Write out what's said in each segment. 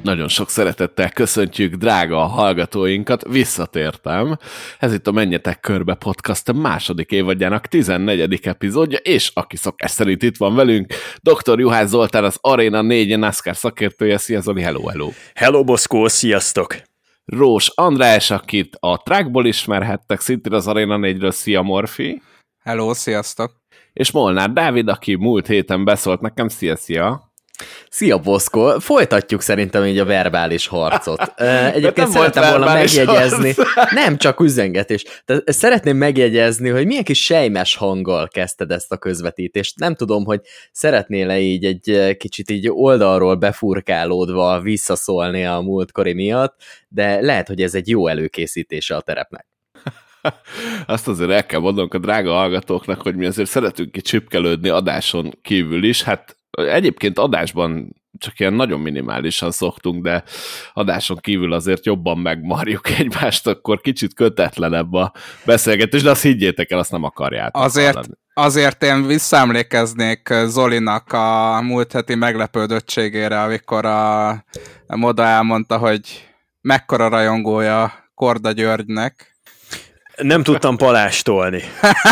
Nagyon sok szeretettel köszöntjük drága hallgatóinkat, visszatértem. Ez itt a Menjetek Körbe podcast második évadjának 14. epizódja, és aki szokás szerint itt van velünk, Dr. Juhász Zoltán, az Arena 4 NASCAR szakértője. Szia Zoli, hello, hello! Hello, Boszkó, sziasztok! Rós András, akit a Trackból ismerhettek, szintén az Arena 4-ről, szia Morfi! Hello, sziasztok! És Molnár Dávid, aki múlt héten beszólt nekem, szia! Szia, Boszkó! Folytatjuk szerintem így a verbális harcot. Egyébként szeretem volna megjegyezni, nem csak üzengetés, de szeretném megjegyezni, hogy milyen kis sejmes hanggal kezdted ezt a közvetítést. Nem tudom, hogy szeretnél-e így egy kicsit így oldalról befurkálódva visszaszólni a múltkori miatt, de lehet, hogy ez egy jó előkészítése a terepnek. Azt azért el kell mondanunk a drága hallgatóknak, hogy mi azért szeretünk ki csipkelődni adáson kívül is. Hát egyébként adásban csak ilyen nagyon minimálisan szoktunk, de adáson kívül azért jobban megmarjuk egymást, akkor kicsit kötetlenebb a beszélgetés, de azt higgyétek el, azt nem akarjátok. Azért én visszaemlékeznék Zolinak a múlt heti meglepődöttségére, amikor a Moda elmondta, hogy mekkora rajongója Korda Györgynek. Nem tudtam palástolni.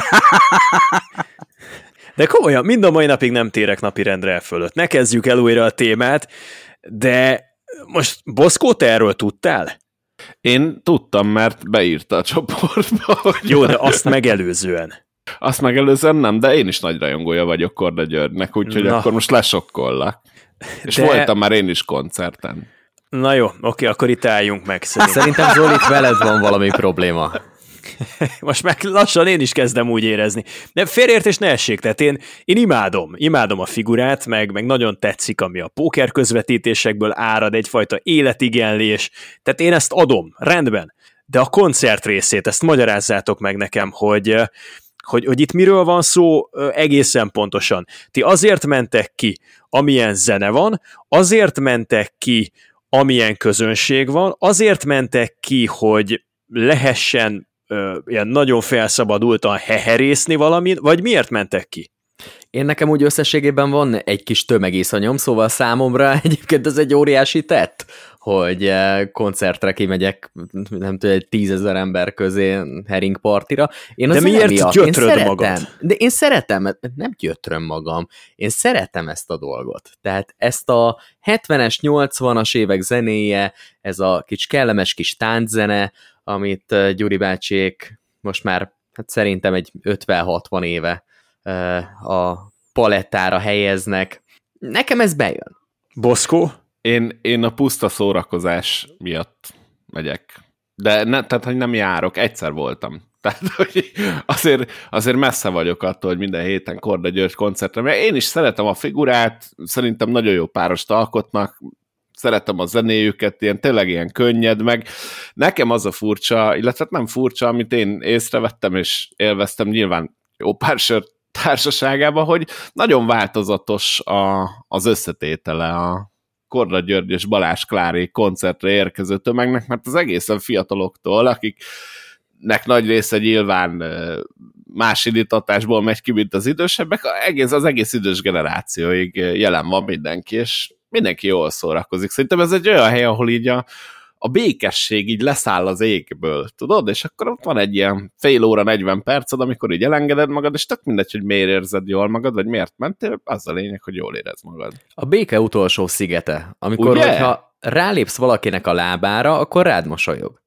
De komolyan, mind a mai napig nem térek napirendre el fölött. Ne kezdjük el újra a témát, de most Boszkó, te erről tudtál? Én tudtam, mert beírta a csoportba. Jó, de azt megelőzően. Azt megelőzően nem, de én is nagy rajongója vagyok Korda Györgynek, úgyhogy akkor most lesokkollak. És voltam már én is koncerten. Na jó, oké, akkor itt álljunk meg szerintem. Szerintem Zolit veled van valami probléma. Most meg lassan én is kezdem úgy érezni. De félreértés ne essék, tehát én imádom a figurát, meg nagyon tetszik, ami a póker közvetítésekből árad, egyfajta életigenlés, tehát én ezt adom, rendben. De a koncert részét, ezt magyarázzátok meg nekem, hogy itt miről van szó egészen pontosan. Ti azért mentek ki, amilyen zene van, azért mentek ki, amilyen közönség van, azért mentek ki, hogy lehessen ilyen nagyon felszabadultan heherészni valamit, vagy miért mentek ki? Én nekem úgy összességében van egy kis tömegészanyom, szóval számomra egyébként ez egy óriási tett, hogy koncertre kimegyek, nem tudom, egy 10 000 ember közé heringpartira. De miért gyötröd magad? De én szeretem, nem gyötröm magam, én szeretem ezt a dolgot. Tehát ezt a 70-es, 80-as évek zenéje, ez a kis kellemes kis tánczene, amit Gyuri bácsiék most már hát szerintem egy 50-60 éve a palettára helyeznek. Nekem ez bejön. Boszkó? Én a puszta szórakozás miatt megyek. De tehát, hogy nem járok, egyszer voltam. Tehát, hogy azért messze vagyok attól, hogy minden héten Korda György koncertre, mert én is szeretem a figurát, szerintem nagyon jó párost alkotnak, szeretem a zenéjüket, tényleg ilyen könnyed, meg nekem az a furcsa, illetve nem furcsa, amit én észrevettem és élveztem nyilván jó pár sör társaságában, hogy nagyon változatos az összetétele a Korda György és Balázs Klári koncertre érkező tömegnek, mert az egészen fiataloktól, akiknek nagy része nyilván más indítatásból megy ki, mint az idősebbek, az egész idős generációig jelen van mindenki, és mindenki jól szórakozik. Szerintem ez egy olyan hely, ahol így a békesség így leszáll az égből, tudod? És akkor ott van egy ilyen fél óra, 40 perced, amikor így elengeded magad, és tök mindegy, hogy miért érzed jól magad, vagy miért mentél, az a lényeg, hogy jól érezd magad. A béke utolsó szigete, amikor hogyha rálépsz valakinek a lábára, akkor rád mosolyog.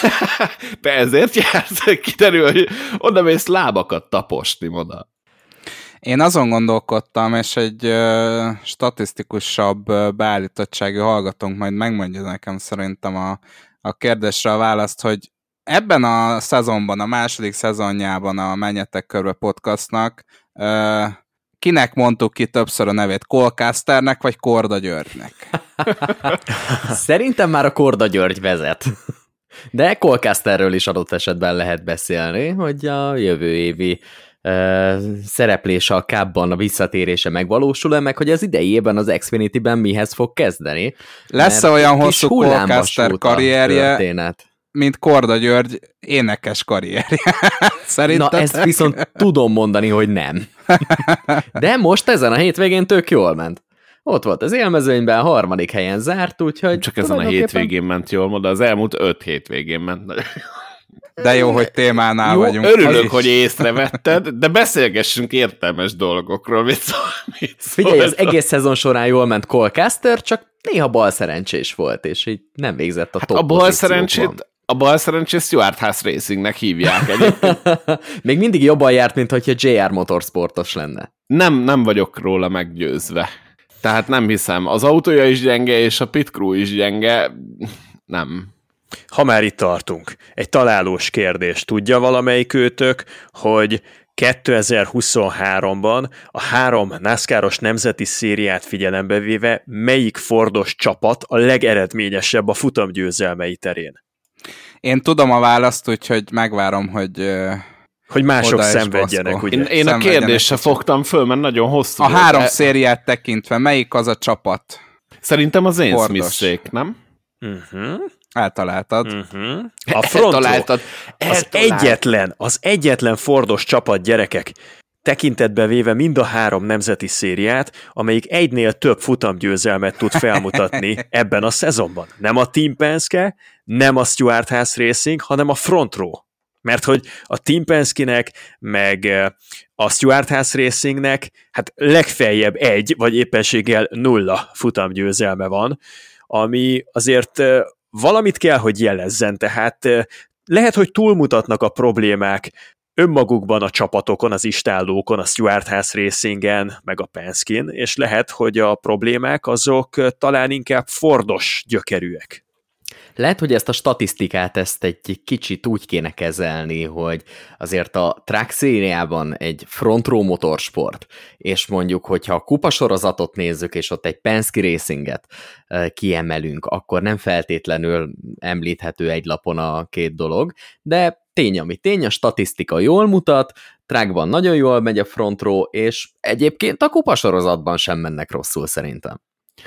Te ezért jársz, kiderül, hogy oda mész lábakat taposni oda. Én azon gondolkodtam, és egy statisztikusabb beállítottságú hallgatónk majd megmondja nekem szerintem a kérdésre a választ, hogy ebben a szezonban, a második szezonjában a Menjetek Körbe podcastnak kinek mondtuk ki többször a nevét? Colcasternek vagy Korda Györgynek? Szerintem már a Korda György vezet. De Colcasterről is adott esetben lehet beszélni, hogy a jövő évi szereplése a Cup-ban a visszatérése megvalósul-e, meg hogy az idejében az Xfinity-ben mihez fog kezdeni. Lesz-e olyan hosszú Colcaster karrierje, mint Korda György énekes karrierje? Szerinted? Na, ezt viszont tudom mondani, hogy nem. De most ezen a hétvégén tök jól ment. ott volt az élmezőnyben, 3. helyen zárt, úgyhogy... Csak ezen a hétvégén ment jól, de az elmúlt 5 hétvégén ment. De jó, hogy témánál jó, vagyunk. Örülök, hogy észrevetted, de beszélgessünk értelmes dolgokról. Mit Figyelj, az egész szezon során jól ment Colcaster, csak néha balszerencsés volt, és így nem végzett a top A balszerencsét Stuart House Racingnek hívják egyébként. Még mindig jobban járt, mint hogyha JR Motorsportos lenne. Nem vagyok róla meggyőzve. Tehát nem hiszem. Az autója is gyenge, és a pit crew is gyenge. Nem. Ha már itt tartunk, egy találós kérdés. Tudja valamelyik őtök, hogy 2023-ban a 3 NASCAR-os nemzeti szériát figyelembe véve melyik Fordos csapat a legeredményesebb a futamgyőzelmei terén? Én tudom a választ, úgyhogy megvárom, hogy mások szenvedjenek, ugye? Én a kérdésre fogtam föl, mert nagyon hosszú. A 3 szériát tekintve, melyik az a csapat? Szerintem az én Smith-szék, nem? Eltaláltad. A Frontro, az egyetlen Fordos csapat, gyerekek, tekintetbe véve mind a 3 nemzeti szériát, amelyik egynél több futamgyőzelmet tud felmutatni ebben a szezonban. Nem a Team Penske, nem a Stuart House Racing, hanem a Front Row. Mert hogy a Team Penske-nek, meg a Stuart House Racingnek, hát legfeljebb 1, vagy éppenséggel 0 futamgyőzelme van, ami azért valamit kell, hogy jelezzen, tehát lehet, hogy túlmutatnak a problémák önmagukban a csapatokon, az istállókon, a Stuart House Racingen, meg a Penske-n, és lehet, hogy a problémák azok talán inkább Fordos gyökerűek. Lehet, hogy ezt a statisztikát egy kicsit úgy kéne kezelni, hogy azért a Truck szériában egy front row motorsport, és mondjuk, hogyha a kupasorozatot nézzük, és ott egy Penske Racinget kiemelünk, akkor nem feltétlenül említhető egy lapon a 2 dolog, de tény, ami tény, a statisztika jól mutat, Truckban nagyon jól megy a front row, és egyébként a kupasorozatban sem mennek rosszul szerintem.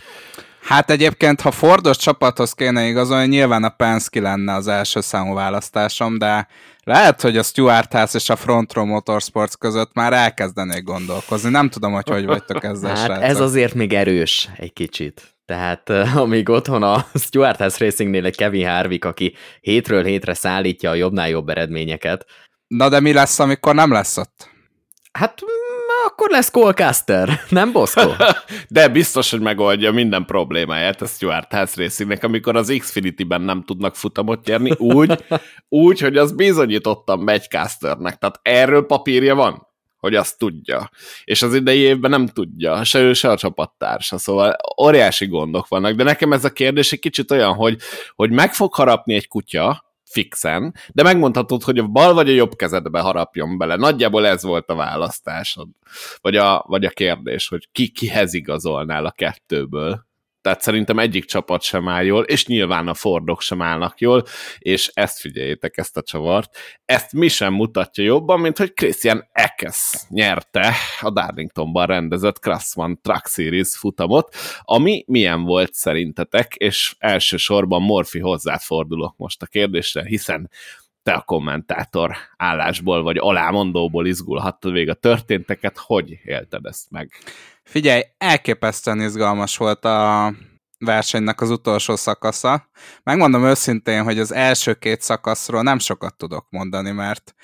Hát egyébként, ha Fordos csapathoz kéne igazolni, nyilván a Penske lenne az első számú választásom, de lehet, hogy a Stuart House és a Front Row Motorsports között már elkezdenék gondolkozni. Nem tudom, hogy vagytok ezzel, hát srácok. Ez azért még erős egy kicsit. Tehát amíg otthon a Stuart House Racingnél egy Kevin Harvick, aki hétről hétre szállítja a jobbnál jobb eredményeket. Na de mi lesz, amikor nem lesz ott? Hát akkor lesz Colcaster, nem Boszkó? De biztos, hogy megoldja minden problémáját a Stuart House Racingnek, amikor az Xfinity-ben nem tudnak futamot nyerni, úgy, hogy az bizonyítottan megy Casternek. Tehát erről papírja van, hogy azt tudja. És az idei évben nem tudja, se ő, se a csapattársa. Szóval óriási gondok vannak. De nekem ez a kérdés egy kicsit olyan, hogy meg fog harapni egy kutya, fixen, de megmondhatod, hogy a bal vagy a jobb kezedbe harapjon bele. Nagyjából ez volt a választásod. Vagy a kérdés, hogy kihez igazolnál a 2-ből. Tehát szerintem egyik csapat sem áll jól, és nyilván a Fordok sem állnak jól, és ezt figyeljétek, ezt a csavart. Ezt mi sem mutatja jobban, mint hogy Christian Eckes nyerte a Darlingtonban rendezett Craftsman Truck Series futamot, ami milyen volt szerintetek, és elsősorban Morfi, hozzád fordulok most a kérdésre, hiszen te a kommentátor állásból, vagy alámondóból izgulhattad végig a történteket, hogy élted ezt meg? Figyelj, elképesztően izgalmas volt a versenynek az utolsó szakasza. Megmondom őszintén, hogy az első 2 szakaszról nem sokat tudok mondani, mert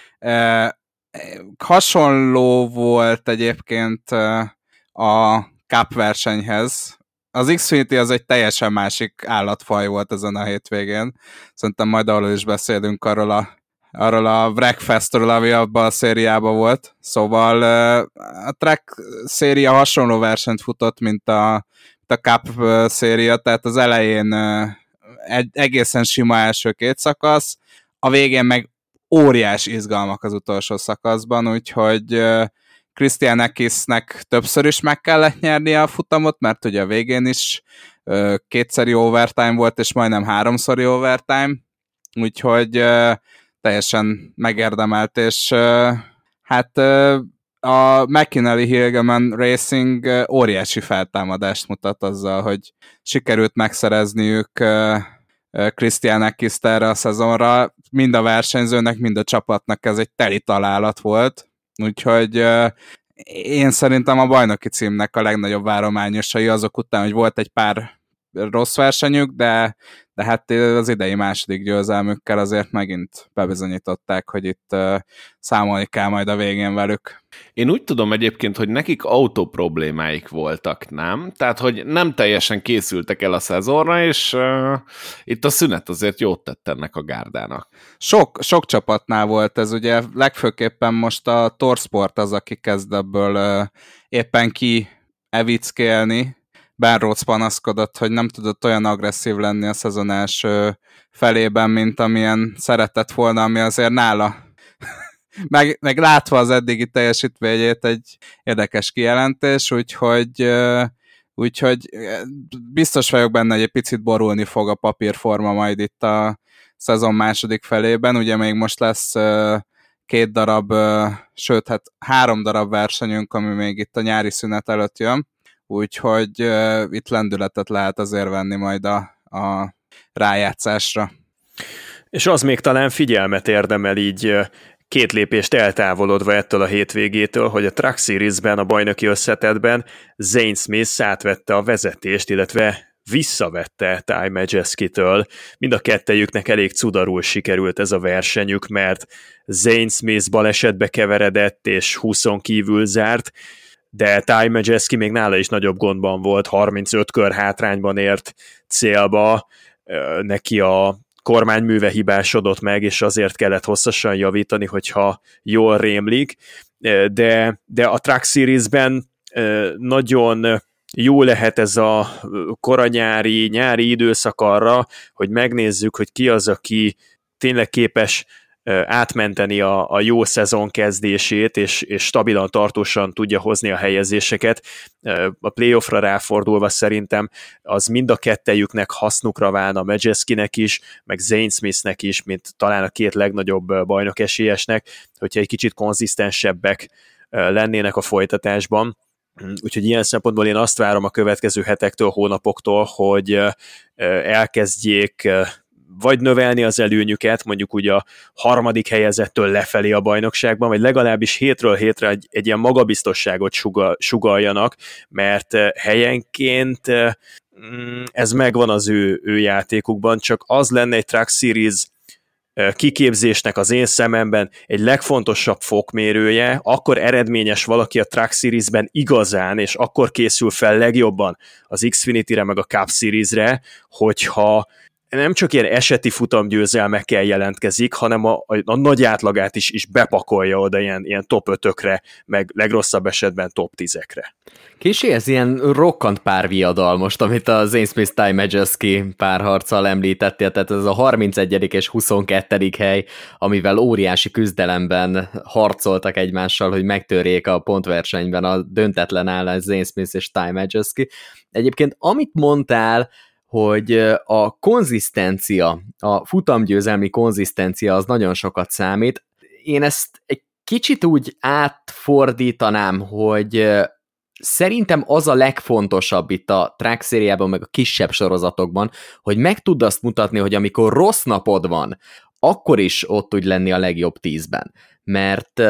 hasonló volt egyébként a Cup versenyhez. Az Xfinity az egy teljesen másik állatfaj volt ezen a hétvégén. Szerintem majd arról is beszélünk, arról a Wreckfestről, ami abban a szériában volt. Szóval a Truck széria hasonló versenyt futott, mint a Cup széria, tehát az elején egy egészen sima első 2 szakasz, a végén meg óriás izgalmak az utolsó szakaszban, úgyhogy Christian Eckesnek többször is meg kellett nyernie a futamot, mert ugye a végén is 2-szeri overtime volt, és majdnem 3-szori overtime, úgyhogy teljesen megérdemelt, és hát a McKinley-Hilgeman Racing óriási feltámadást mutat azzal, hogy sikerült megszerezniük Christian Eckest erre a szezonra. Mind a versenyzőnek, mind a csapatnak ez egy teli találat volt, úgyhogy én szerintem a bajnoki címnek a legnagyobb várományosai azok után, hogy volt egy pár rossz versenyük, de hát az idei második győzelmükkel azért megint bebizonyították, hogy itt számolni kell majd a végén velük. Én úgy tudom egyébként, hogy nekik autó problémáik voltak, nem? Tehát, hogy nem teljesen készültek el a szezonra, és itt a szünet azért jót tett ennek a gárdának. Sok csapatnál volt ez, ugye legfőképpen most a Torsport az, aki kezd ebből éppen ki evickélni. Ben Rhodes panaszkodott, hogy nem tudott olyan agresszív lenni a szezon első felében, mint amilyen szeretett volna, ami azért nála meg látva az eddigi teljesítményét egy érdekes kijelentés, úgyhogy biztos vagyok benne, hogy egy picit borulni fog a papírforma majd itt a szezon második felében, ugye még most lesz 2 darab, sőt, hát 3 darab versenyünk, ami még itt a nyári szünet előtt jön, úgyhogy itt lendületet lehet azért venni majd a rájátszásra. És az még talán figyelmet érdemel így 2 lépést eltávolodva ettől a hétvégétől, hogy a Truck Series-ben, a bajnoki összetettben Zane Smith átvette a vezetést, illetve visszavette Ty Majeski-től. Mind a kettejüknek elég cudarul sikerült ez a versenyük, mert Zane Smith balesetbe keveredett és 20-on kívül zárt, de Ty Majeski még nála is nagyobb gondban volt, 35 kör hátrányban ért célba, neki a kormányműve hibásodott meg, és azért kellett hosszasan javítani, hogyha jól rémlik, de a Truck Series-ben nagyon jó lehet ez a nyári időszak arra, hogy megnézzük, hogy ki az, aki tényleg képes átmenteni a jó szezon kezdését, és stabilan, tartósan tudja hozni a helyezéseket. A playoffra ráfordulva szerintem az mind a kettejüknek hasznukra válna, Majeskinek is, meg Zane Smithnek is, mint talán a 2 legnagyobb bajnok esélyesnek, hogyha egy kicsit konzisztensebbek lennének a folytatásban. Úgyhogy ilyen szempontból én azt várom a következő hetektől, hónapoktól, hogy elkezdjék vagy növelni az előnyüket, mondjuk úgy a 3. helyezettől lefelé a bajnokságban, vagy legalábbis hétről hétre egy ilyen magabiztosságot sugalljanak, mert helyenként ez megvan az ő játékukban, csak az lenne egy Truck Series kiképzésnek az én szememben egy legfontosabb fokmérője, akkor eredményes valaki a Truck Series-ben igazán, és akkor készül fel legjobban az Xfinity-re meg a Cup Series-re, hogyha nem csak ilyen eseti futamgyőzelmekkel jelentkezik, hanem a nagy átlagát is bepakolja oda ilyen top 5-ökre, meg legrosszabb esetben top 10-ekre. Kicsi ez ilyen rokkant párviadal most, amit a Zane Smith-Ty Majeski párharccal említettél, tehát ez a 31. és 22. hely, amivel óriási küzdelemben harcoltak egymással, hogy megtörjék a pontversenyben a döntetlen állás Zane Smith és Ty Majeski. Egyébként amit mondtál, hogy a konzisztencia, a futamgyőzelmi konzisztencia az nagyon sokat számít. Én ezt egy kicsit úgy átfordítanám, hogy szerintem az a legfontosabb itt a track szériában, meg a kisebb sorozatokban, hogy meg tudd azt mutatni, hogy amikor rossz napod van, akkor is ott tudj lenni a legjobb 10-ben. Mert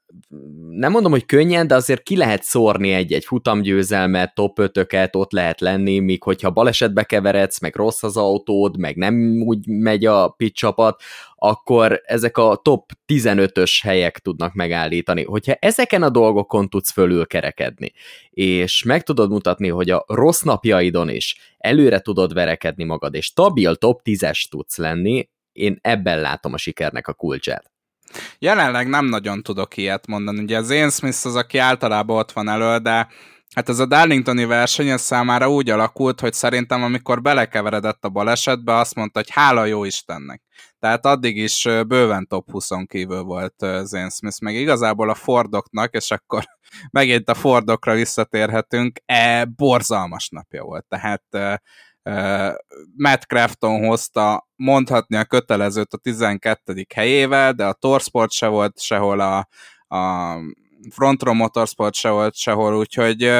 nem mondom, hogy könnyen, de azért ki lehet szórni egy futamgyőzelmet, top 5-öket, ott lehet lenni, míg hogyha balesetbe keveredsz, meg rossz az autód, meg nem úgy megy a pit csapat, akkor ezek a top 15-ös helyek tudnak megállítani. Hogyha ezeken a dolgokon tudsz fölülkerekedni, és meg tudod mutatni, hogy a rossz napjaidon is előre tudod verekedni magad, és stabil top 10-es tudsz lenni, én ebben látom a sikernek a kulcsát. Jelenleg nem nagyon tudok ilyet mondani. Ugye Zane Smith az, aki általában ott van elő, de hát ez a Darlingtoni verseny ez számára úgy alakult, hogy szerintem amikor belekeveredett a balesetbe, azt mondta, hogy hála jó Istennek. Tehát addig is bőven top 20-on kívül volt Zane Smith, meg igazából a Fordoknak, és akkor megint a Fordokra visszatérhetünk, borzalmas napja volt. Tehát Matt Crafton hozta mondhatni a kötelezőt a 12. helyével, de a Torsport se volt sehol, a Frontron Motorsport se volt sehol, úgyhogy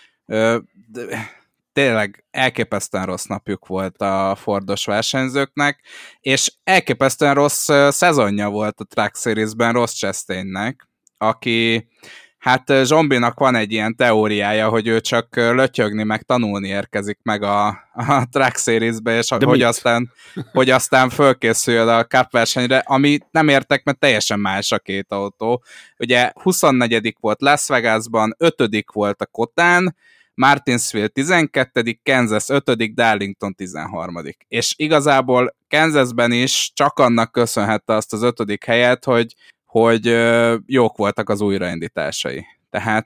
tényleg elképesztően rossz napjuk volt a Fordos versenyzőknek, és elképesztően rossz szezonja volt a Truck Series-ben Ross Chastainnek, aki Hát Zsombinak van egy ilyen teóriája, hogy ő csak lötyögni, meg tanulni érkezik meg a Truck Series-be, és hogy aztán fölkészüljön a Cup versenyre, ami nem értek, mert teljesen más a két autó. Ugye 24. volt Las Vegasban, 5. volt a Kotán, Martinsville 12., Kansas 5., Darlington 13. És igazából Kansasben is csak annak köszönhette azt az 5. helyet, hogy jók voltak az újraindításai. Tehát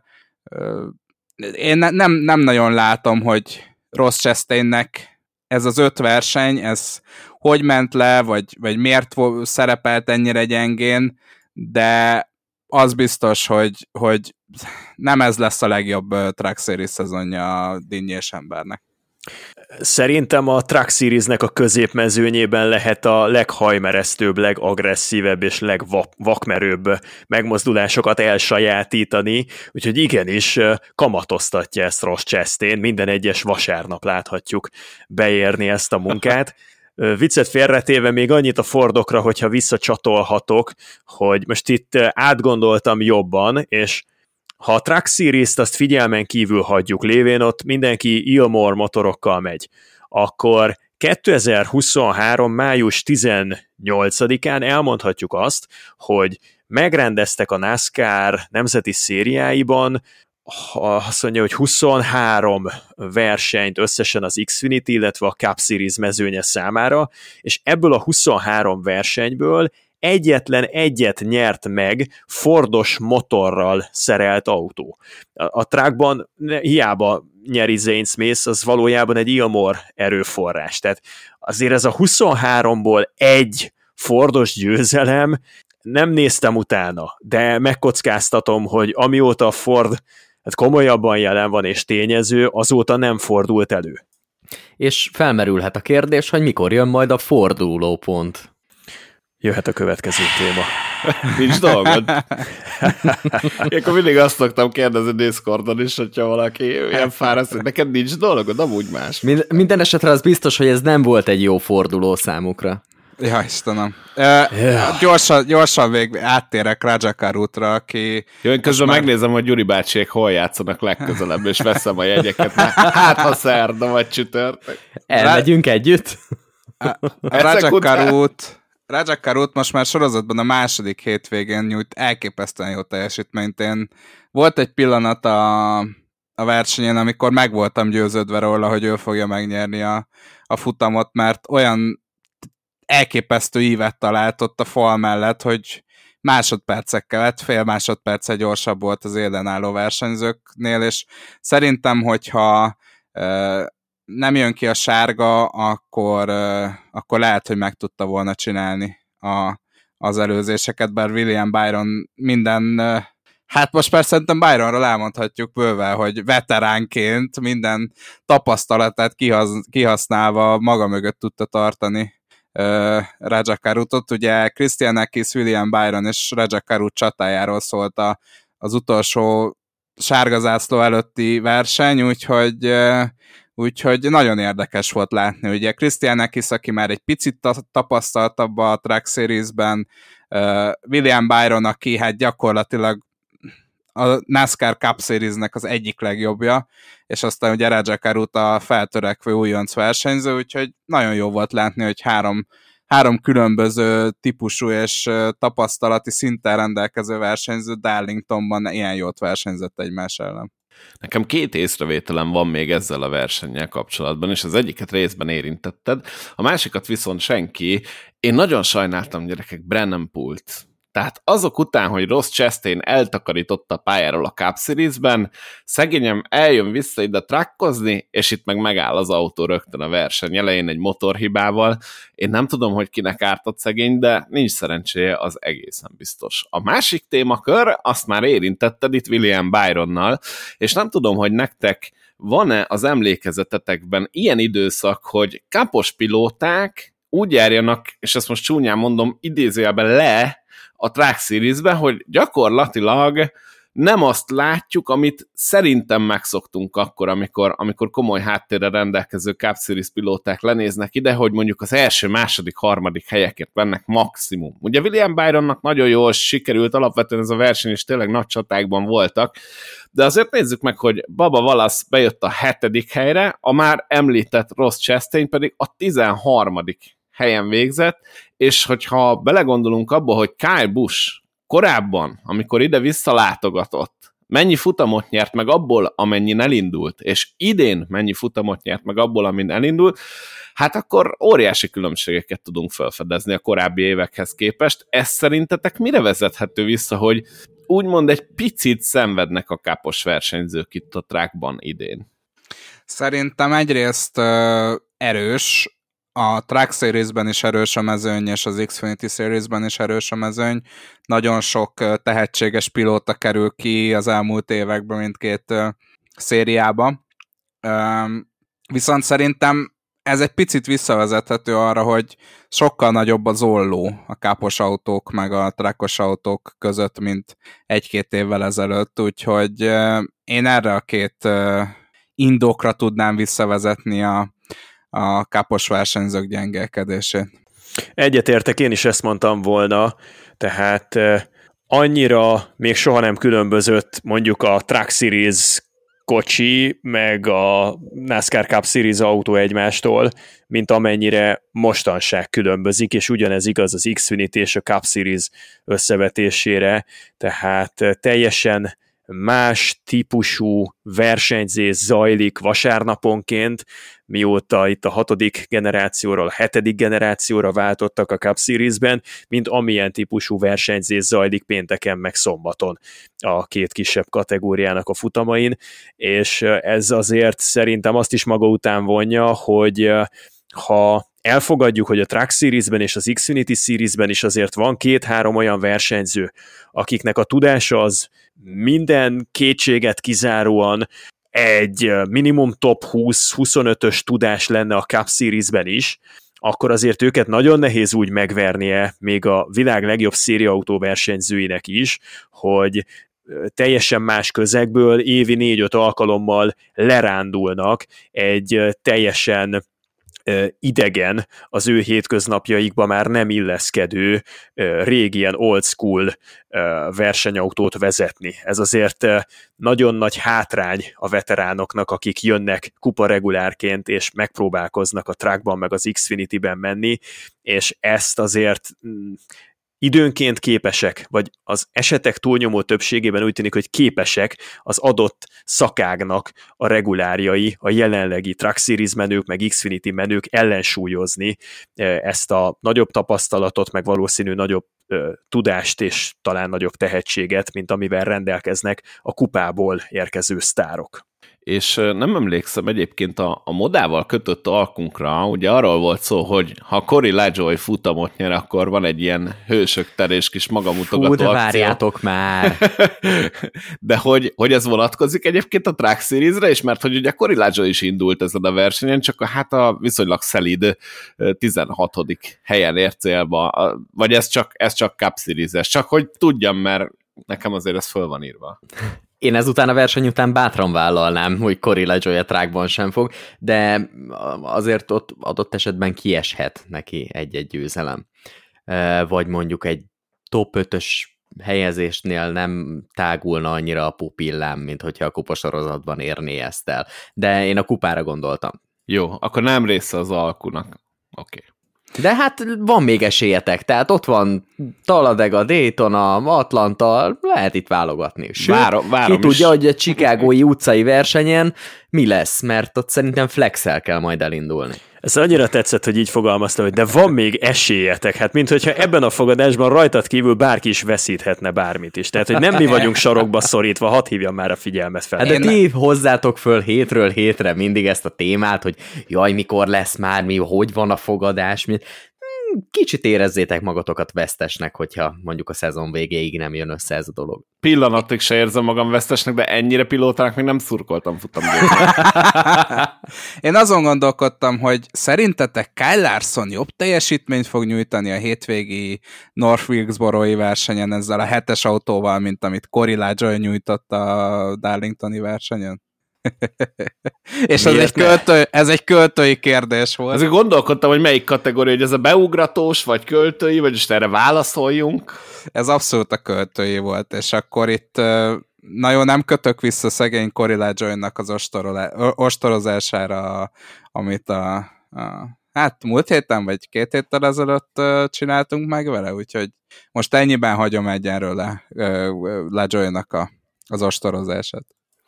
én nem nagyon látom, hogy Ross Chastainnek ez az 5 verseny, ez hogy ment le, vagy miért szerepelt ennyire gyengén, de az biztos, hogy nem ez lesz a legjobb Truck Series szezonja a dinnyés embernek. Szerintem a Truck Series-nek a középmezőnyében lehet a leghajmeresztőbb, legagresszívebb és legvakmerőbb megmozdulásokat elsajátítani, úgyhogy igenis kamatoztatja ezt Ross Chastain, minden egyes vasárnap láthatjuk beérni ezt a munkát. Viccet félretéve még annyit a Fordokra, hogyha visszacsatolhatok, hogy most itt átgondoltam jobban, és ha a Truck Series-t azt figyelmen kívül hagyjuk, lévén ott mindenki Ilmor motorokkal megy, akkor 2023. május 18-án elmondhatjuk azt, hogy megrendeztek a NASCAR nemzeti szériáiban, azt mondja, hogy 23 versenyt összesen az Xfinity, illetve a Cup Series mezőnye számára, és ebből a 23 versenyből egyetlen egyet nyert meg Fordos motorral szerelt autó. A truckban hiába nyeri Zane Smith, az valójában egy Ilmor erőforrás. Tehát azért ez a 23-ból egy Fordos győzelem, nem néztem utána, de megkockáztatom, hogy amióta a Ford komolyabban jelen van és tényező, azóta nem fordult elő. És felmerülhet a kérdés, hogy mikor jön majd a fordulópont. Jöhet a következő téma. Nincs dolgod. Akkor mindig azt szoktam kérdezni Discordon is, hogyha valaki ilyen fáraszt, hogy neked nincs dolgod, amúgy más. Minden esetre az biztos, hogy ez nem volt egy jó forduló számukra. Ja, Istenem. Gyorsan még áttérek Rajakar útra, aki... Jó, én közben megnézem, hogy Gyuri bácsiék hol játszanak legközelebb, és veszem a jegyeket. Hát, ha szerda vagy csütörtök. Elmegyünk együtt? Rajakar út most már sorozatban a második hétvégén nyújt elképesztően jó teljesítményt. Én volt egy pillanat a versenyen, amikor meg voltam győződve róla, hogy ő fogja megnyerni a futamot, mert olyan elképesztő ívet talált ott a fal mellett, hogy másodpercekkel lett, fél másodperccel gyorsabb volt az élen álló versenyzőknél, és szerintem, hogyha nem jön ki a sárga, akkor lehet, hogy meg tudta volna csinálni az előzéseket, bár William Byron hát most persze szerintem Byronról elmondhatjuk bőven, hogy veteránként minden tapasztalatát kihasználva maga mögött tudta tartani Rajakar útot. Ugye Christian Eckes, William Byron és Rajakar út csatájáról szólt az utolsó sárgazászló előtti verseny, úgyhogy nagyon érdekes volt látni. Ugye Christian Eckes, aki már egy picit tapasztaltabb a Truck Series-ben, William Byron, aki hát gyakorlatilag a NASCAR Cup Series-nek az egyik legjobbja, és aztán ugye Rajakar út a feltörekvő újonc versenyző, úgyhogy nagyon jó volt látni, hogy három különböző típusú és tapasztalati szinten rendelkező versenyző Darlingtonban ilyen jót versenyzett egymás ellen. Nekem 2 észrevételem van még ezzel a versennyel kapcsolatban, és az egyiket részben érintetted, a másikat viszont senki. Én nagyon sajnáltam, gyerekek, Brennan Poole-t. Tehát azok után, hogy Ross Chastain eltakarította a pályáról a Cup Series-ben, szegényem eljön vissza ide trakkozni, és itt meg megáll az autó rögtön a verseny elején egy motorhibával. Én nem tudom, hogy kinek ártott szegény, de nincs szerencséje, az egészen biztos. A másik témakör, azt már érintetted itt William Byronnal, és nem tudom, hogy nektek van-e az emlékezetetekben ilyen időszak, hogy kapos pilóták úgy járjanak, és ezt most csúnyán mondom, idézőjelben le a Truck Series-ben, hogy gyakorlatilag nem azt látjuk, amit szerintem megszoktunk akkor, amikor komoly háttérre rendelkező Cup Series pilóták lenéznek ide, hogy mondjuk az első, második, harmadik helyeket vennek maximum. Ugye William Byronnak nagyon jól sikerült, alapvetően ez a verseny is tényleg nagy csatákban voltak, de azért nézzük meg, hogy Bubba Wallace bejött a 7. helyre, a már említett Ross Chastain pedig a 13. helyen végzett, és hogyha belegondolunk abba, hogy Kyle Busch korábban, amikor ide visszalátogatott, mennyi futamot nyert meg abból, amennyin elindult, és idén mennyi futamot nyert meg abból, amin elindult, hát akkor óriási különbségeket tudunk felfedezni a korábbi évekhez képest. Ez szerintetek mire vezethető vissza, hogy úgymond egy picit szenvednek a kápos versenyzők itt a trackban idén? Szerintem egyrészt erős, a Track Series-ben is erős a mezőny, és az Xfinity Series-ben is erős a mezőny. Nagyon sok tehetséges pilóta kerül ki az elmúlt években mindkét szériába. Viszont szerintem ez egy picit visszavezethető arra, hogy sokkal nagyobb az olló a kápos autók meg a trackos autók között, mint 1-2 évvel ezelőtt, úgyhogy én erre a két indokra tudnám visszavezetni a kápos versenyzők gyengélkedését. Egyetértek, én is ezt mondtam volna, tehát annyira még soha nem különbözött mondjuk a Truck Series kocsi, meg a NASCAR Cup Series autó egymástól, mint amennyire mostanság különbözik, és ugyanez igaz az Xfinity és a Cup Series összevetésére, tehát teljesen más típusú versenyzés zajlik vasárnaponként, mióta itt a 6. generációról a 7. generációra váltottak a Cup Series-ben, mint amilyen típusú versenyzés zajlik pénteken meg szombaton a két kisebb kategóriának a futamain, és ez azért szerintem azt is maga után vonja, hogy ha elfogadjuk, hogy a Truck Series-ben és az Xfinity Series-ben is azért van 2-3 olyan versenyző, akiknek a tudása az minden kétséget kizáróan egy minimum top 20-25-ös tudás lenne a Cup Series-ben is, akkor azért őket nagyon nehéz úgy megvernie még a világ legjobb szériaautó versenyzőinek is, hogy teljesen más közegből évi 4-5 alkalommal lerándulnak egy teljesen idegen, az ő hétköznapjaikba már nem illeszkedő, régi ilyen old school versenyautót vezetni. Ez azért nagyon nagy hátrány a veteránoknak, akik jönnek kuparegulárként, és megpróbálkoznak a trackban, meg az Xfinity-ben menni, és ezt azért időnként képesek, vagy az esetek túlnyomó többségében úgy tűnik, hogy képesek az adott szakágnak a regulárjai, a jelenlegi Truck Series menők, meg Xfinity menők ellensúlyozni ezt a nagyobb tapasztalatot, meg valószínű nagyobb tudást és talán nagyobb tehetséget, mint amivel rendelkeznek a kupából érkező sztárok. És nem emlékszem egyébként a modával kötött alkunkra, ugye arról volt szó, hogy ha Corey LaJoie futamot nyer, akkor van egy ilyen hősök terés kis magamutogató akció. Hú, de várjátok már! De hogy ez vonatkozik egyébként a Truck Series-re, és mert hogy ugye Corey LaJoie is indult ezen a versenyen, csak a viszonylag szelíd 16. helyen ért célba, vagy ez csak Cup Series-es, csak hogy tudjam, mert nekem azért ez föl van írva. Én ezután a verseny után bátran vállalnám, hogy Corey LaJoie a trackban sem fog, de azért ott adott esetben kieshet neki egy-egy győzelem. Vagy mondjuk egy top 5-ös helyezésnél nem tágulna annyira a pupillám, mint hogyha a kupasorozatban érné ezt el. De én a kupára gondoltam. Jó, akkor nem része az alkunak. Oké. De hát van még esélyetek, tehát ott van Talladega, Daytona, Atlanta, lehet itt válogatni. Sőt, várom ki tudja, hogy a chicagói utcai versenyen mi lesz, mert ott szerintem flexel kell majd elindulni. Ez annyira tetszett, hogy így fogalmazta, hogy de van még esélyetek, hát mint hogyha ebben a fogadásban rajtad kívül bárki is veszíthetne bármit is. Tehát, hogy nem mi vagyunk sarokba szorítva, hadd hívjam már a figyelmet fel. Hát de ti hozzátok föl hétről hétre mindig ezt a témát, hogy jaj, mikor lesz már, hogy van a fogadás, kicsit érezzétek magatokat vesztesnek, hogyha mondjuk a szezon végéig nem jön össze ez a dolog. Pillanatig se érzem magam vesztesnek, de ennyire pilótának még nem szurkoltam futamgyőzőt. Én azon gondolkodtam, hogy szerintetek Kyle Larson jobb teljesítményt fog nyújtani a hétvégi North Wilkesboro-i versenyen ezzel a 7-es autóval, mint amit Corey LaJoie nyújtott a Darlingtoni versenyen? És ez egy költői kérdés volt. Azért gondolkodtam, hogy melyik kategória, hogy ez a beugratós, vagy költői, vagy most erre válaszoljunk. Ez abszolút a költői volt, és akkor itt nagyon nem kötök vissza szegény Corey LaJoie-nak az ostorozására, amit hát múlt héten, vagy 2 héttel ezelőtt csináltunk meg vele, úgyhogy most ennyiben hagyom egyenről LaJoie-nak az ostorozását.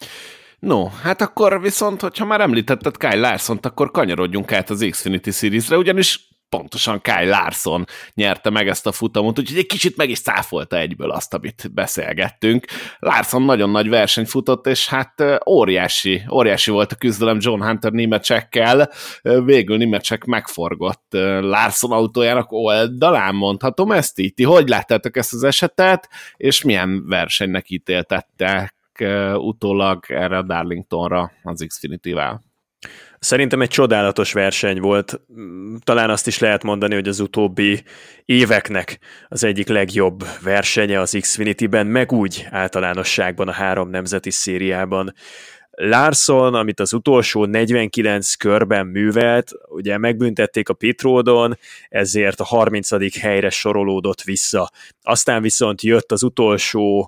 No, hát akkor viszont, hogyha már említetted Kyle Larsont, akkor kanyarodjunk át az Xfinity Series-re, ugyanis pontosan Kyle Larson nyerte meg ezt a futamot, úgyhogy egy kicsit meg is cáfolta egyből azt, amit beszélgettünk. Larson nagyon nagy versenyt futott, és hát óriási volt a küzdelem John Hunter Nemecekkel. Végül Nemecek megforgott Larson autójának oldalán, mondhatom ezt így. Ti hogy láttátok ezt az esetet, és milyen versenynek ítéltettek utólag erre a Darlingtonra az Xfinity-vel? Szerintem egy csodálatos verseny volt. Talán azt is lehet mondani, hogy az utóbbi éveknek az egyik legjobb versenye az Xfinity-ben, meg úgy általánosságban a 3 nemzeti szériában. Larson, amit az utolsó 49 körben művelt, ugye megbüntették a pit roadon, ezért a 30. helyre sorolódott vissza. Aztán viszont jött az utolsó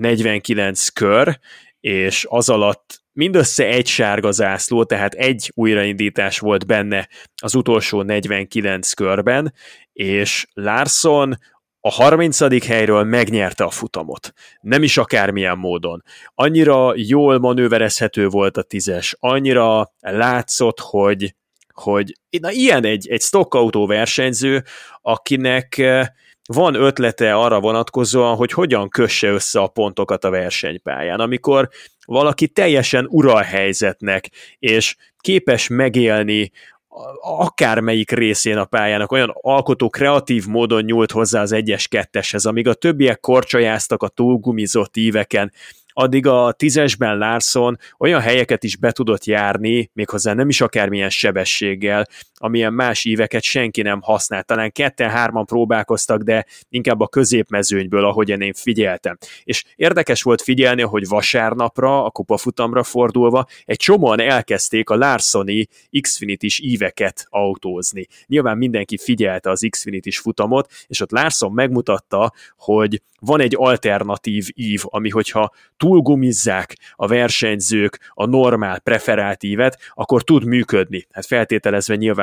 49 kör, és az alatt mindössze egy sárga zászló, tehát egy újraindítás volt benne az utolsó 49 körben, és Larson a 30. helyről megnyerte a futamot. Nem is akármilyen módon. Annyira jól manőverezhető volt a 10-es, annyira látszott, hogy na, ilyen egy stockautó versenyző, akinek van ötlete arra vonatkozóan, hogy hogyan kösse össze a pontokat a versenypályán. Amikor valaki teljesen ura a helyzetnek, és képes megélni akármelyik részén a pályának, olyan alkotó, kreatív módon nyúlt hozzá az 1-es, 2-eshez, amíg a többiek korcsolyáztak a túlgumizott íveken, addig a 10-esben Larson olyan helyeket is be tudott járni, méghozzá nem is akármilyen sebességgel, amilyen más íveket senki nem használt. Talán 2-3-an próbálkoztak, de inkább a középmezőnyből, ahogyan én figyeltem. És érdekes volt figyelni, hogy vasárnapra, a kupafutamra fordulva egy csomóan elkezdték a Larsoni Xfinity-s íveket autózni. Nyilván mindenki figyelte az Xfinity-s futamot, és ott Larson megmutatta, hogy van egy alternatív ív, ami hogyha túlgumizzák a versenyzők a normál preferált ívet, akkor tud működni. Hát feltételezve nyilván,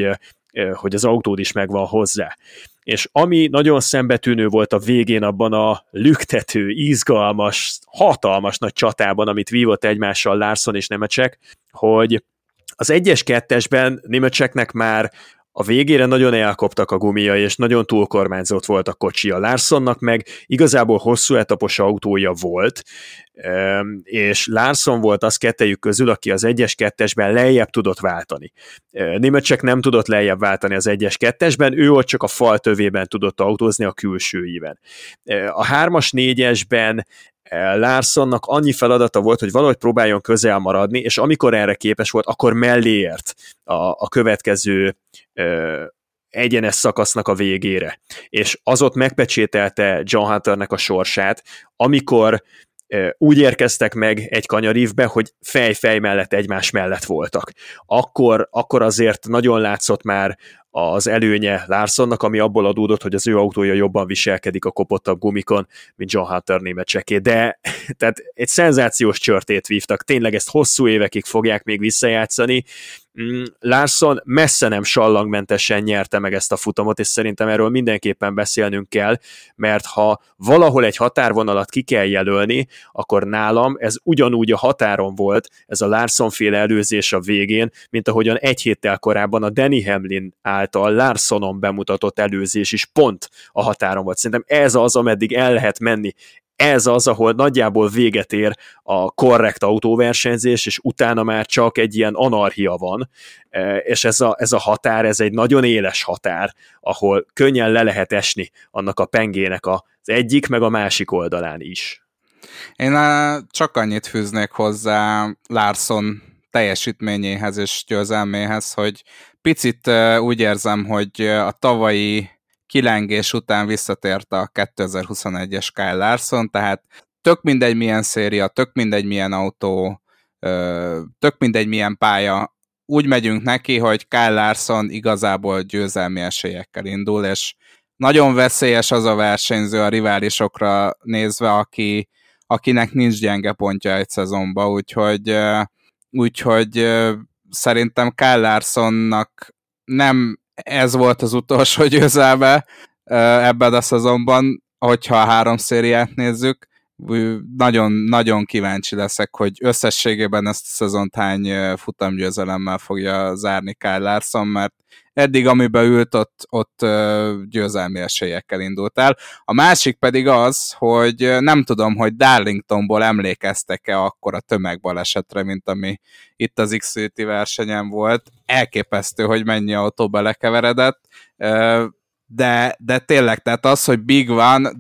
hogy az autód is megvan hozzá. És ami nagyon szembetűnő volt a végén abban a lüktető, izgalmas, hatalmas nagy csatában, amit vívott egymással Larson és Nemecek, hogy az 1-es, 2-esben Nemeceknek már a végére nagyon elkoptak a gumia, és nagyon túlkormányzott volt a kocsi. A Larsonnak meg igazából hosszú etapos autója volt, és Larson volt az kettejük közül, aki az 1-es, 2-esben lejjebb tudott váltani. Nemecek nem tudott lejjebb váltani az 1-es, 2-esben, ő ott csak a fal tövében tudott autózni a külső íven. A 3-as, 4-esben Larsonnak annyi feladata volt, hogy valahogy próbáljon közel maradni, és amikor erre képes volt, akkor mellé ért a következő egyenes szakasznak a végére. És az ott megpecsételte John Hunternek a sorsát, amikor úgy érkeztek meg egy kanyarívbe, hogy fej-fej mellett egymás mellett voltak. Akkor azért nagyon látszott már az előnye Larsonnak, ami abból adódott, hogy az ő autója jobban viselkedik a kopottabb gumikon, mint John Hunter Nemecseké. De tehát egy szenzációs csörtét vívtak, tényleg ezt hosszú évekig fogják még visszajátszani. Larson messze nem sallangmentesen nyerte meg ezt a futamot, és szerintem erről mindenképpen beszélnünk kell, mert ha valahol egy határvonalat ki kell jelölni, akkor nálam ez ugyanúgy a határon volt, ez a Larson-féle előzés a végén, mint ahogyan egy héttel korábban a Denny Hamlin által Larsonon bemutatott előzés is pont a határon volt. Szerintem ez az, ameddig el lehet menni. ez az, ahol nagyjából véget ér a korrekt autóversenyzés, és utána már csak egy ilyen anarchia van, és ez a határ, ez egy nagyon éles határ, ahol könnyen le lehet esni annak a pengének az egyik, meg a másik oldalán is. Én csak annyit fűznék hozzá Larson teljesítményéhez és győzelméhez, hogy picit úgy érzem, hogy a tavalyi kilengés után visszatért a 2021-es Kyle Larson, tehát tök mindegy milyen széria, tök mindegy milyen autó, tök mindegy milyen pálya, úgy megyünk neki, hogy Kyle Larson igazából győzelmi esélyekkel indul, és nagyon veszélyes az a versenyző a riválisokra nézve, akinek nincs gyenge pontja egy szezonban, úgyhogy szerintem Kyle Larsonnak nem ez volt az utolsó győzelme ebben a szezonban, hogyha a 3 szériát nézzük. Nagyon kíváncsi leszek, hogy összességében ezt a szezont hány futamgyőzelemmel fogja zárni Kyle Larson, mert eddig, amiben ült, ott győzelmi esélyekkel indult el. A másik pedig az, hogy nem tudom, hogy Darlingtonból emlékeztek-e akkor a tömegbalesetre, mint ami itt az Xfinity versenyen volt. Elképesztő, hogy mennyi autó belekeveredett, de tényleg, tehát az, hogy Big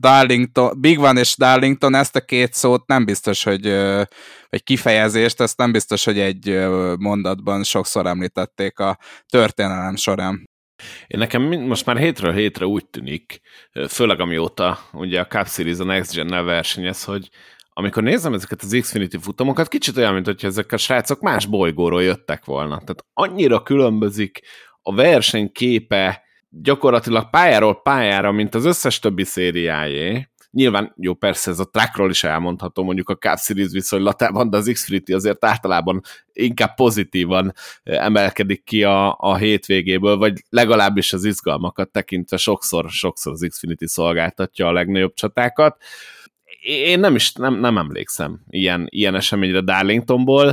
One és Darlington, ezt a két szót nem biztos, hogy kifejezést, ezt nem biztos, hogy egy mondatban sokszor említették a történelem során. Nekem most már hétről hétre úgy tűnik, főleg amióta ugye a Cup Series a Next Gen-nel versenyez, hogy amikor nézem ezeket az Xfinity futamokat, kicsit olyan, mint hogyha ezek a srácok más bolygóról jöttek volna. Tehát annyira különbözik a versenyképe gyakorlatilag pályáról pályára, mint az összes többi szériájé. Nyilván, jó, persze ez a trackról is elmondható, mondjuk a Cup Series viszonylatában, de az Xfinity azért általában inkább pozitívan emelkedik ki a hétvégéből, vagy legalábbis az izgalmakat tekintve sokszor az Xfinity szolgáltatja a legnagyobb csatákat. Én nem emlékszem ilyen eseményre Darlingtonból,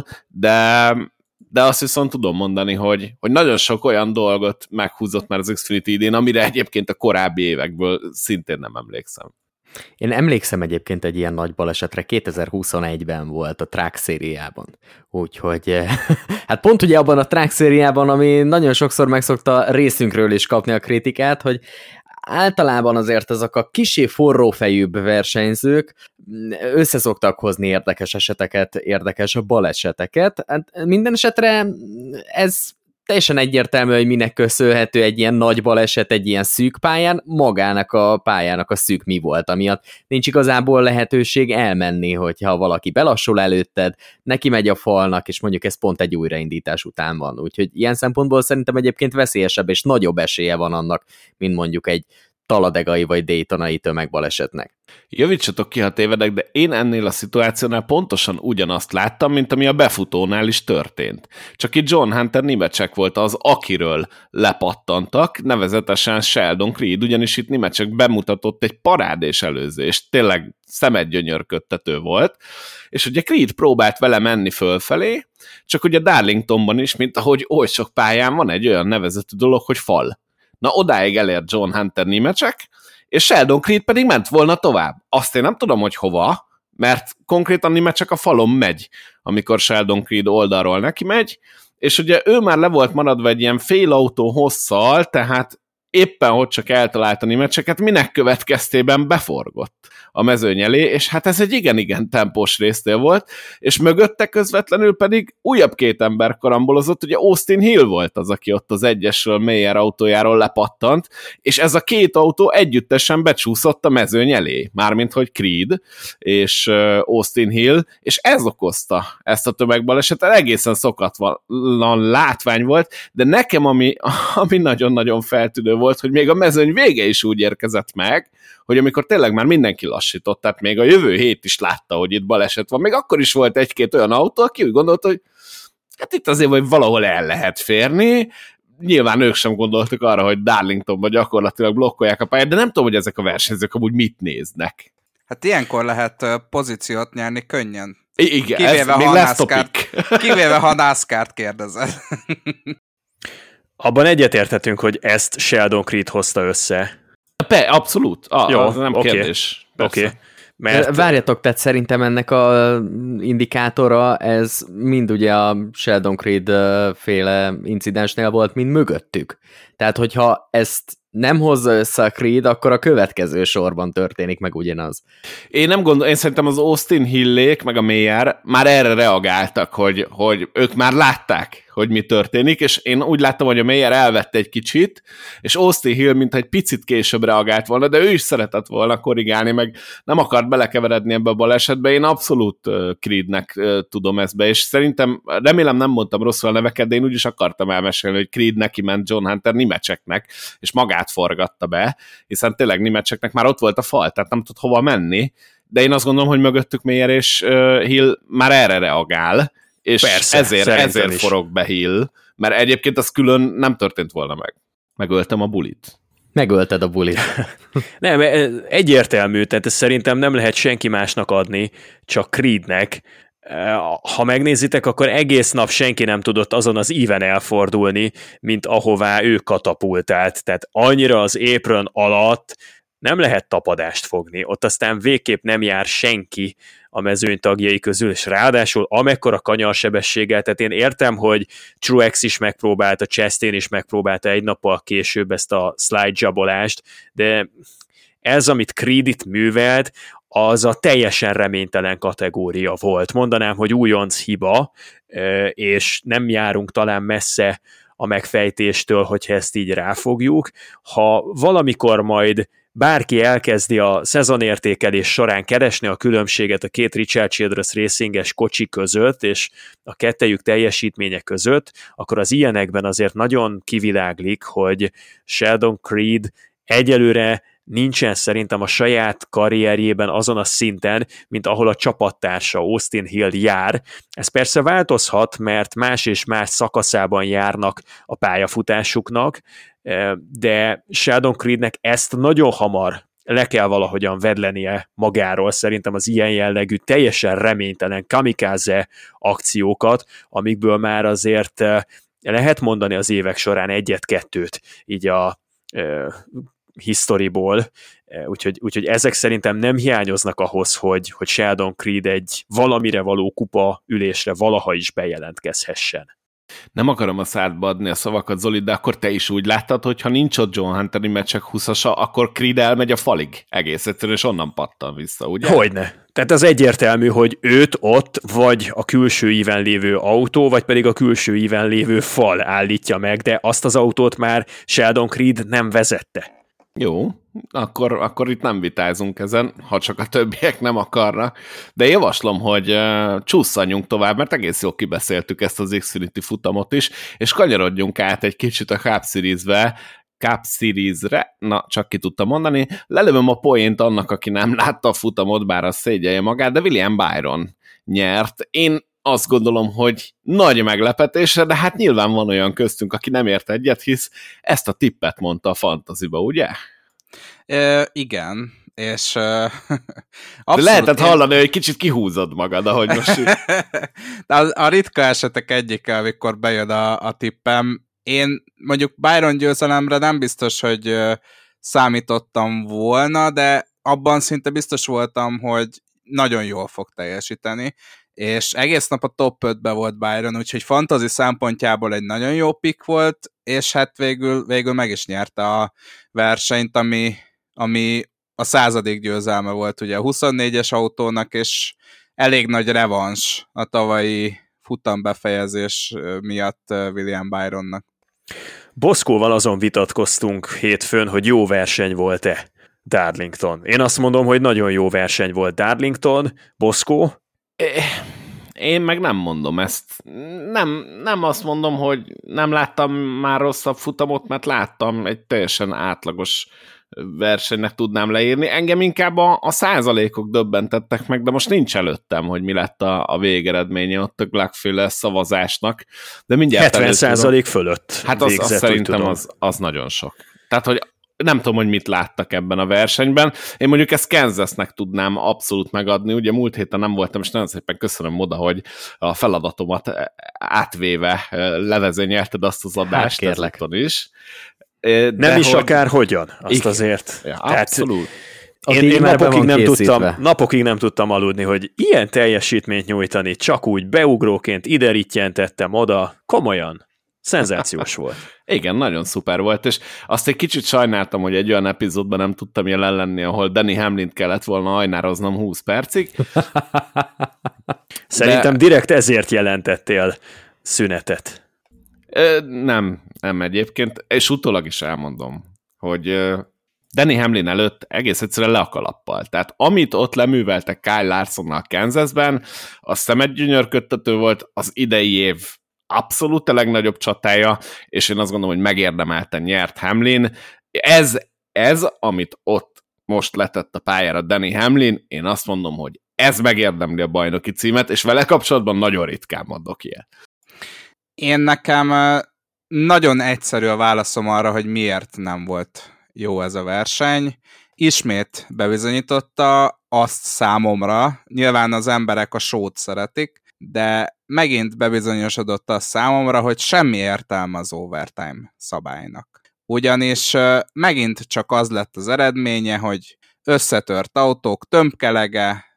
de azt viszont tudom mondani, hogy nagyon sok olyan dolgot meghúzott már az Xfinity idén, amire egyébként a korábbi évekből szintén nem emlékszem. Én emlékszem egyébként egy ilyen nagy balesetre, 2021-ben volt a Truck szériában. Úgyhogy, hát pont ugye abban a Truck szériában, ami nagyon sokszor megszokta részünkről is kapni a kritikát, hogy általában azért ezek a kissé forrófejűbb versenyzők összeszoktak hozni érdekes eseteket, érdekes baleseteket. Hát minden esetre ez teljesen egyértelmű, hogy minek köszönhető egy ilyen nagy baleset egy ilyen szűk pályán, magának a pályának a szűk mi volt, amiatt nincs igazából lehetőség elmenni, hogyha valaki belassul előtted, neki megy a falnak, és mondjuk ez pont egy újraindítás után van. Úgyhogy ilyen szempontból szerintem egyébként veszélyesebb és nagyobb esélye van annak, mint mondjuk egy taladegai vagy daytonai tömegbalesetnek. Javítsatok ki, ha tévedek, de én ennél a szituációnál pontosan ugyanazt láttam, mint ami a befutónál is történt. Csak itt John Hunter Nemechek volt az, akiről lepattantak, nevezetesen Sheldon Creed, ugyanis itt Nemechek bemutatott egy parádés előzést, tényleg szemedgyönyörködtető volt, és ugye Creed próbált vele menni fölfelé, csak ugye Darlingtonban is, mint ahogy oly sok pályán van egy olyan nevezetű dolog, hogy fal. Na, odáig elért John Hunter Nemechek, és Sheldon Creed pedig ment volna tovább. Azt én nem tudom, hogy hova, mert konkrétan Nemechek a falon megy, amikor Sheldon Creed oldalról neki megy, és ugye ő már le volt maradva egy ilyen fél autó hosszal, tehát éppen hogy csak eltalálta Nemecheket, minek következtében beforgott a mezőny elé, és hát ez egy igen-igen tempós résztél volt, és mögötte közvetlenül pedig újabb 2 ember karambolozott, ugye Austin Hill volt az, aki ott az egyesről Meyer autójáról lepattant, és ez a 2 autó együttesen becsúszott a mezőny elé, mármint hogy Creed és Austin Hill, és ez okozta ezt a tömegbalesetet, egészen szokatlan látvány volt, de nekem ami nagyon-nagyon feltűnő volt, hogy még a mezőny vége is úgy érkezett meg, hogy amikor tényleg már mindenki lassított, tehát még a jövő hét is látta, hogy itt baleset van, még akkor is volt 1-2 olyan autó, aki úgy gondolta, hogy hát itt azért hogy valahol el lehet férni, nyilván ők sem gondoltak arra, hogy Darlingtonban gyakorlatilag blokkolják a pályát, de nem tudom, hogy ezek a versenyzők amúgy mit néznek. Hát ilyenkor lehet pozíciót nyerni könnyen. Igen, kivéve ha NASCAR-t kérdezed. Abban egyetérthetünk, hogy ezt Sheldon Creed hozta össze. Abszolút. Jó, az nem kérdés. Oké. Mert... Várjatok, tehát szerintem ennek a indikátora, ez mind ugye a Sheldon Creed féle incidensnél volt, mind mögöttük. Tehát, hogyha ezt nem hozza össze a Creed, akkor a következő sorban történik meg ugyanaz. Én szerintem az Austin Hillék, meg a Meyer már erre reagáltak, hogy ők már látták, hogy mi történik, és én úgy láttam, hogy a Meyer elvette egy kicsit, és Austin Hill mintha egy picit később reagált volna, de ő is szeretett volna korrigálni, meg nem akart belekeveredni ebbe a balesetbe. Én abszolút Creednek tudom ezt be, és szerintem, remélem nem mondtam rosszul a neveket, de én úgy is akartam elmesélni, hogy Creed neki ment John Hunter Nimecseknek, és magát forgatta be, hiszen tényleg Nimecseknek már ott volt a fal, tehát nem tud hova menni, de én azt gondolom, hogy mögöttük Meyer és Hill már erre reagál, és persze, ezért forog be Hill, mert egyébként az külön nem történt volna meg. Megöltem a bulit. Megölted a bulit. Nem, egyértelmű, tehát ezt szerintem nem lehet senki másnak adni, csak Creednek. Ha megnézitek, akkor egész nap senki nem tudott azon az íven elfordulni, mint ahová ő katapultált. Tehát annyira az apron alatt nem lehet tapadást fogni. Ott aztán végképp nem jár senki a mezőny tagjai közül, és ráadásul amekkora kanyarsebességgel, tehát én értem, hogy Truex is megpróbálta, Chastain is megpróbálta egy nappal később ezt a slide jabolást, de ez, amit Creed itt művelt, az a teljesen reménytelen kategória volt. Mondanám, hogy újonc hiba, és nem járunk talán messze a megfejtéstől, hogyha ezt így ráfogjuk. Ha valamikor majd bárki elkezdi a szezonértékelés során keresni a különbséget a két Richard Childress racinges kocsi között, és a kettejük teljesítménye között, akkor az ilyenekben azért nagyon kiviláglik, hogy Sheldon Creed egyelőre nincsen szerintem a saját karrierjében azon a szinten, mint ahol a csapattársa Austin Hill jár. Ez persze változhat, mert más és más szakaszában járnak a pályafutásuknak, de Sheldon Creednek ezt nagyon hamar le kell valahogyan vedlenie magáról, szerintem az ilyen jellegű teljesen reménytelen kamikaze akciókat, amikből már azért lehet mondani az évek során egyet-kettőt így a historyból, úgyhogy ezek szerintem nem hiányoznak ahhoz, hogy Sheldon Creed egy valamire való kupa ülésre valaha is bejelentkezhessen. Nem akarom a szádba adni a szavakat, Zoli, de akkor te is úgy láttad, hogy ha nincs ott John Hunter Nemecek 20-asa, akkor Creed elmegy a falig. Egész egyszerűen, és onnan pattan vissza, ugye? Hogyne. Tehát az egyértelmű, hogy őt ott vagy a külső íven lévő autó, vagy pedig a külső íven lévő fal állítja meg, de azt az autót már Sheldon Creed nem vezette. Jó, akkor itt nem vitázunk ezen, ha csak a többiek nem akarnak, de javaslom, hogy csúszanjunk tovább, mert egész jól kibeszéltük ezt az Xfinity futamot is, és kanyarodjunk át egy kicsit a Cup Series-re, na, csak ki tudtam mondani, lelövöm a poént annak, aki nem látta a futamot, bár az szégyelje magát, de William Byron nyert. Én azt gondolom, hogy nagy meglepetésre, de hát nyilván van olyan köztünk, aki nem ért egyet, hisz ezt a tippet mondta a Fantasyba, ugye? Igen, és lehetett hallani, hogy kicsit kihúzod magad, ahogy most a ritka esetek egyike, amikor bejön a tippem. Én mondjuk Byron győzelemre nem biztos, hogy számítottam volna, de abban szinte biztos voltam, hogy nagyon jól fog teljesíteni, és egész nap a top 5-be volt Byron, úgyhogy fantasy szempontjából egy nagyon jó pick volt, és hát végül meg is nyerte a versenyt, ami a 100. győzelme volt ugye a 24-es autónak, és elég nagy revans a tavalyi futambefejezés miatt William Byronnak. Boszkóval azon vitatkoztunk hétfőn, hogy jó verseny volt-e Darlington. Én azt mondom, hogy nagyon jó verseny volt Darlington. Boszkó? Én meg nem mondom ezt. Nem azt mondom, hogy nem láttam már rosszabb futamot, mert láttam, egy teljesen átlagos versenynek tudnám leírni. Engem inkább a százalékok döbbentettek meg, de most nincs előttem, hogy mi lett a végeredménye ott a Gluck-féle szavazásnak. De mindjárt 70% fölött. Hát az szerintem az nagyon sok. Tehát, hogy nem tudom, hogy mit láttak ebben a versenyben. Én mondjuk ezt Kansasnek tudnám abszolút megadni. Ugye múlt héten nem voltam, és nagyon szépen köszönöm oda, hogy a feladatomat átvéve levezényelted azt az adást, hát kérlek is. Nem is akár hogyan, azt azért. Ja, abszolút. Én napokig nem tudtam aludni, hogy ilyen teljesítményt nyújtani, csak úgy beugróként ide rittyentettem oda, komolyan. Szenzációs volt. Igen, nagyon szuper volt, és azt egy kicsit sajnáltam, hogy egy olyan epizódban nem tudtam jelen lenni, ahol Danny Hamlint kellett volna ajnároznom 20 percig. Szerintem direkt ezért jelentettél szünetet. Nem egyébként, és utólag is elmondom, hogy Danny Hamlin előtt egész egyszerűen le a kalappal. Tehát amit ott leműveltek Kyle Larsonnal Kansasben, az szemedgyönyörködtető volt, az idei év abszolút a legnagyobb csatája, és én azt gondolom, hogy megérdemelten nyert Hamlin. Ez, amit ott most letett a pályára Danny Hamlin, én azt mondom, hogy ez megérdemli a bajnoki címet, és vele kapcsolatban nagyon ritkán mondok ilyet. Én nekem nagyon egyszerű a válaszom arra, hogy miért nem volt jó ez a verseny. Ismét bebizonyította azt számomra, nyilván az emberek a sót szeretik, de megint bebizonyosodott az számomra, hogy semmi értelme az overtime szabálynak. Ugyanis megint csak az lett az eredménye, hogy összetört autók tömbkelege,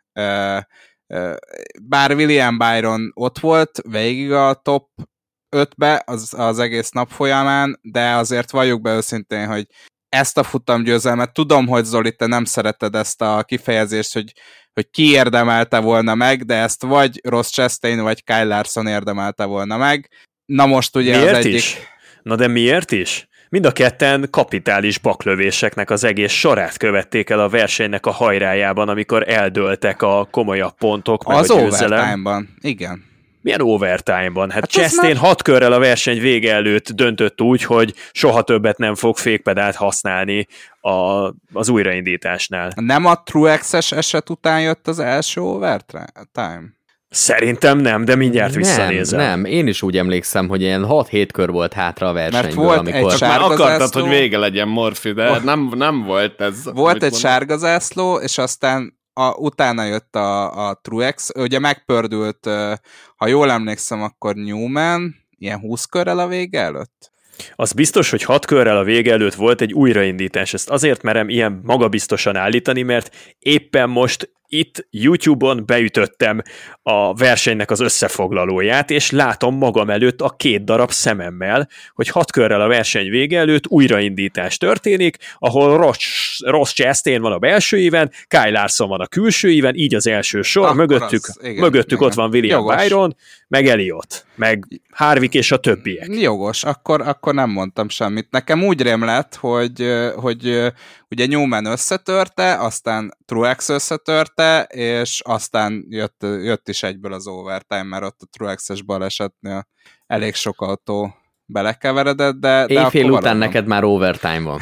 bár William Byron ott volt végig a top 5-be az egész nap folyamán, de azért valljuk be őszintén, hogy ezt a futamgyőzelmet, tudom, hogy Zoli, te nem szereted ezt a kifejezést, hogy ki érdemelte volna meg, de ezt vagy Ross Chastain, vagy Kyle Larson érdemelte volna meg. Na most ugye miért az egyik... is? Na de miért is? Mind a ketten kapitális baklövéseknek az egész sorát követték el a versenynek a hajrájában, amikor eldőltek a komolyabb pontok, meg az a győzelem. overtime-ban, igen. Milyen overtime-ban? Hát Chastain 6 körrel a verseny vége előtt döntött úgy, hogy soha többet nem fog fékpedált használni az újraindításnál. Nem a Truex-es eset után jött az első overtime? Szerintem nem, de mindjárt visszanézem. Nem, én is úgy emlékszem, hogy ilyen 6-7 kör volt hátra a versenyből. Mert volt amikor... egy sárga zászló... Akartad, hogy vége legyen, Morfi, de nem volt ez. Volt egy sárga zászló, és aztán utána jött a Truex, ugye megpördült, ha jól emlékszem, akkor Newman, ilyen 20 körrel a vége előtt? Az biztos, hogy 6 körrel a vége előtt volt egy újraindítás. Ezt azért merem ilyen magabiztosan állítani, mert éppen most itt YouTube-on beütöttem a versenynek az összefoglalóját, és látom magam előtt a 2 darab szememmel, hogy 6 körrel a verseny vége előtt újraindítás történik, ahol Ross Chastain van a belső íven, Kyle Larson van a külső íven, így az első sor, akkor mögöttük ott van William Byron, meg Elliot, meg Harvick és a többiek. Jogos, akkor nem mondtam semmit. Nekem úgy rémlett, hogy ugye Newman összetörte, aztán Truex összetörte, és aztán jött is egyből az overtime, mert ott a Truex-es balesetnél elég sok autó belekeveredett, de éjfél akkor után neked már overtime van.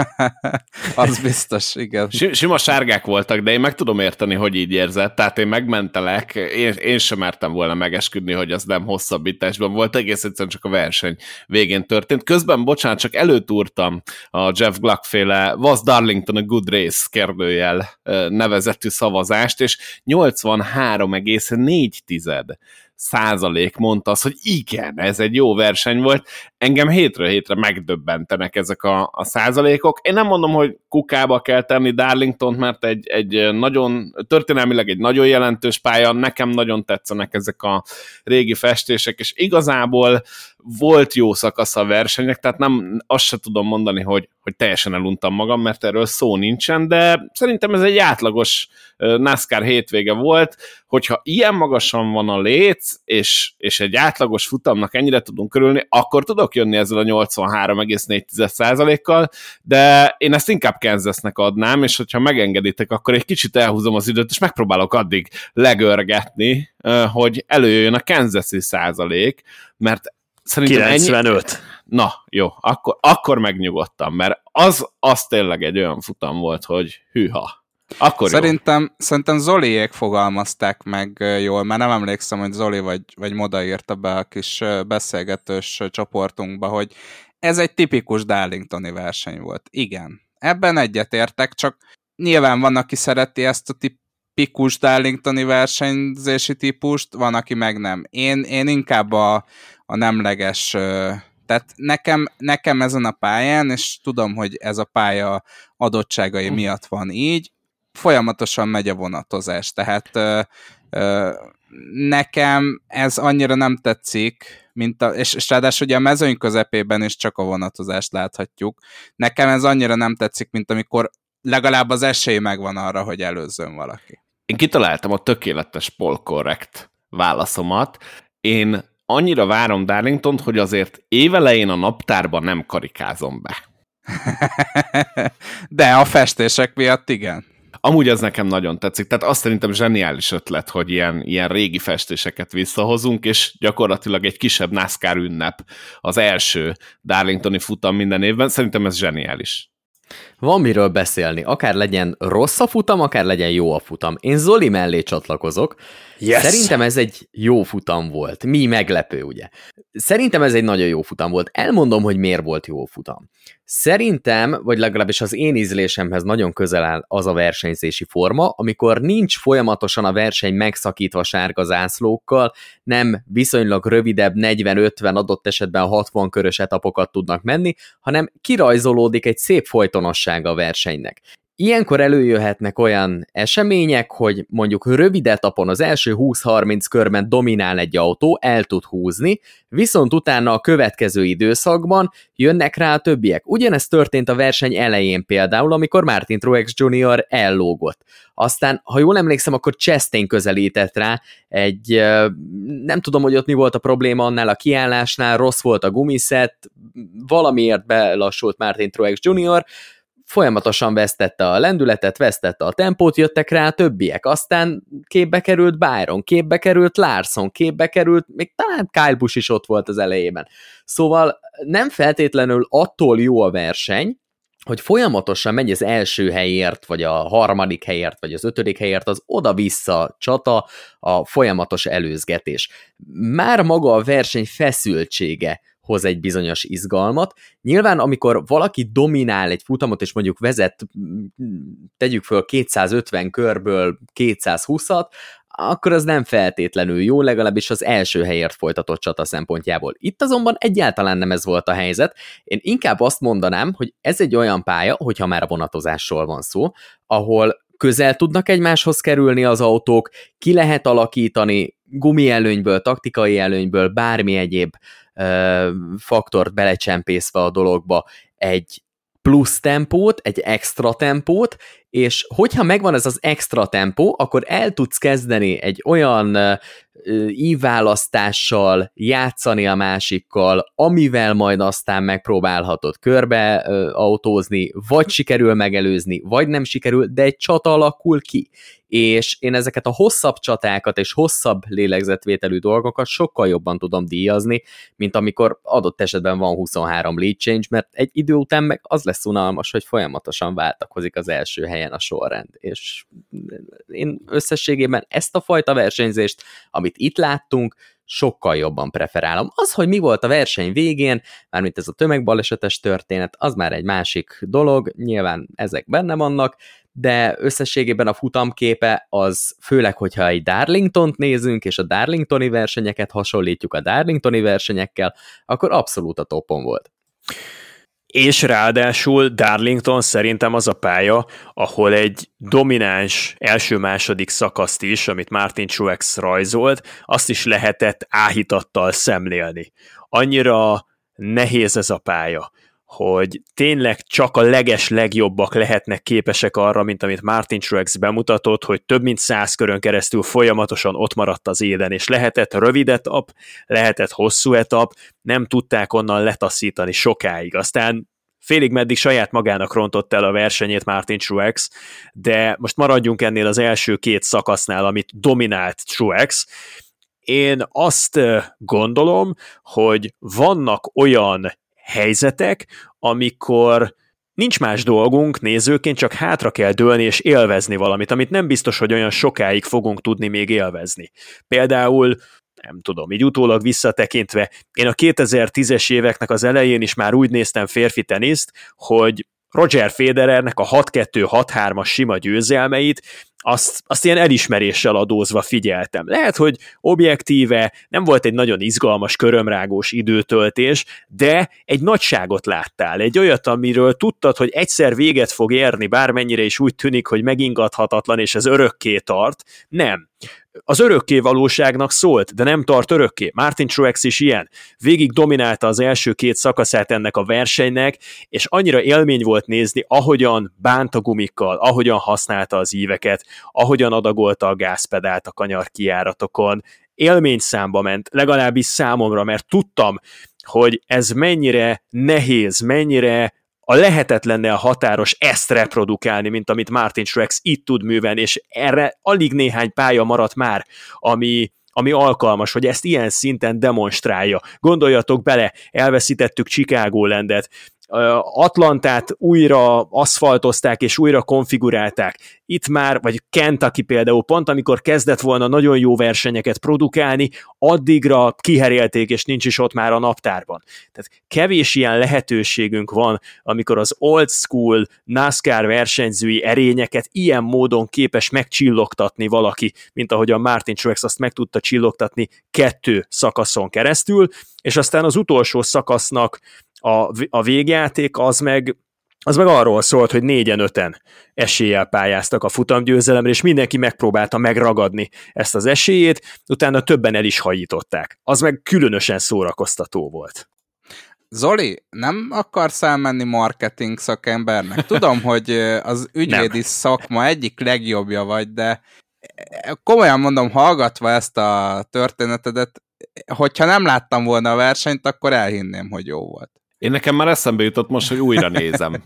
Az biztos, igen. Sima sárgák voltak, de én meg tudom érteni, hogy így érzed, tehát én megmentelek, én sem mertem volna megesküdni, hogy az nem hosszabbításban volt, egész egyszerűen csak a verseny végén történt. Közben, bocsánat, csak előtúrtam a Jeff Gluck-féle Was Darlington a Good Race kérdőjel nevezetű szavazást, és 83,4% mondta azt, hogy igen, ez egy jó verseny volt. Engem hétről hétre megdöbbentenek ezek a százalékok. Én nem mondom, hogy kukába kell tenni Darlingtont, mert egy nagyon, történelmileg egy nagyon jelentős pálya, nekem nagyon tetszenek ezek a régi festések, és igazából volt jó szakasz a versenynek, tehát nem, azt se tudom mondani, hogy teljesen eluntam magam, mert erről szó nincsen, de szerintem ez egy átlagos NASCAR hétvége volt, hogyha ilyen magasan van a léc, és egy átlagos futamnak ennyire tudunk körülni, akkor tudok jönni ezzel a 83,4%-kal, de én ezt inkább Kansasnek adnám, és hogyha megengeditek, akkor egy kicsit elhúzom az időt, és megpróbálok addig legörgetni, hogy előjöjjön a Kansas-i százalék, mert szerintem 95. Na, jó, akkor megnyugodtam, mert az tényleg egy olyan futam volt, hogy hűha. Akkor Szerintem Zoliék fogalmazták meg jól, mert nem emlékszem, hogy Zoli vagy Moda írta be a kis beszélgetős csoportunkba, hogy ez egy tipikus Darlingtoni verseny volt. Igen, ebben egyetértek, csak nyilván van, aki szereti ezt a tipikus Darlingtoni versenyzési típust, van, aki meg nem. Én inkább a nemleges, tehát nekem ezen a pályán, és tudom, hogy ez a pálya adottságai miatt van így, folyamatosan megy a vonatozás, tehát nekem ez annyira nem tetszik, és ráadásul ugye a mezőny közepében is csak a vonatozást láthatjuk. Nekem ez annyira nem tetszik, mint amikor legalább az esély megvan arra, hogy előzzön valaki. Én kitaláltam a tökéletes polkorrekt válaszomat. Én annyira várom Darlingtont, hogy azért évelején a naptárban nem karikázom be. De a festések miatt igen. Amúgy ez nekem nagyon tetszik, tehát azt szerintem zseniális ötlet, hogy ilyen régi festéseket visszahozunk, és gyakorlatilag egy kisebb NASCAR ünnep az első Darlingtoni futam minden évben, szerintem ez zseniális. Van miről beszélni, akár legyen rossz a futam, akár legyen jó a futam. Én Zoli mellé csatlakozok. Yes. Szerintem ez egy jó futam volt. Mi meglepő, ugye? Szerintem ez egy nagyon jó futam volt. Elmondom, hogy miért volt jó futam. Szerintem, vagy legalábbis az én ízlésemhez nagyon közel áll az a versenyzési forma, amikor nincs folyamatosan a verseny megszakítva sárga zászlókkal, nem viszonylag rövidebb 40-50, adott esetben 60 körös etapokat tudnak menni, hanem kirajzolódik egy szép folytonossága a versenynek. Ilyenkor előjöhetnek olyan események, hogy mondjuk rövid etapon az első 20-30 körben dominál egy autó, el tud húzni, viszont utána a következő időszakban jönnek rá a többiek. Ugyanezt történt a verseny elején például, amikor Martin Truex Jr. ellógott. Aztán, ha jól emlékszem, akkor Chastain közelített rá nem tudom, hogy ott mi volt a probléma annál a kiállásnál, rossz volt a gumiszett, valamiért belassult Martin Truex Jr., folyamatosan vesztette a lendületet, vesztette a tempót, jöttek rá a többiek, aztán képbe került Byron, képbe került Larson, képbe került, még talán Kyle Busch is ott volt az elejében. Szóval nem feltétlenül attól jó a verseny, hogy folyamatosan megy az első helyért, vagy a harmadik helyért, vagy az 5. helyért, az oda-vissza csata, a folyamatos előzgetés. Már maga a verseny feszültsége hoz egy bizonyos izgalmat. Nyilván, amikor valaki dominál egy futamot, és mondjuk vezet, tegyük föl 250 körből 220-at, akkor az nem feltétlenül jó, legalábbis az első helyért folytatott csata szempontjából. Itt azonban egyáltalán nem ez volt a helyzet. Én inkább azt mondanám, hogy ez egy olyan pálya, hogyha már a vonatozásról van szó, ahol közel tudnak egymáshoz kerülni az autók, ki lehet alakítani gumielőnyből, taktikai előnyből, bármi egyéb faktort belecsempészve a dologba egy plusz tempót, egy extra tempót, és hogyha megvan ez az extra tempó, akkor el tudsz kezdeni egy olyan ívválasztással játszani a másikkal, amivel majd aztán megpróbálhatod körbe autózni, vagy sikerül megelőzni, vagy nem sikerül, de egy csata alakul ki. És én ezeket a hosszabb csatákat és hosszabb lélegzetvételű dolgokat sokkal jobban tudom díjazni, mint amikor adott esetben van 23 lead change, mert egy idő után meg az lesz unalmas, hogy folyamatosan váltakozik az első helyen a sorrend. És én összességében ezt a fajta versenyzést, amit itt láttunk, sokkal jobban preferálom. Az, hogy mi volt a verseny végén, mármint ez a tömegbalesetes történet, az már egy másik dolog, nyilván ezek benne vannak, de összességében a futamképe az, főleg, hogyha egy Darlingtont nézünk, és a Darlingtoni versenyeket hasonlítjuk a Darlingtoni versenyekkel, akkor abszolút a topon volt. És ráadásul Darlington szerintem az a pálya, ahol egy domináns első-második szakaszt is, amit Martin Truex rajzolt, azt is lehetett áhítattal szemlélni. Annyira nehéz ez a pálya, hogy tényleg csak a legeslegjobbak lehetnek képesek arra, mint amit Martin Truex bemutatott, hogy több mint 100 körön keresztül folyamatosan ott maradt az élen, és lehetett rövid etap, lehetett hosszú etap, nem tudták onnan letaszítani sokáig. Aztán félig meddig saját magának rontott el a versenyét Martin Truex, de most maradjunk ennél az első 2 szakasznál, amit dominált Truex. Én azt gondolom, hogy vannak olyan helyzetek, amikor nincs más dolgunk nézőként, csak hátra kell dőlni és élvezni valamit, amit nem biztos, hogy olyan sokáig fogunk tudni még élvezni. Például, nem tudom, így utólag visszatekintve, én a 2010-es éveknek az elején is már úgy néztem férfi teniszt, hogy Roger Federernek a 6-2-6-3-as sima győzelmeit, azt ilyen elismeréssel adózva figyeltem. Lehet, hogy objektíve nem volt egy nagyon izgalmas, körömrágós időtöltés, de egy nagyságot láttál, egy olyat, amiről tudtad, hogy egyszer véget fog érni, bármennyire is úgy tűnik, hogy megingathatatlan, és ez örökké tart. Nem. Az örökké valóságnak szólt, de nem tart örökké. Martin Truex is ilyen. Végig dominálta az első 2 szakaszát ennek a versenynek, és annyira élmény volt nézni, ahogyan bánt a gumikkal, ahogyan használta az íveket, ahogyan adagolta a gázpedált a kanyar kijáratokon. Élményszámba ment, legalábbis számomra, mert tudtam, hogy ez mennyire nehéz, mennyire a lehetetlennél határos ezt reprodukálni, mint amit Martin Truex itt tud művelni, és erre alig néhány pálya maradt már, ami alkalmas, hogy ezt ilyen szinten demonstrálja. Gondoljatok bele, elveszítettük Chicagolandet, Atlantát újra aszfaltozták és újra konfigurálták. Itt már, vagy Kentucky például, pont amikor kezdett volna nagyon jó versenyeket produkálni, addigra kiherélték, és nincs is ott már a naptárban. Tehát kevés ilyen lehetőségünk van, amikor az old school NASCAR versenyzői erényeket ilyen módon képes megcsillogtatni valaki, mint ahogy a Martin Truex azt meg tudta csillogtatni 2 szakaszon keresztül, és aztán az utolsó szakasznak a végjáték az meg arról szólt, hogy 4-5 eséllyel pályáztak a futamgyőzelemre, és mindenki megpróbálta megragadni ezt az esélyét, utána többen el is hajították. Az meg különösen szórakoztató volt. Zoli, nem akarsz elmenni marketing szakembernek? Tudom, hogy az ügyvédi szakma egyik legjobbja vagy, de komolyan mondom, hallgatva ezt a történetedet, hogyha nem láttam volna a versenyt, akkor elhinném, hogy jó volt. Én nekem már eszembe jutott most, hogy újra nézem.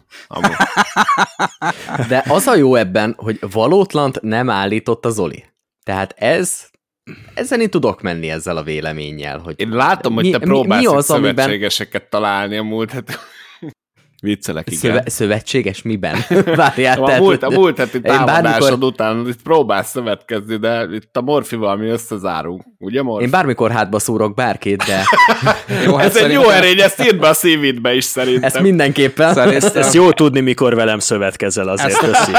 De az a jó ebben, hogy valótlant nem állított a Zoli. Tehát ezzel én tudok menni ezzel a véleménnyel. Hogy én látom, hogy te próbálsz szövetségeseket találni a múlt heti. Viccelek, igen. Szövetséges miben? Várjál, a múlt heti támadásod után itt próbálsz szövetkezni, de itt a Morfival mi összezárunk. Ugye, Morfi? Én bármikor hátba szúrok bárkit, de... Jó, ez egy jó erény, ezt írd be a CV-dbe is szerintem. Ezt mindenképpen. Ezt jó tudni, mikor velem szövetkezel azért, köszi.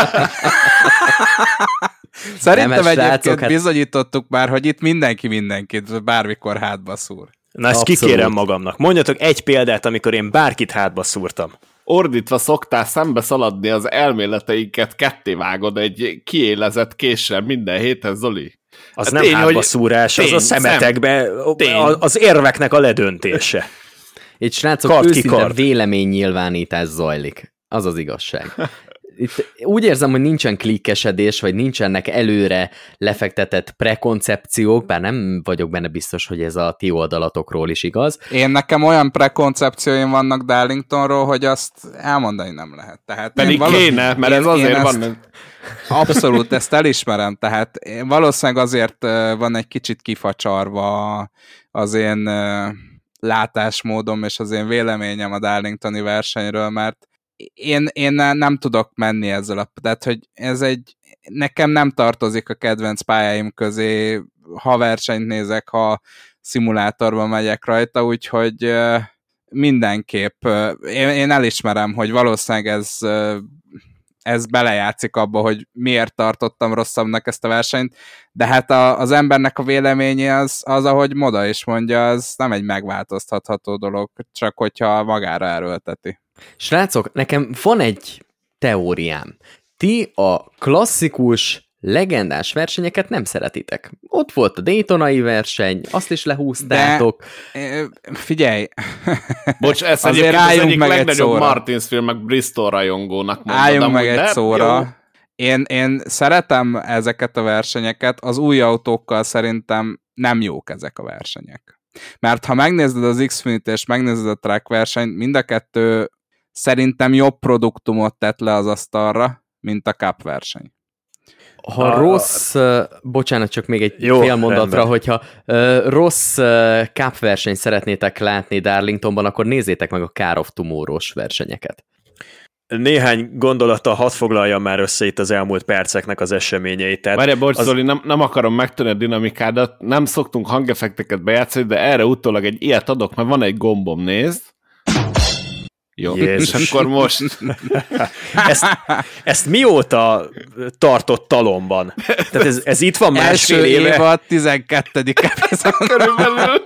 Szerintem egyébként bizonyítottuk már, hogy itt mindenkit bármikor hátba szúr. Na ezt kikérem magamnak. Mondjatok egy példát, amikor én bárkit hátba szúrtam. Ordítva szoktál szembe szaladni az elméleteinket, kettévágod egy kiélezett késsel minden héten, Zoli. Az nem hátba szúrás, az a szemetekbe, az érveknek a ledöntése. Itt srácok, őszinte véleménynyilvánítás zajlik. Az az igazság. Itt úgy érzem, hogy nincsen klikkesedés, vagy nincsenek előre lefektetett prekoncepciók, bár nem vagyok benne biztos, hogy ez a ti oldalatokról is igaz. Nekem olyan prekoncepcióim vannak Darlingtonról, hogy azt elmondani nem lehet. Tehát pedig kéne, mert ez azért van. Abszolút, ezt elismerem. Tehát valószínűleg azért van egy kicsit kifacsarva az én látásmódom és az én véleményem a Darlingtoni versenyről, mert én nem tudok menni ezzel tehát, hogy nekem nem tartozik a kedvenc pályáim közé, ha versenyt nézek, ha szimulátorban megyek rajta, úgyhogy mindenképp én elismerem, hogy valószínűleg ez belejátszik abba, hogy miért tartottam rosszabbnak ezt a versenyt, de hát az embernek a véleménye az, ahogy Moda is mondja, az nem egy megváltoztatható dolog, csak hogyha magára erőlteti. Srácok, nekem van egy teóriám. Ti a klasszikus, legendás versenyeket nem szeretitek. Ott volt a Daytonai verseny, azt is lehúztátok. De, figyelj! Bocs, ez egyébként az egyik legnagyobb Martinsville meg Bristol rajongónak mondod. Álljunk meg egy szóra. Én szeretem ezeket a versenyeket, az új autókkal szerintem nem jók ezek a versenyek. Mert ha megnézed az Xfinity és megnézed a track versenyt, mind a kettő szerintem jobb produktumot tett le az asztalra, mint a Cup verseny. Ha rossz, bocsánat, csak még egy fél mondatra, hogyha rossz Cup versenyt szeretnétek látni Darlingtonban, akkor nézzétek meg a Car of Tomorrow-s versenyeket. Néhány gondolattal hadd foglaljam már össze itt az elmúlt perceknek az eseményeit. Várjál, bocs, Zoli, nem akarom megtörni a dinamikádat, nem szoktunk hangeffekteket bejátszani, de erre utólag egy ilyet adok, mert van egy gombom, nézd. Jó, és akkor most... Ezt mióta tartott talomban? Tehát ez itt van másfél éve? Első évad 12. epizód. Körülbelül.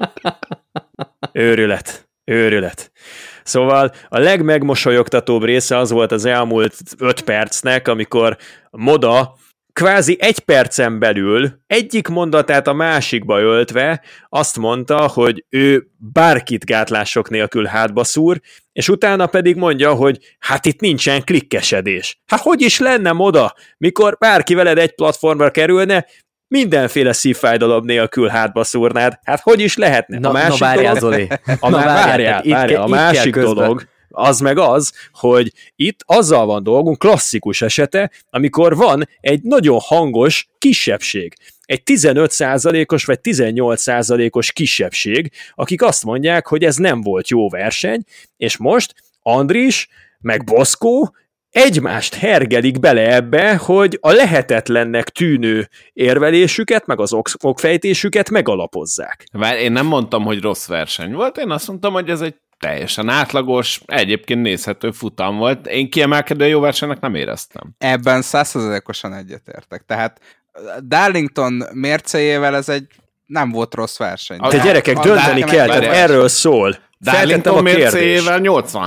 Őrület. Szóval a legmegmosolyogtatóbb része az volt az elmúlt 5 percnek, amikor Moda kvázi 1 percen belül egyik mondatát a másikba öltve azt mondta, hogy ő bárkit gátlások nélkül hátba szúr, és utána pedig mondja, hogy hát itt nincsen klikkesedés. Hát hogy is lenne, Moda, mikor bárki veled egy platformra kerülne, mindenféle szívfájdalom nélkül hátba szúrnád. Hát hogy is lehetne? Na várjál, Zoli. Várjál, a másik dolog, az meg az, hogy itt azzal van dolgunk, klasszikus esete, amikor van egy nagyon hangos kisebbség. Egy 15%-os vagy 18%-os kisebbség, akik azt mondják, hogy ez nem volt jó verseny, és most Andris meg Boszkó egymást hergelik bele ebbe, hogy a lehetetlennek tűnő érvelésüket, meg az okfejtésüket megalapozzák. Várj, én nem mondtam, hogy rossz verseny volt, én azt mondtam, hogy ez egy teljesen átlagos, egyébként nézhető futam volt. Én kiemelkedő jó versenynek nem éreztem. Ebben 100%-osan egyetértek. Tehát Darlington mércéjével ez egy nem volt rossz verseny. De gyerekek, dönteni kell, tehát erről szól. Darlington mércéjével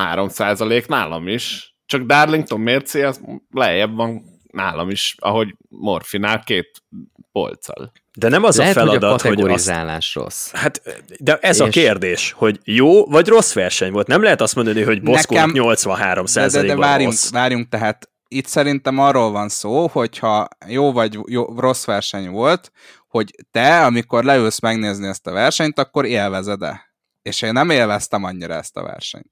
83% nálam is. Csak Darlington mércé az lejjebb van nálam is, ahogy Morfinál 2 polccal. De nem az lehet, a feladat, hogy a kategorizálás rossz. Hát, de ez a kérdés, hogy jó vagy rossz verseny volt. Nem lehet azt mondani, hogy Boszkónak 83%-ban rossz. Várjunk, tehát itt szerintem arról van szó, hogyha jó vagy rossz verseny volt, hogy te, amikor leülsz megnézni ezt a versenyt, akkor élvezed-e? És én nem élveztem annyira ezt a versenyt.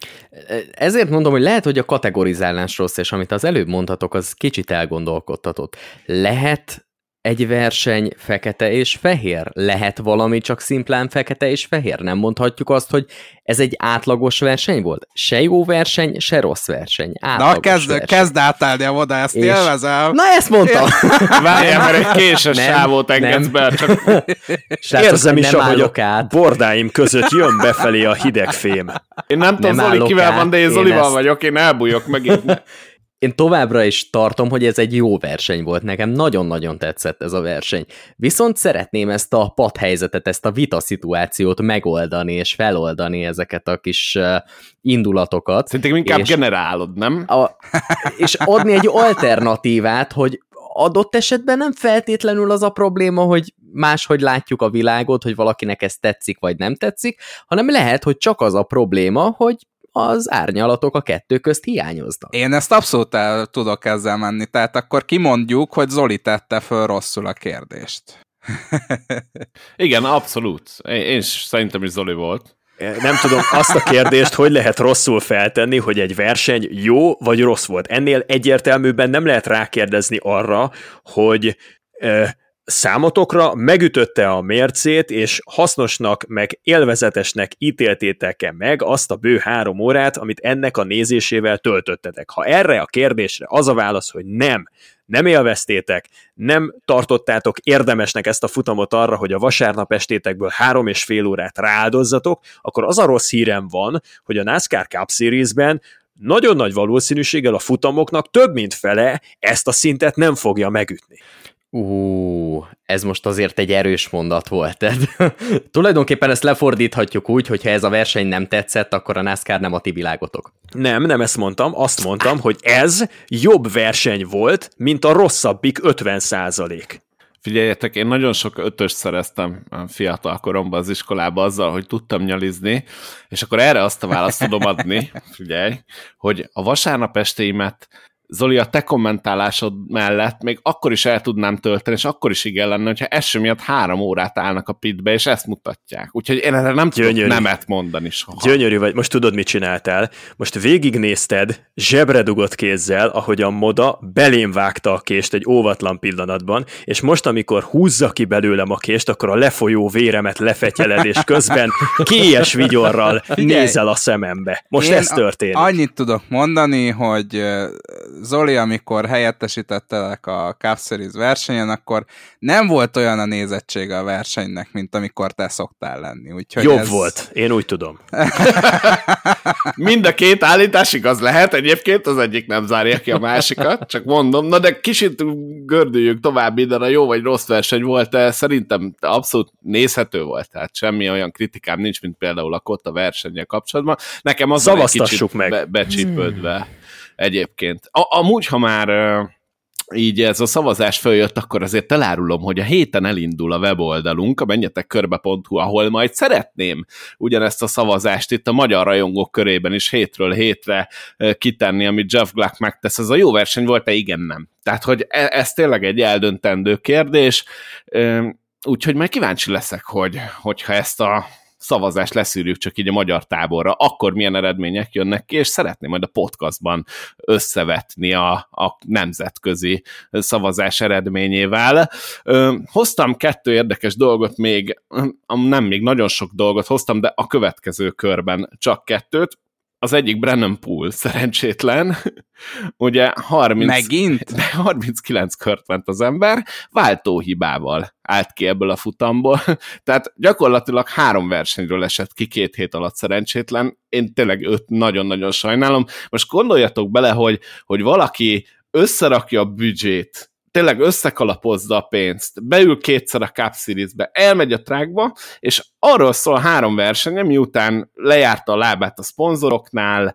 Ezért mondom, hogy lehet, hogy a kategorizálás rossz, és amit az előbb mondhatok, az kicsit elgondolkodtatott. Lehet egy verseny fekete és fehér? Lehet valami csak szimplán fekete és fehér? Nem mondhatjuk azt, hogy ez egy átlagos verseny volt? Se jó verseny, se rossz verseny. Átlagos Na, kezd átállni a Moda, ezt élvezem. Na, ezt mondtam. Várjál, mert egy késes sávot engedsz be, csak... Érzem is, ahogy a bordáim között jön befelé a hideg fém. Én nem tudom, Zoli kivel van, de én Zolival vagyok, én elbújok megint. Én továbbra is tartom, hogy ez egy jó verseny volt. Nekem nagyon-nagyon tetszett ez a verseny. Viszont szeretném ezt a padhelyzetet, ezt a vita szituációt megoldani és feloldani ezeket a kis indulatokat. Szerintem inkább generálod, nem? És adni egy alternatívát, hogy adott esetben nem feltétlenül az a probléma, hogy máshogy látjuk a világot, hogy valakinek ez tetszik vagy nem tetszik, hanem lehet, hogy csak az a probléma, hogy az árnyalatok a kettő közt hiányoznak. Én ezt abszolút el tudok ezzel menni, tehát akkor kimondjuk, hogy Zoli tette föl rosszul a kérdést. Igen, abszolút. Én szerintem is Zoli volt. Nem tudom azt a kérdést, hogy lehet rosszul feltenni, hogy egy verseny jó vagy rossz volt. Ennél egyértelműbben nem lehet rákérdezni arra, hogy számotokra megütötte a mércét, és hasznosnak, meg élvezetesnek ítéltétek-e meg azt a bő 3 órát, amit ennek a nézésével töltöttetek. Ha erre a kérdésre az a válasz, hogy nem élveztétek, nem tartottátok érdemesnek ezt a futamot arra, hogy a vasárnap estétekből 3,5 órát rááldozzatok, akkor az a rossz hírem van, hogy a NASCAR Cup Series-ben nagyon nagy valószínűséggel a futamoknak több mint fele ezt a szintet nem fogja megütni. Ez most azért egy erős mondat volt. Tehát, tulajdonképpen ezt lefordíthatjuk úgy, hogyha ez a verseny nem tetszett, akkor a NASCAR nem a ti világotok. Nem ezt mondtam, azt mondtam, hogy ez jobb verseny volt, mint a rosszabbik 50%. Figyeljetek, én nagyon sok 5-öst szereztem fiatal koromban az iskolába azzal, hogy tudtam nyalizni, és akkor erre azt a választ tudom adni, figyelj, hogy a vasárnap estéimet Zoli, a te kommentálásod mellett még akkor is el tudnám tölteni, és akkor is igen lenne, hogyha eső miatt 3 órát állnak a pitbe, és ezt mutatják. Úgyhogy én erre nem tudok nemet mondani soha. Gyönyörű vagy. Most tudod, mit csináltál? Most végignézted zsebre dugott kézzel, ahogy a Moda belém vágta a kést egy óvatlan pillanatban, és most, amikor húzza ki belőlem a kést, akkor a lefolyó véremet lefetyeled, és közben kélyes vigyorral nézel a szemembe. Most ez történik. Annyit tudok mondani, hogy Zoli, amikor helyettesítettelek a Cup Series versenyen, akkor nem volt olyan a nézettsége a versenynek, mint amikor te szoktál lenni. Úgyhogy jobb volt, én úgy tudom. Mind a két állítás igaz lehet, egyébként az egyik nem zárja ki a másikat, csak mondom, na de kicsit gördüljük tovább innen, a jó vagy rossz verseny volt, de szerintem abszolút nézhető volt, tehát semmi olyan kritikám nincs, mint például a Kotta versennyel kapcsolatban. Nekem az egy kicsit becsípődve egyébként. Amúgy, ha már így ez a szavazás följött, akkor azért elárulom, hogy a héten elindul a weboldalunk, a menjetekkörbe.hu, ahol majd szeretném ugyanezt a szavazást itt a magyar rajongók körében is hétről hétre kitenni, amit Jeff Gluck megtesz. Ez a jó verseny volt-e? Igen, nem. Tehát, hogy ez tényleg egy eldöntendő kérdés, úgyhogy majd kíváncsi leszek, hogyha ezt a szavazást leszűrjük csak így a magyar táborra, akkor milyen eredmények jönnek ki, és szeretném majd a podcastban összevetni a nemzetközi szavazás eredményével. Hoztam 2 érdekes dolgot még, nem még nagyon sok dolgot hoztam, de a következő körben csak 2. Az egyik Brennan Poole, szerencsétlen, ugye 39 kört ment az ember, váltóhibával állt ki ebből a futambból, tehát gyakorlatilag 3 versenyről esett ki 2 hét alatt szerencsétlen, én tényleg őt nagyon-nagyon sajnálom. Most gondoljatok bele, hogy valaki összerakja a büdzsét, tényleg összekalapozza a pénzt, beül 2-szer a Cup Series-be, elmegy a trackba, és arról szól 3 versenye, miután lejárta a lábát a szponzoroknál,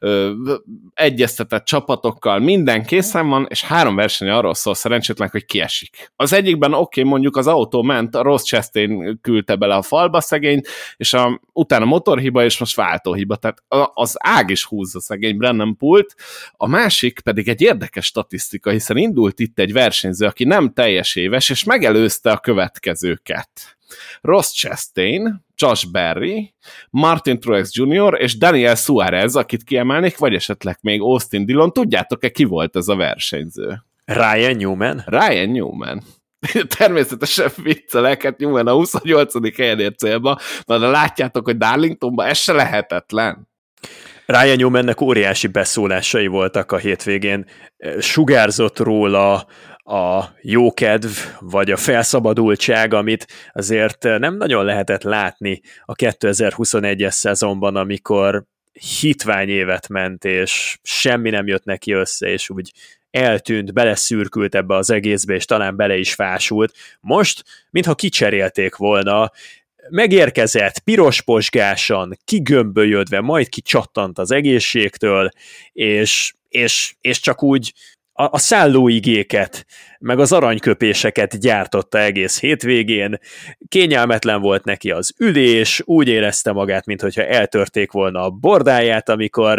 egyeztetett csapatokkal, minden készen van, és 3 versenye arról szól szerencsétlen, hogy kiesik. Az egyikben mondjuk az autó ment, a Ross Chastain küldte bele a falba szegényt, és utána motorhiba, és most váltóhiba, tehát az ág is húzza szegény Brennan Poole-t. A másik pedig egy érdekes statisztika, hiszen indult itt egy versenyző, aki nem teljes éves, és megelőzte a következőket. Ross Chastain, Josh Berry, Martin Truex Jr. és Daniel Suarez, akit kiemelnék, vagy esetleg még Austin Dillon. Tudjátok-e, ki volt ez a versenyző? Ryan Newman? Ryan Newman. Természetesen viccelek, hát Newman a 28. helyen ért célba, de látjátok, hogy Darlingtonban ez se lehetetlen. Ryan Newmannek óriási beszólásai voltak a hétvégén. Sugárzott róla a jókedv, vagy a felszabadultság, amit azért nem nagyon lehetett látni a 2021-es szezonban, amikor hitvány évet ment, és semmi nem jött neki össze, és úgy eltűnt, beleszürkült ebbe az egészbe, és talán bele is fásult. Most, mintha kicserélték volna, megérkezett piros posgásan, kigömbölyödve, majd kicsattant az egészségtől, és csak úgy a szállóigéket, meg az aranyköpéseket gyártotta egész hétvégén, kényelmetlen volt neki az ülés, úgy érezte magát, mintha eltörték volna a bordáját,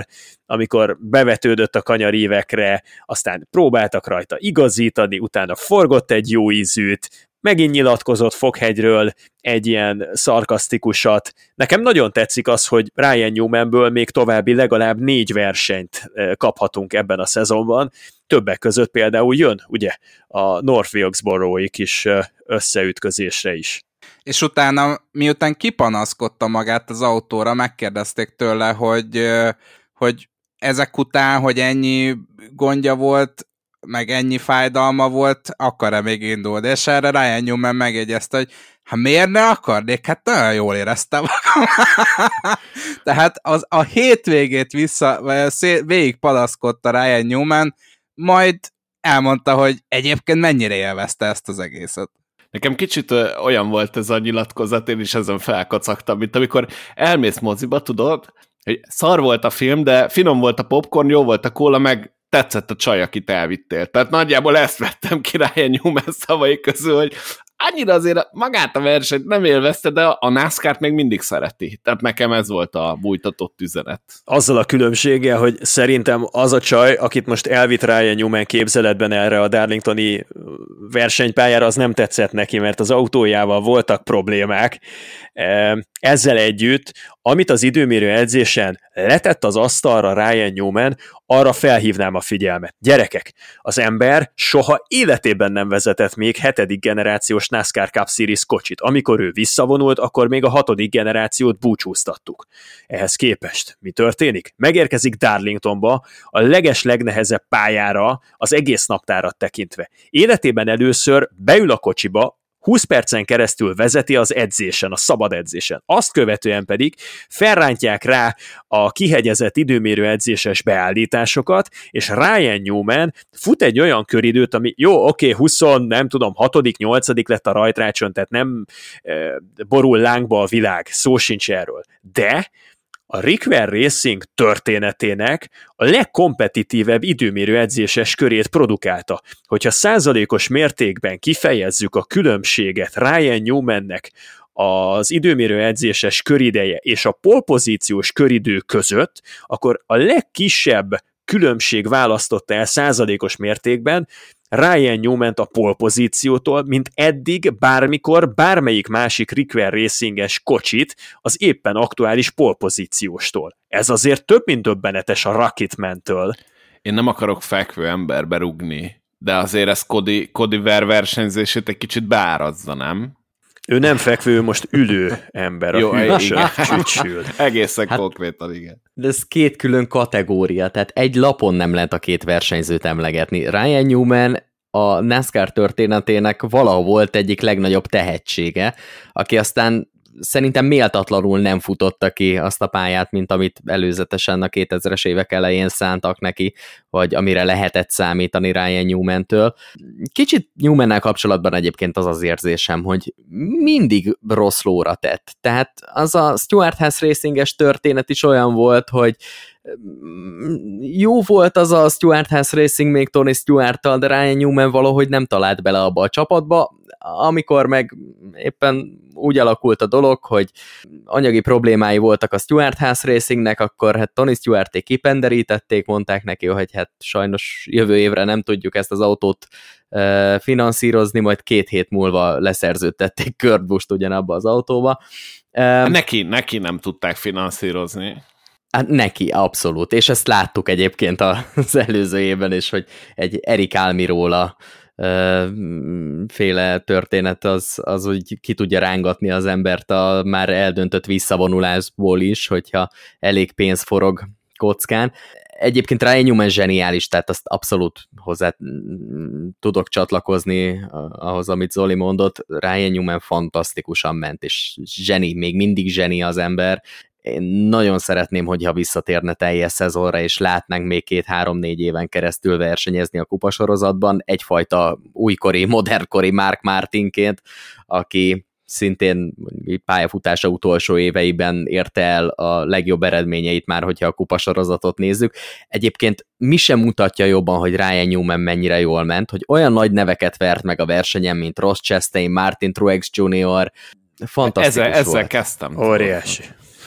amikor bevetődött a kanyarívekre, aztán próbáltak rajta igazítani, utána forgott egy jó ízűt, megint nyilatkozott Foghegyről egy ilyen szarkasztikusat. Nekem nagyon tetszik az, hogy Ryan Newmanből még további legalább 4 versenyt kaphatunk ebben a szezonban. Többek között például jön, ugye, a North Wilkesboro-i kis összeütközésre is. És utána, miután kipanaszkodta magát az autóra, megkérdezték tőle, hogy ezek után, hogy ennyi gondja volt, meg ennyi fájdalma volt, akar-e még indulni? És erre Ryan Newman megjegyezte, hogy miért ne akarnék? Hát nagyon jól éreztem magam. Tehát a hétvégét végig panaszkodta Ryan Newman, majd elmondta, hogy egyébként mennyire élvezte ezt az egészet. Nekem kicsit olyan volt ez a nyilatkozat, én is ezen felkacagtam, mint amikor elmész moziba, tudod, hogy szar volt a film, de finom volt a popcorn, jó volt a kóla, meg tetszett a csaj, akit elvittél. Tehát nagyjából ezt vettem ki Ryan Newman szavai közül, hogy annyira azért magát a versenyt nem élvezte, de a NASCAR-t még mindig szereti. Tehát nekem ez volt a bújtatott üzenet. Azzal a különbséggel, hogy szerintem az a csaj, akit most elvitt Ryan Newman képzeletben erre a Darlingtoni versenypályára, az nem tetszett neki, mert az autójával voltak problémák. Ezzel együtt amit az időmérő edzésen letett az asztalra Ryan Newman, arra felhívnám a figyelmet. Gyerekek, az ember soha életében nem vezetett még 7. generációs NASCAR Cup Series kocsit. Amikor ő visszavonult, akkor még a 6. generációt búcsúztattuk. Ehhez képest mi történik? Megérkezik Darlingtonba, a legnehezebb pályára, az egész naptárat tekintve. Életében először beül a kocsiba, 20 percen keresztül vezeti az edzésen, a szabad edzésen. Azt követően pedig felrántják rá a kihegyezett időmérő edzéses beállításokat, és Ryan Newman fut egy olyan köridőt, ami jó, oké, 20, nem tudom, 6., 8. lett a rajtrácson, tehát nem borul lángba a világ, szó sincs erről. De a Rickwell Racing történetének a legkompetitívebb időmérő edzéses körét produkálta. Hogyha százalékos mértékben kifejezzük a különbséget Ryan Newmannek az időmérő edzéses körideje és a polpozíciós köridő között, akkor a legkisebb különbség választotta el százalékos mértékben Ryan Newman-t a polpozíciótól, mint eddig bármikor bármelyik másik Rickwell Racinges kocsit az éppen aktuális polpozícióstól. Ez azért több mint döbbenetes a Rocketman-től. Én nem akarok fekvő emberbe rugni, de azért ez Cody Ware versenyzését egy kicsit beárazza, nem? Ő nem fekvő, most ülő ember. Jó, csücsül. Egészen konkrétan, igen. De ez két külön kategória, tehát egy lapon nem lehet a két versenyzőt emlegetni. Ryan Newman a NASCAR történetének valaha volt egyik legnagyobb tehetsége, aki aztán szerintem méltatlanul nem futotta ki azt a pályát, mint amit előzetesen a 2000-es évek elején szántak neki, vagy amire lehetett számítani Ryan Newman-től. Kicsit Newman-nel kapcsolatban egyébként az az érzésem, hogy mindig rossz lóra tett. Tehát az a Stewart Haas Racinges történet is olyan volt, hogy jó volt az a Stewart Haas Racing még Tony Stewart-tal, de Ryan Newman valahogy nem talált bele abba a csapatba, amikor meg éppen úgy alakult a dolog, hogy anyagi problémái voltak a Stewart Haas Racingnek, akkor hát Tony Stewarték kipenderítették, mondták neki, hogy hát sajnos jövő évre nem tudjuk ezt az autót finanszírozni, majd 2 hét múlva leszerződtették Kurt Busch-t ugyanabba az autóba. Neki nem tudták finanszírozni. Hát neki, abszolút, és ezt láttuk egyébként az előző évben is, hogy egy Erik Almirola féle történet az úgy ki tudja rángatni az embert a már eldöntött visszavonulásból is, hogyha elég pénz forog kockán. Egyébként Ryan Newman zseniális, tehát azt abszolút hozzá tudok csatlakozni ahhoz, amit Zoli mondott. Ryan Newman fantasztikusan ment, és zseni, még mindig zseni az ember. Én nagyon szeretném, hogyha visszatérne teljes szezonra, és látnánk még 2-3-4 éven keresztül versenyezni a kupasorozatban, egyfajta újkori, modernkori Mark Martinként, aki szintén pályafutása utolsó éveiben érte el a legjobb eredményeit már, hogyha a kupasorozatot nézzük. Egyébként mi sem mutatja jobban, hogy Ryan Newman mennyire jól ment, hogy olyan nagy neveket vert meg a versenyen, mint Ross Chastain, Martin Truex Jr. Fantasztikus ezzel volt. kezdtem. Óriási.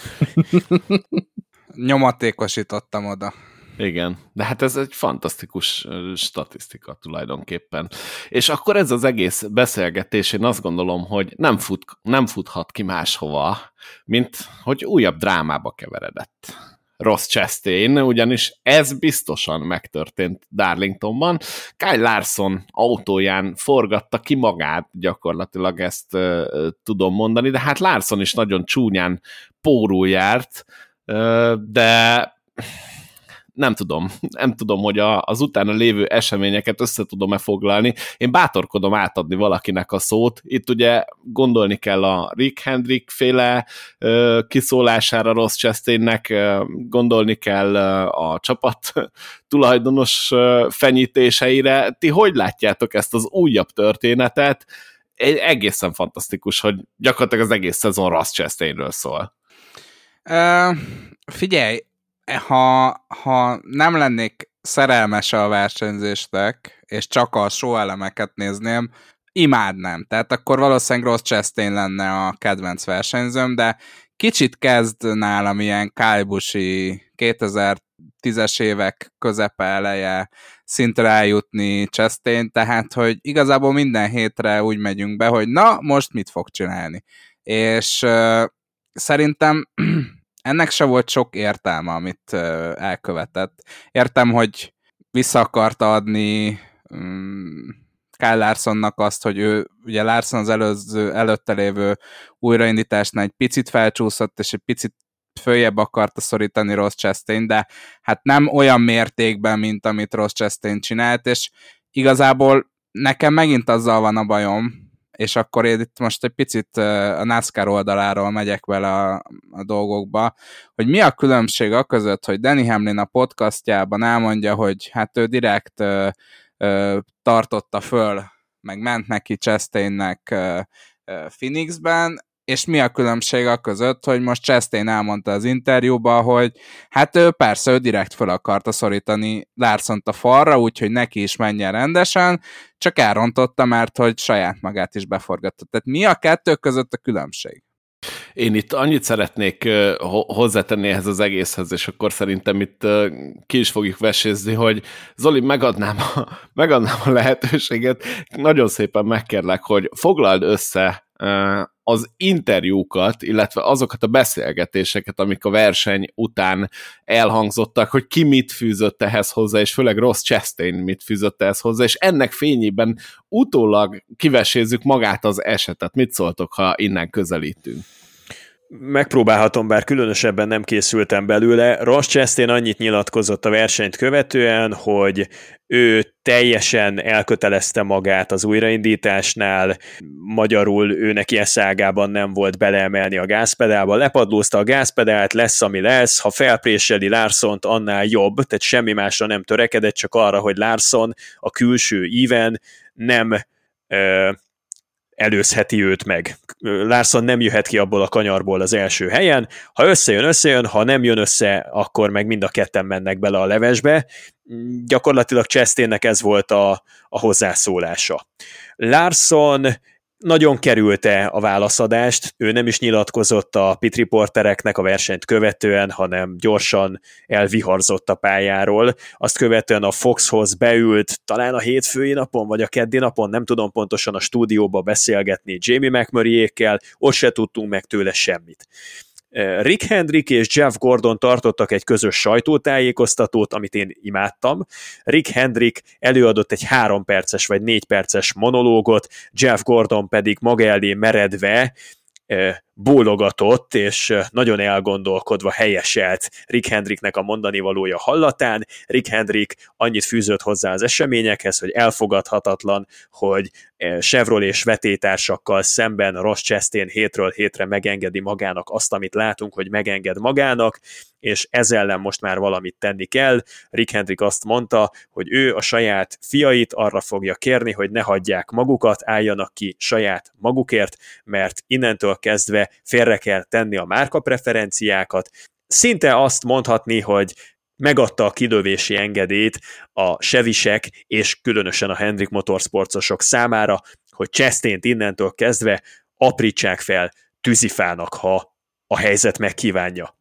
Nyomatékosítottam oda. Igen, de hát ez egy fantasztikus statisztika tulajdonképpen. És akkor ez az egész beszélgetés, én azt gondolom, hogy nem futhat ki máshova, mint hogy újabb drámába keveredett Ross Chastain, ugyanis ez biztosan megtörtént Darlingtonban. Kyle Larson autóján forgatta ki magát, gyakorlatilag ezt tudom mondani, de hát Larson is nagyon csúnyán pórul járt, de nem tudom, hogy az utána lévő eseményeket össze tudom-e foglalni. Én bátorkodom átadni valakinek a szót. Itt ugye gondolni kell a Rick Hendrick féle kiszólására Ross Chastainnek, gondolni kell a csapat tulajdonos fenyítéseire. Ti hogy látjátok ezt az újabb történetet? Egészen fantasztikus, hogy gyakorlatilag az egész szezon Ross Chastainről szól. Figyelj, ha nem lennék szerelmes a versenyzésnek, és csak a show elemeket nézném, imádnám. Tehát akkor valószínűleg Ross Chastain lenne a kedvenc versenyzőm, de kicsit kezd nálam ilyen Kyle Busch-i 2010-es évek közepe eleje szintre eljutni Chastain, tehát hogy igazából minden hétre úgy megyünk be, hogy na, most mit fog csinálni. És szerintem ennek se volt sok értelme, amit elkövetett. Értem, hogy vissza akarta adni Kyle Larsonnak azt, hogy ő, ugye Larson az előtte lévő újraindításnál egy picit felcsúszott, és egy picit följebb akarta szorítani Ross Chastain, de hát nem olyan mértékben, mint amit Ross Chastain csinált, és igazából nekem megint azzal van a bajom, és akkor én itt most egy picit a NASCAR oldaláról megyek vele a dolgokba, hogy mi a különbség a között, hogy Denny Hamlin a podcastjában elmondja, hogy hát ő direkt tartotta föl, meg ment neki Chastainnek Phoenixben, és mi a különbség a között, hogy most Chastain elmondta az interjúban, hogy hát ő persze, ő direkt föl akarta szorítani Larsont a falra, úgyhogy neki is menjen rendesen, csak elrontotta, mert hogy saját magát is beforgatta. Tehát mi a kettő között a különbség? Én itt annyit szeretnék hozzátenni ehhez az egészhez, és akkor szerintem itt ki is fogjuk vesézni, hogy Zoli, megadnám a lehetőséget, nagyon szépen megkérlek, hogy foglald össze az interjúkat, illetve azokat a beszélgetéseket, amik a verseny után elhangzottak, hogy ki mit fűzött ehhez hozzá, és főleg Ross Chastain mit fűzött ehhez hozzá, és ennek fényében utólag kivesézzük magát az esetet. Mit szóltok, ha innen közelítünk? Megpróbálhatom, bár különösebben nem készültem belőle. Ross Chastain annyit nyilatkozott a versenyt követően, hogy ő teljesen elkötelezte magát az újraindításnál, magyarul ő neki eszágában nem volt beleemelni a gázpedálba, lepadlózta a gázpedált, lesz ami lesz, ha felpréseli Larsont, annál jobb, tehát semmi másra nem törekedett, csak arra, hogy Larson a külső íven nem előzheti őt meg. Larson nem jöhet ki abból a kanyarból az első helyen, ha összejön, ha nem jön össze, akkor meg mind a ketten mennek bele a levesbe. Gyakorlatilag Chastainnek ez volt a hozzászólása. Larson nagyon kerülte a válaszadást, ő nem is nyilatkozott a pit reportereknek a versenyt követően, hanem gyorsan elviharzott a pályáról. Azt követően a Foxhoz beült, talán a hétfői napon, vagy a keddi napon, nem tudom pontosan, a stúdióba beszélgetni Jamie McMurrayékkel, ott se tudtunk meg tőle semmit. Rick Hendrick és Jeff Gordon tartottak egy közös sajtótájékoztatót, amit én imádtam. Rick Hendrick előadott egy 3 perces vagy 4 perces monológot, Jeff Gordon pedig maga elé meredve bólogatott, és nagyon elgondolkodva helyeselt Rick Hendricknek a mondani valója hallatán. Rick Hendrick annyit fűzött hozzá az eseményekhez, hogy elfogadhatatlan, hogy Chevrolet vetétársakkal szemben Ross Chastain hétről hétre megengedi magának azt, amit látunk, hogy megenged magának, és ez ellen most már valamit tenni kell. Rick Hendrick azt mondta, hogy ő a saját fiait arra fogja kérni, hogy ne hagyják magukat, álljanak ki saját magukért, mert innentől kezdve félre kell tenni a márkapreferenciákat. Szinte azt mondhatni, hogy megadta a kilövési engedélyt a Chevysek, és különösen a Hendrick Motorsportosok számára, hogy Chastaint innentől kezdve aprítsák fel tűzifának, ha a helyzet megkívánja.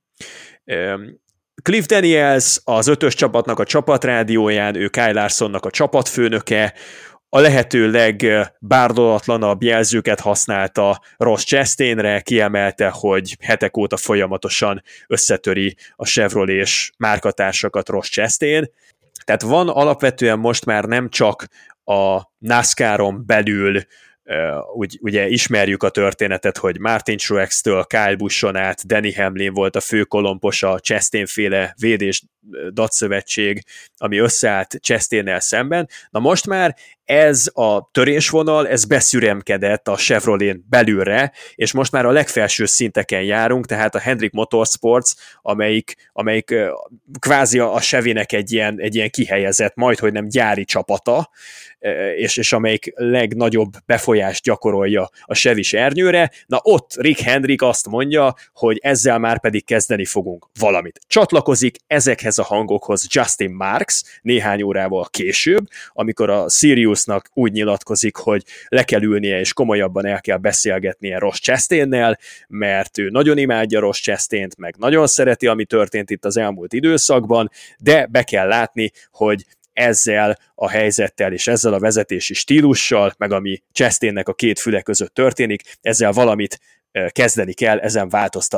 Cliff Daniels az 5-ös csapatnak a csapatrádióján, ő Kyle Larsonnak a csapatfőnöke, a lehető legbárdulatlanabb jelzőket használta Ross Chastainre, kiemelte, hogy hetek óta folyamatosan összetöri a Chevrolet-s márkatársakat Ross Chastain. Tehát van alapvetően most már nem csak a NASCAR-on belül, ugye ismerjük a történetet, hogy Martin Truex-től Kyle Busch-on át Denny Hamlin volt a főkolompos a Chastain-féle védés datszövetség, ami összeállt Chastainnel szemben. Na most már ez a törésvonal, ez beszüremkedett a Chevrolet belülre, és most már a legfelső szinteken járunk, tehát a Hendrick Motorsports, amelyik kvázi a Chevynek egy ilyen kihelyezett, majdhogy nem gyári csapata, és amelyik legnagyobb befolyást gyakorolja a Chevy-s ernyőre. Na ott Rick Hendrick azt mondja, hogy ezzel már pedig kezdeni fogunk valamit. Csatlakozik ezekhez a hangokhoz Justin Marks néhány órával később, amikor a Siriusnak úgy nyilatkozik, hogy le kell ülnie és komolyabban el kell beszélgetnie Ross Chastainnel, mert ő nagyon imádja Ross Chastaint, meg nagyon szereti, ami történt itt az elmúlt időszakban, de be kell látni, hogy ezzel a helyzettel és ezzel a vezetési stílussal, meg ami Chastainnek a két füle között történik, ezzel valamit kezdeni kell, ezen változtatni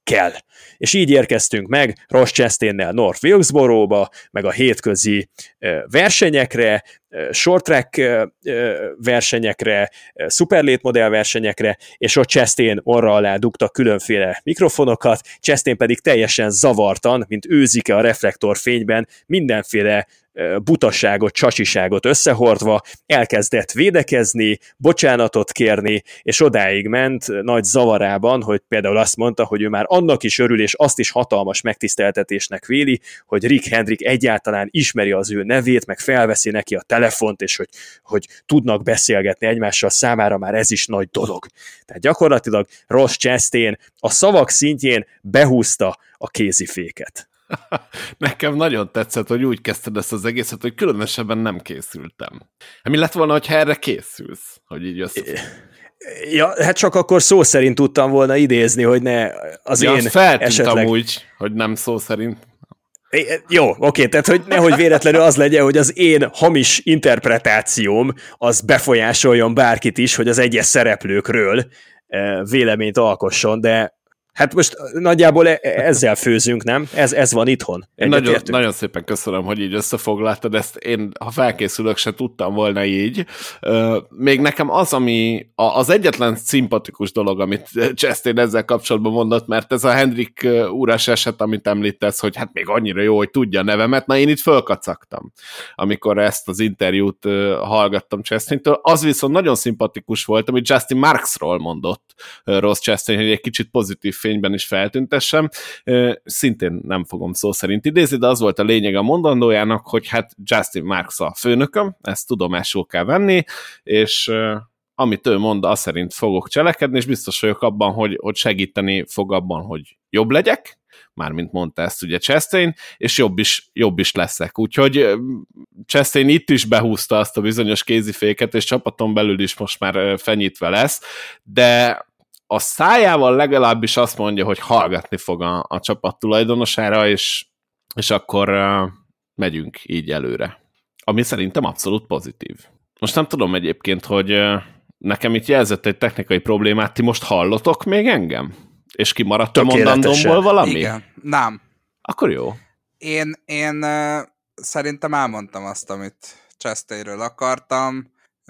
kell. És így érkeztünk meg Ross Chastainnel North Wilkesboro-ba, meg a hétközi versenyekre, short track versenyekre, super late modell versenyekre, és ott Chastain orra alá dugtak különféle mikrofonokat, Chastain pedig teljesen zavartan, mint őzike a reflektorfényben, mindenféle butaságot, csacsiságot összehordva, elkezdett védekezni, bocsánatot kérni, és odáig ment nagy zavarában, hogy például azt mondta, hogy ő már annak is örül, és azt is hatalmas megtiszteltetésnek véli, hogy Rick Hendrick egyáltalán ismeri az ő nevét, meg felveszi neki a telefont, és hogy tudnak beszélgetni egymással, számára már ez is nagy dolog. Tehát gyakorlatilag Ross Chastain a szavak szintjén behúzta a kéziféket. Nekem nagyon tetszett, hogy úgy kezdted ezt az egészet, hogy különösebben nem készültem. Mi lett volna, hogyha erre készülsz? Hogy így Ja, hát csak akkor szó szerint tudtam volna idézni, hogy ne az én esetleg... úgy, hogy nem szó szerint. Jó, oké, tehát hogy nehogy véletlenül az legyen, hogy az én hamis interpretációm az befolyásoljon bárkit is, hogy az egyes szereplőkről véleményt alkosson, de hát most nagyjából ezzel főzünk, nem? Ez van itthon. Nagyon szépen köszönöm, hogy így összefoglaltad ezt. Én, ha felkészülök, se tudtam volna így. Még nekem az egyetlen szimpatikus dolog, amit Chastain ezzel kapcsolatban mondott, mert ez a Hendrick úrás eset, amit említesz, hogy hát még annyira jó, hogy tudja a nevemet, na én itt fölkacagtam, amikor ezt az interjút hallgattam Chastaintől. Az viszont nagyon szimpatikus volt, amit Justin Marksról mondott Ross Chastain, hogy egy kicsit pozitív fényben is feltüntessem. Szintén nem fogom szó szerint idézni, de az volt a lényeg a mondandójának, hogy hát Justin Marks a főnököm, ezt tudomásul kell venni, és amit ő mond, az szerint fogok cselekedni, és biztos vagyok abban, hogy segíteni fog abban, hogy jobb legyek, mármint mondta ezt ugye Chastain, és jobb is leszek. Úgyhogy Chastain itt is behúzta azt a bizonyos kéziféket, és csapaton belül is most már fenyítve lesz, de a szájával legalábbis azt mondja, hogy hallgatni fog a csapat tulajdonosára, és akkor megyünk így előre. Ami szerintem abszolút pozitív. Most nem tudom egyébként, hogy nekem itt jelzett egy technikai problémát, ti most hallotok még engem? És kimaradt a mondandómból valami? Igen, nem. Akkor jó. Én szerintem elmondtam azt, amit Chastainről akartam.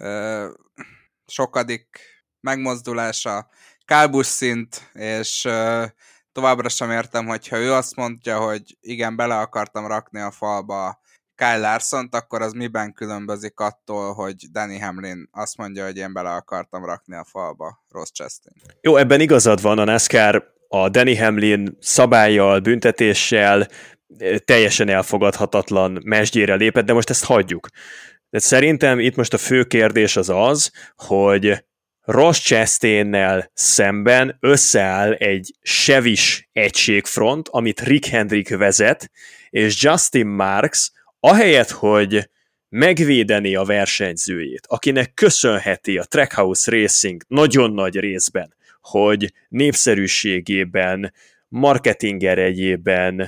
Sokadik megmozdulása, Kálbusz szint, és továbbra sem értem, hogyha ő azt mondja, hogy igen, bele akartam rakni a falba Kyle Larsont, akkor az miben különbözik attól, hogy Denny Hamlin azt mondja, hogy én bele akartam rakni a falba Ross Chastain. Jó, ebben igazad van, a NASCAR a Denny Hamlin szabállyal, büntetéssel teljesen elfogadhatatlan mesdjére lépett, de most ezt hagyjuk. De szerintem itt most a fő kérdés az, hogy Ross Chastainnel szemben összeáll egy Chevys egységfront, amit Rick Hendrick vezet, és Justin Marks ahelyett, hogy megvédeni a versenyzőjét, akinek köszönheti a Trackhouse Racing nagyon nagy részben, hogy népszerűségében, marketing erejében,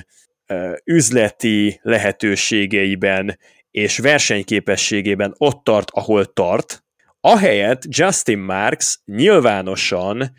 üzleti lehetőségeiben és versenyképességében ott tart, ahol tart, ahelyett Justin Marks nyilvánosan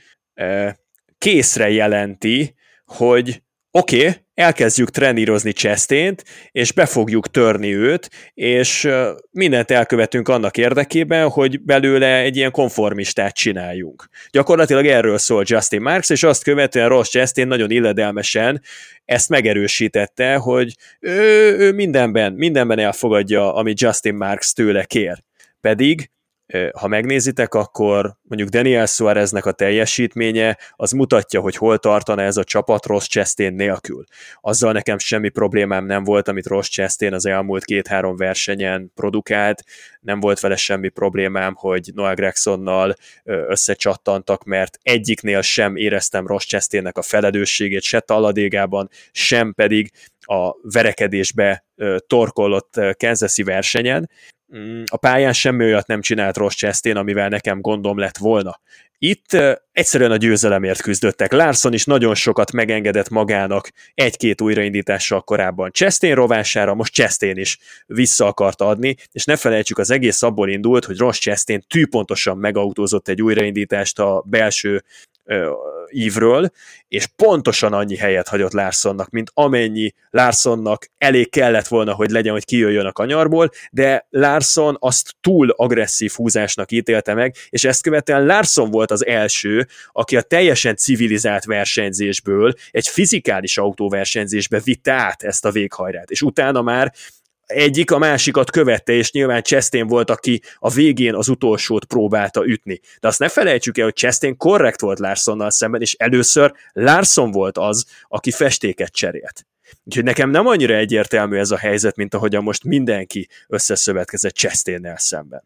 készre jelenti, hogy oké, elkezdjük trenírozni Chastaint, és be fogjuk törni őt, és mindent elkövetünk annak érdekében, hogy belőle egy ilyen konformistát csináljunk. Gyakorlatilag erről szól Justin Marks, és azt követően Ross Chastain nagyon illedelmesen ezt megerősítette, hogy ő mindenben elfogadja, amit Justin Marks tőle kér. Pedig ha megnézitek, akkor mondjuk Daniel Suáreznek a teljesítménye az mutatja, hogy hol tartana ez a csapat Ross Chastain nélkül. Azzal nekem semmi problémám nem volt, amit Ross Chastain az elmúlt 2-3 versenyen produkált, nem volt vele semmi problémám, hogy Noah Gragsonnal összecsattantak, mert egyiknél sem éreztem Ross Chastainnek a felelősségét, se talladégában, sem pedig a verekedésbe torkollott Kansas-i versenyen. A pályán semmi olyat nem csinált Ross Chastain, amivel nekem gondom lett volna. Itt egyszerűen a győzelemért küzdöttek. Larson is nagyon sokat megengedett magának 1-2 újraindítással korábban Chastain rovására, most Chastain is vissza akart adni, és ne felejtsük, az egész abból indult, hogy Ross Chastain tűpontosan megautózott egy újraindítást a belső ívről, és pontosan annyi helyet hagyott Larsonnak, mint amennyi Larsonnak elég kellett volna, hogy legyen, hogy kijöjjön a kanyarból, de Larson azt túl agresszív húzásnak ítélte meg, és ezt követően Larson volt az első, aki a teljesen civilizált versenyzésből egy fizikális autóversenyzésbe vitte át ezt a véghajrát, és utána már egyik a másikat követte, és nyilván Chastain volt, aki a végén az utolsót próbálta ütni. De azt ne felejtsük el, hogy Chastain korrekt volt Larsonnal szemben, és először Larson volt az, aki festéket cserélt. Úgyhogy nekem nem annyira egyértelmű ez a helyzet, mint ahogyan most mindenki összeszövetkezett Chastainnel szemben.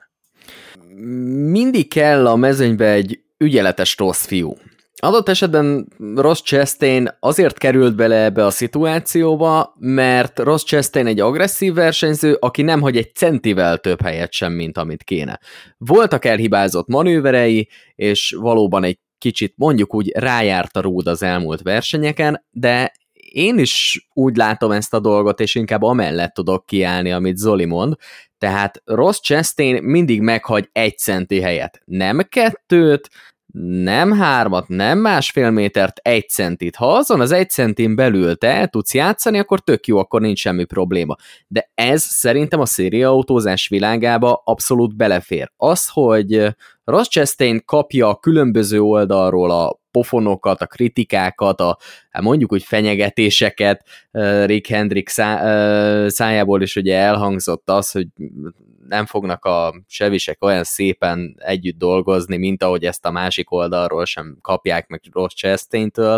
Mindig kell a mezőnybe egy ügyeletes rossz fiú. Adott esetben Ross Chastain azért került bele ebbe a szituációba, mert Ross Chastain egy agresszív versenyző, aki nem hagy egy centivel több helyet sem, mint amit kéne. Voltak elhibázott manőverei, és valóban egy kicsit mondjuk úgy rájárt a rúd az elmúlt versenyeken, de én is úgy látom ezt a dolgot, és inkább amellett tudok kiállni, amit Zoli mond, tehát Ross Chastain mindig meghagy 1 centi helyet, nem 2, nem 3, nem 1,5 métert, 1 centit. Ha azon az 1 centin belül te el tudsz játszani, akkor tök jó, akkor nincs semmi probléma. De ez szerintem a szériaautózás világába abszolút belefér. Az, hogy Ross Chastain kapja a különböző oldalról a pofonokat, a kritikákat, mondjuk úgy fenyegetéseket, Rick Hendrick szájából is ugye elhangzott az, hogy nem fognak a sevisek olyan szépen együtt dolgozni, mint ahogy ezt a másik oldalról sem kapják meg Ross Chastaintől.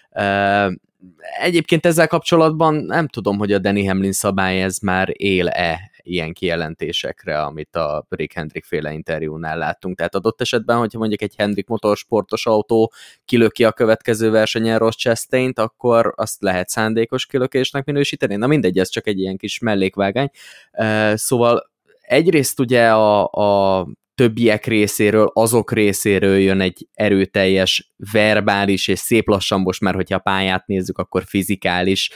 Egyébként ezzel kapcsolatban nem tudom, hogy a Denny Hamlin szabály ez már él-e ilyen kijelentésekre, amit a Rick Hendrick féle interjúnál láttunk. Tehát adott esetben, hogyha mondjuk egy Hendrick motorsportos autó kilöki a következő versenyen Ross Chastaint, akkor azt lehet szándékos kilökésnek minősíteni. Na mindegy, ez csak egy ilyen kis mellékvágány. Szóval egyrészt ugye a többiek részéről, azok részéről jön egy erőteljes, verbális és szép lassan most már, hogyha a pályát nézzük, akkor fizikális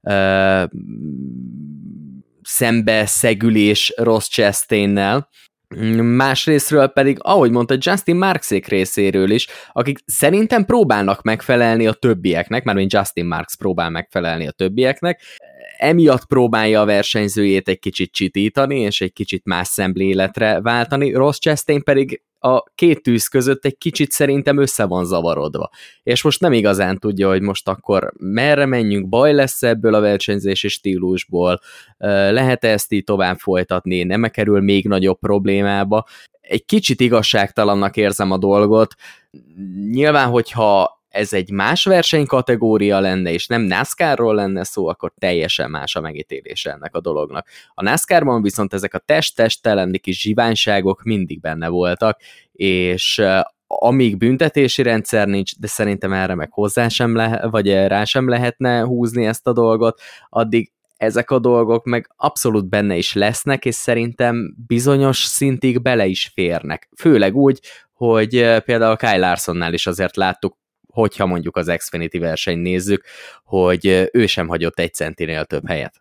szembeszegülés Ross Chastainnel. Másrésztről pedig, ahogy mondta, Justin Marksék részéről is, akik szerintem próbálnak megfelelni a többieknek, mert Justin Marks próbál megfelelni a többieknek, emiatt próbálja a versenyzőjét egy kicsit csitítani, és egy kicsit más szemléletre váltani, Ross Chastain pedig a két tűz között egy kicsit szerintem össze van zavarodva. És most nem igazán tudja, hogy most akkor merre menjünk, baj lesz ebből a versenyzési stílusból, lehet-e ezt így tovább folytatni, nem kerül még nagyobb problémába. Egy kicsit igazságtalannak érzem a dolgot. Nyilván, hogyha ez egy más versenykategória lenne, és nem NASCAR-ról lenne szó, akkor teljesen más a megítélése ennek a dolognak. A NASCAR-ban viszont ezek a test-testteleni kis zsiványságok mindig benne voltak, és amíg büntetési rendszer nincs, de szerintem erre meg hozzá sem vagy rá sem lehetne húzni ezt a dolgot, addig ezek a dolgok meg abszolút benne is lesznek, és szerintem bizonyos szintig bele is férnek. Főleg úgy, hogy például Kyle Larsonnál is azért láttuk, hogyha mondjuk az Xfinity versenyt nézzük, hogy ő sem hagyott 1 centinél több helyet.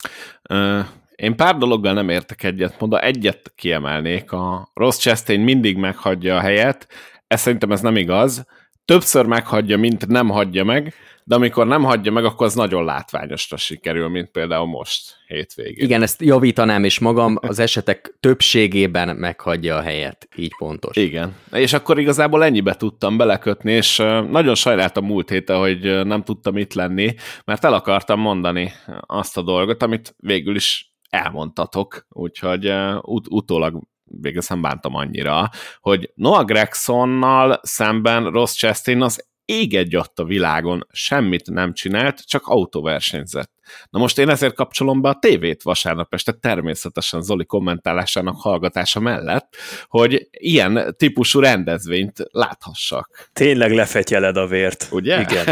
Én pár dologgal nem értek egyet, mondom, egyet kiemelnék. A Ross Chastain mindig meghagyja a helyet, szerintem ez nem igaz. Többször meghagyja, mint nem hagyja meg, de amikor nem hagyja meg, akkor az nagyon látványosra sikerül, mint például most hétvégén. Igen, ezt javítanám is magam, az esetek többségében meghagyja a helyet, így pontos. Igen, és akkor igazából ennyibe tudtam belekötni, és nagyon sajnáltam múlt héten, hogy nem tudtam itt lenni, mert el akartam mondani azt a dolgot, amit végül is elmondtatok, úgyhogy utólag végül nem bántam annyira, hogy Noah Gragsonnal szemben Ross Chastain az ég egyatt a világon semmit nem csinált, csak autóversenyzett. Na most én ezért kapcsolom be a tévét vasárnap este, természetesen Zoli kommentálásának hallgatása mellett, hogy ilyen típusú rendezvényt láthassak. Tényleg lefetyeled a vért. Ugye? Igen.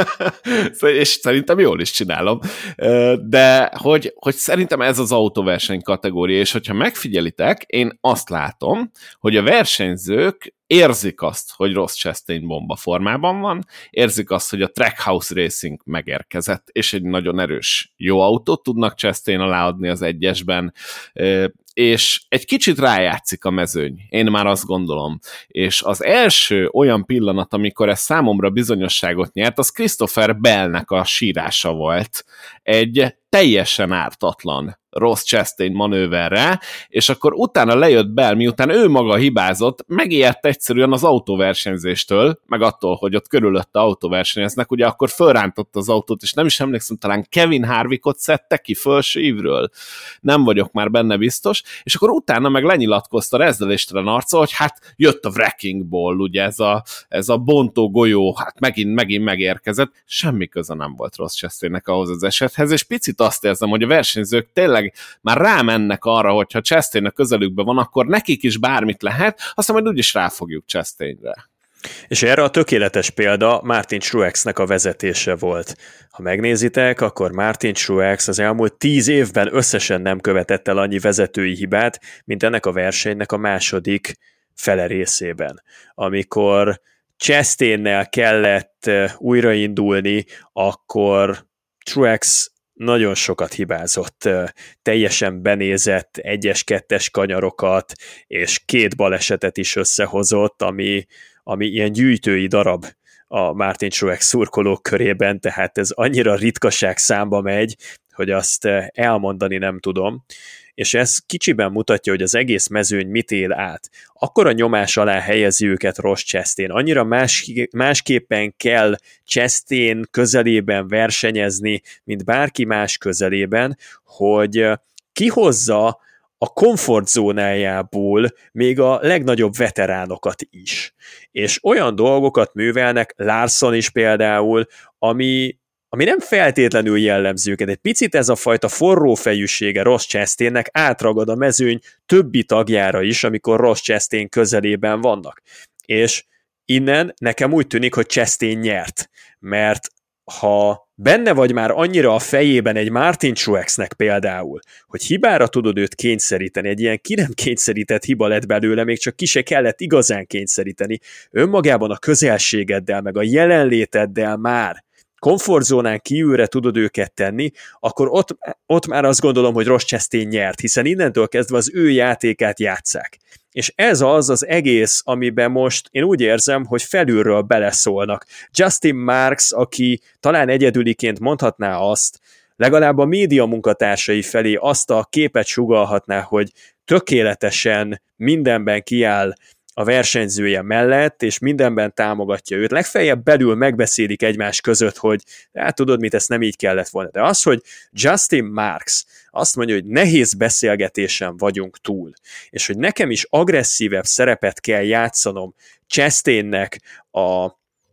És szerintem jól is csinálom. De hogy szerintem ez az autóverseny kategória, és hogyha megfigyelitek, én azt látom, hogy a versenyzők érzik azt, hogy Ross Chastain bomba formában van, érzik azt, hogy a Trackhouse Racing megérkezett, és egy nagyon erős jó autót tudnak Chastain aláadni az egyesben, és egy kicsit rájátszik a mezőny, én már azt gondolom. És az első olyan pillanat, amikor ez számomra bizonyosságot nyert, az Christopher Bellnek a sírása volt. Egy teljesen ártatlan Ross Chastain manőverre, és akkor utána lejött Bell, miután ő maga hibázott, megijedt egyszerűen az autóversenyzéstől, meg attól, hogy ott körülötte autóversenyeznek, ugye akkor fölrántott az autót, és nem is emlékszem, talán Kevin Harvickot szedte ki felső ívről. Nem vagyok már benne biztos, és akkor utána meg lenyilatkozta rezzeléstelen arca, hogy hát jött a wrecking ball, ugye ez a bontó golyó, hát megint megérkezett, semmi köze nem volt Ross Chastainnek ahhoz az esethez, és picit azt érzem, hogy a versenyzők tényleg már rámennek arra, hogyha Chastain a közelükben van, akkor nekik is bármit lehet, aztán majd úgyis ráfogjuk Chastainre. És erre a tökéletes példa Martin Truexnek a vezetése volt. Ha megnézitek, akkor Martin Truex az elmúlt 10 évben összesen nem követett el annyi vezetői hibát, mint ennek a versenynek a második fele részében. Amikor Chastainnel kellett újraindulni, akkor Truex nagyon sokat hibázott, teljesen benézett 1-2-es kanyarokat, és 2 balesetet is összehozott, ami ilyen gyűjtői darab a Martin Truex szurkolók körében, tehát ez annyira ritkaság számba megy, hogy azt elmondani nem tudom, és ez kicsiben mutatja, hogy az egész mezőny mit él át. Akkora nyomás alá helyezi őket Ross Chastain, annyira másképpen kell Chastain közelében versenyezni, mint bárki más közelében, hogy kihozza a komfortzónájából még a legnagyobb veteránokat is. És olyan dolgokat művelnek, Larson is például, ami nem feltétlenül jellemző őket. Egy picit ez a fajta forró fejűsége Ross Chastainnek átragad a mezőny többi tagjára is, amikor Ross Chastain közelében vannak. És innen nekem úgy tűnik, hogy Chastain nyert, mert ha benne vagy már annyira a fejében egy Martin Truexnek például, hogy hibára tudod őt kényszeríteni, egy ilyen ki nem kényszerített hiba lett belőle, még csak ki se kellett igazán kényszeríteni, önmagában a közelségeddel, meg a jelenléteddel már komfortzónán kívülre tudod őket tenni, akkor ott már azt gondolom, hogy Ross Chastain nyert, hiszen innentől kezdve az ő játékát játsszák. És ez az egész, amiben most én úgy érzem, hogy felülről beleszólnak. Justin Marks, aki talán egyedüliként mondhatná azt, legalább a média munkatársai felé azt a képet sugallhatná, hogy tökéletesen mindenben kiáll a versenyzője mellett, és mindenben támogatja őt. Legfeljebb belül megbeszélik egymás között, hogy hát tudod mit, ezt nem így kellett volna. De az, hogy Justin Marks azt mondja, hogy nehéz beszélgetésen vagyunk túl, és hogy nekem is agresszívebb szerepet kell játszanom Chastainnek a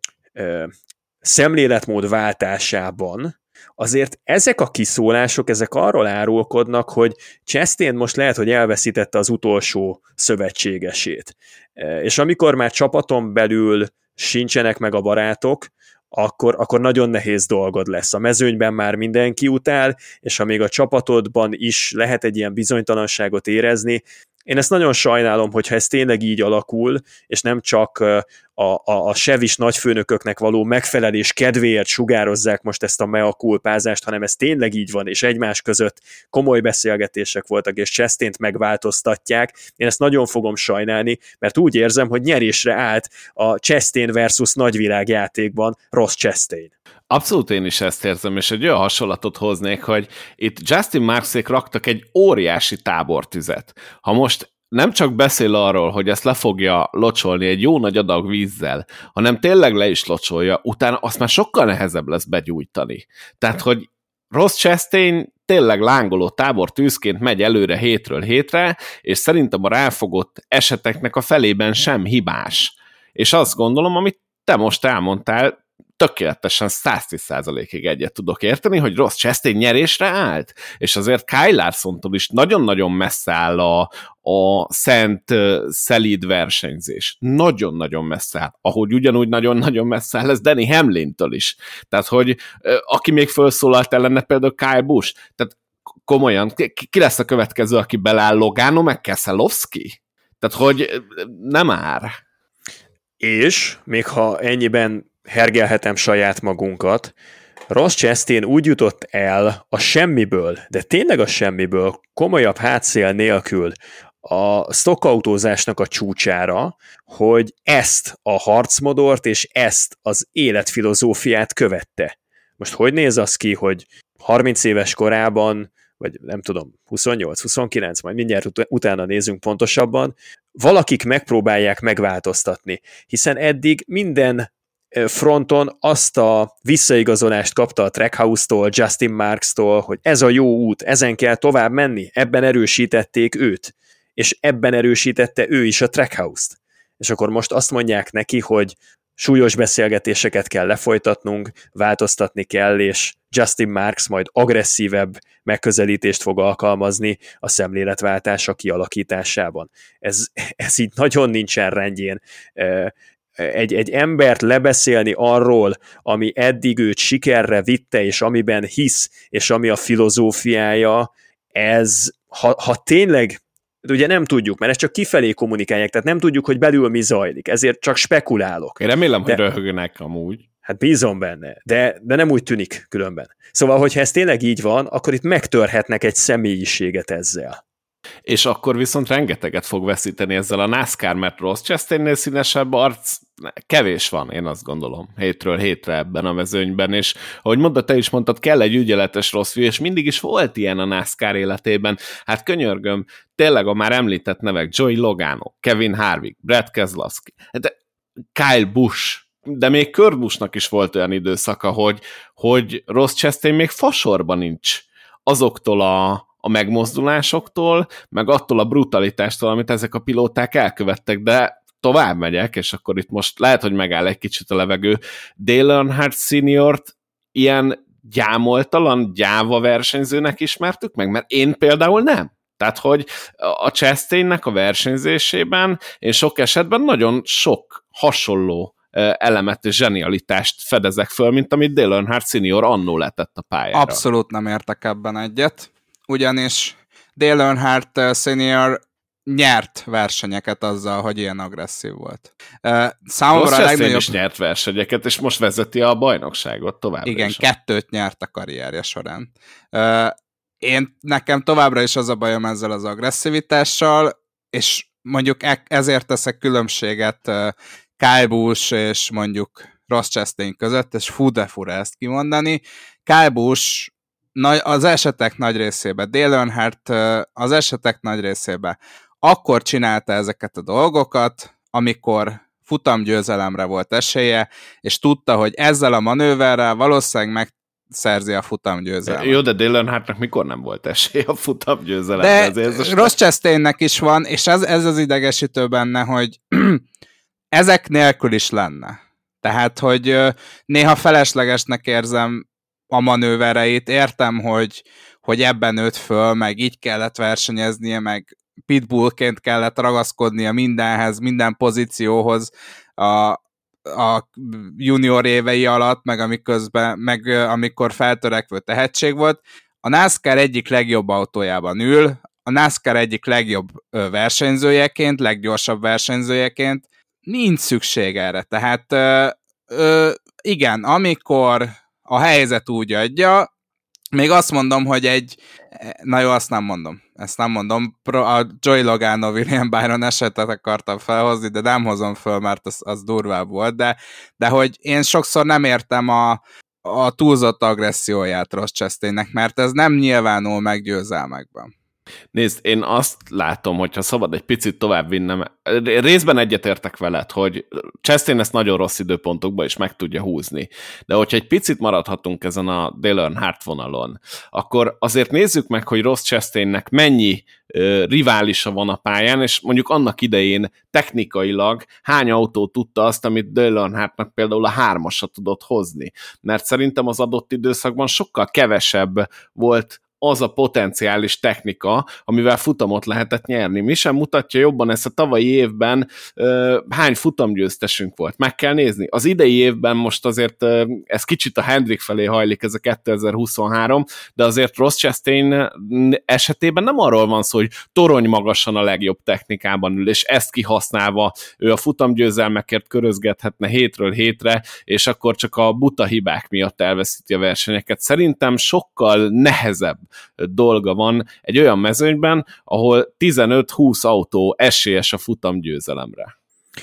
szemléletmód váltásában, azért ezek a kiszólások, ezek arról árulkodnak, hogy Chastain most lehet, hogy elveszítette az utolsó szövetségesét. És amikor már csapaton belül sincsenek meg a barátok, akkor nagyon nehéz dolgod lesz. A mezőnyben már mindenki utál, és ha még a csapatodban is lehet egy ilyen bizonytalanságot érezni, én ezt nagyon sajnálom, hogyha ez tényleg így alakul, és nem csak a sevis nagyfőnököknek való megfelelés kedvéért sugározzák most ezt a mea culpázást, hanem ez tényleg így van, és egymás között komoly beszélgetések voltak, és Chastaint megváltoztatják. Én ezt nagyon fogom sajnálni, mert úgy érzem, hogy nyerésre állt a Chastain versus nagyvilágjátékban Ross Chastain. Abszolút én is ezt érzem, és egy olyan hasonlatot hoznék, hogy itt Justin Marksék raktak egy óriási tábortüzet. Ha most nem csak beszél arról, hogy ezt le fogja locsolni egy jó nagy adag vízzel, hanem tényleg le is locsolja, utána azt már sokkal nehezebb lesz begyújtani. Tehát, hogy Ross Chastain tényleg lángoló tábortűzként megy előre hétről hétre, és szerintem a ráfogott eseteknek a felében sem hibás. És azt gondolom, amit te most elmondtál, tökéletesen 110%-ig egyet tudok érteni, hogy Ross Chastain nyerésre állt, és azért Kyle Larsontól is nagyon-nagyon messze áll a szent, szelíd versenyzés. Nagyon-nagyon messze áll. Ahogy ugyanúgy nagyon-nagyon messze áll, ez Danny Hamlintől is. Tehát, hogy aki még felszólalt ellene, például Kyle Busch. Tehát komolyan, ki lesz a következő, aki beláll, Logano, meg Keselowski? Tehát, hogy nem ár. És még ha ennyiben hergelhetem saját magunkat, Ross Chastain úgy jutott el a semmiből, de tényleg a semmiből, komolyabb hátszél nélkül a stockautózásnak a csúcsára, hogy ezt a harcmodort és ezt az életfilozófiát követte. Most hogy néz az ki, hogy 30 éves korában, vagy nem tudom, 28-29, majd mindjárt utána nézünk pontosabban, valakik megpróbálják megváltoztatni, hiszen eddig minden fronton azt a visszaigazolást kapta a Trackhouse-tól, Justin Marks-tól, hogy ez a jó út, ezen kell tovább menni, ebben erősítették őt, és ebben erősítette ő is a Trackhouse-t. És akkor most azt mondják neki, hogy súlyos beszélgetéseket kell lefolytatnunk, változtatni kell, és Justin Marks majd agresszívebb megközelítést fog alkalmazni a szemléletváltása kialakításában. Ez így nagyon nincsen rendjén. Egy embert lebeszélni arról, ami eddig őt sikerre vitte, és amiben hisz, és ami a filozófiája, ez, ha tényleg, ugye nem tudjuk, mert ezt csak kifelé kommunikálják, tehát nem tudjuk, hogy belül mi zajlik, ezért csak spekulálok. Én remélem, hogy röhögnek amúgy. Hát bízom benne, de nem úgy tűnik különben. Szóval, hogyha ez tényleg így van, akkor itt megtörhetnek egy személyiséget ezzel. És akkor viszont rengeteget fog veszíteni ezzel a NASCAR, mert Ross Chastainnél színesebb arc kevés van, én azt gondolom, hétről hétre ebben a mezőnyben, és ahogy mondta, te is mondtad, kell egy ügyeletes rossz fiú, és mindig is volt ilyen a NASCAR életében. Hát könyörgöm, tényleg a már említett nevek, Joey Logano, Kevin Harvick, Brad Keselowski, de Kyle Busch, de még Kurt Buschnak is volt olyan időszaka, hogy Ross Chastain még fasorban nincs azoktól a megmozdulásoktól, meg attól a brutalitástól, amit ezek a pilóták elkövettek, de tovább megyek, és akkor itt most lehet, hogy megáll egy kicsit a levegő. Dale Earnhardt Seniort ilyen gyámoltalan, gyáva versenyzőnek ismertük meg, mert én például nem. Tehát, hogy a Chastainnek a versenyzésében én sok esetben nagyon sok hasonló elemet és zsenialitást fedezek föl, mint amit Dale Earnhardt Senior annó letett a pályára. Abszolút nem értek ebben egyet, ugyanis Dale Earnhardt Senior nyert versenyeket azzal, hogy ilyen agresszív volt. Számomra a legnagyobb... is nyert versenyeket, és most vezeti a bajnokságot továbbra. Igen, 2 nyert a karrierje során. Nekem továbbra is az a bajom ezzel az agresszivitással, és mondjuk ezért teszek különbséget Kyle Busch és mondjuk Ross Chastain között, és de fura ezt kimondani. Kyle Busch az esetek nagy részében, Dale Earnhardt az esetek nagy részében akkor csinálta ezeket a dolgokat, amikor futamgyőzelemre volt esélye, és tudta, hogy ezzel a manőverrel valószínűleg megszerzi a futamgyőzelmet. Jó, de Dale Earnhardtnak mikor nem volt esélye a futamgyőzelemre? De Ross Chastainnek is van, és ez az idegesítő benne, hogy ezek nélkül is lenne. Tehát, hogy néha feleslegesnek érzem a manővereit, értem, hogy ebben nőtt föl, meg így kellett versenyeznie, meg pitbullként kellett ragaszkodnia mindenhez, minden pozícióhoz a junior évei alatt, meg amikor feltörekvő tehetség volt. A NASCAR egyik legjobb autójában ül, a NASCAR egyik legjobb versenyzőjeként, leggyorsabb versenyzőjeként nincs szükség erre. Tehát igen, amikor a helyzet úgy adja, még azt mondom, hogy na jó, ezt nem mondom. A Joey Logano, William Byron esetet akartam felhozni, de nem hozom föl, mert az durvább volt, de hogy én sokszor nem értem a túlzott agresszióját Ross Chastainnek, mert ez nem nyilvánul meg győzelmekben. Nézd, én azt látom, hogyha szabad egy picit tovább vinnem, részben egyetértek veled, hogy Chastain ezt nagyon rossz időpontokban is meg tudja húzni, de hogyha egy picit maradhatunk ezen a Dale Earnhardt vonalon, akkor azért nézzük meg, hogy Ross Chastainnek mennyi riválisa van a pályán, és mondjuk annak idején technikailag hány autó tudta azt, amit Dale Earnhardtnak például a 3-asra tudott hozni, mert szerintem az adott időszakban sokkal kevesebb volt az a potenciális technika, amivel futamot lehetett nyerni. Mi sem mutatja jobban ezt a tavalyi évben, hány futamgyőztesünk volt. Meg kell nézni. Az idei évben most azért ez kicsit a Hendrick felé hajlik, ez a 2023, de azért Ross Chastain esetében nem arról van szó, hogy torony magasan a legjobb technikában ül, és ezt kihasználva ő a futamgyőzelmekért körözgethetne hétről hétre, és akkor csak a buta hibák miatt elveszíti a versenyeket. Szerintem sokkal nehezebb dolga van egy olyan mezőnyben, ahol 15-20 autó esélyes a futamgyőzelemre.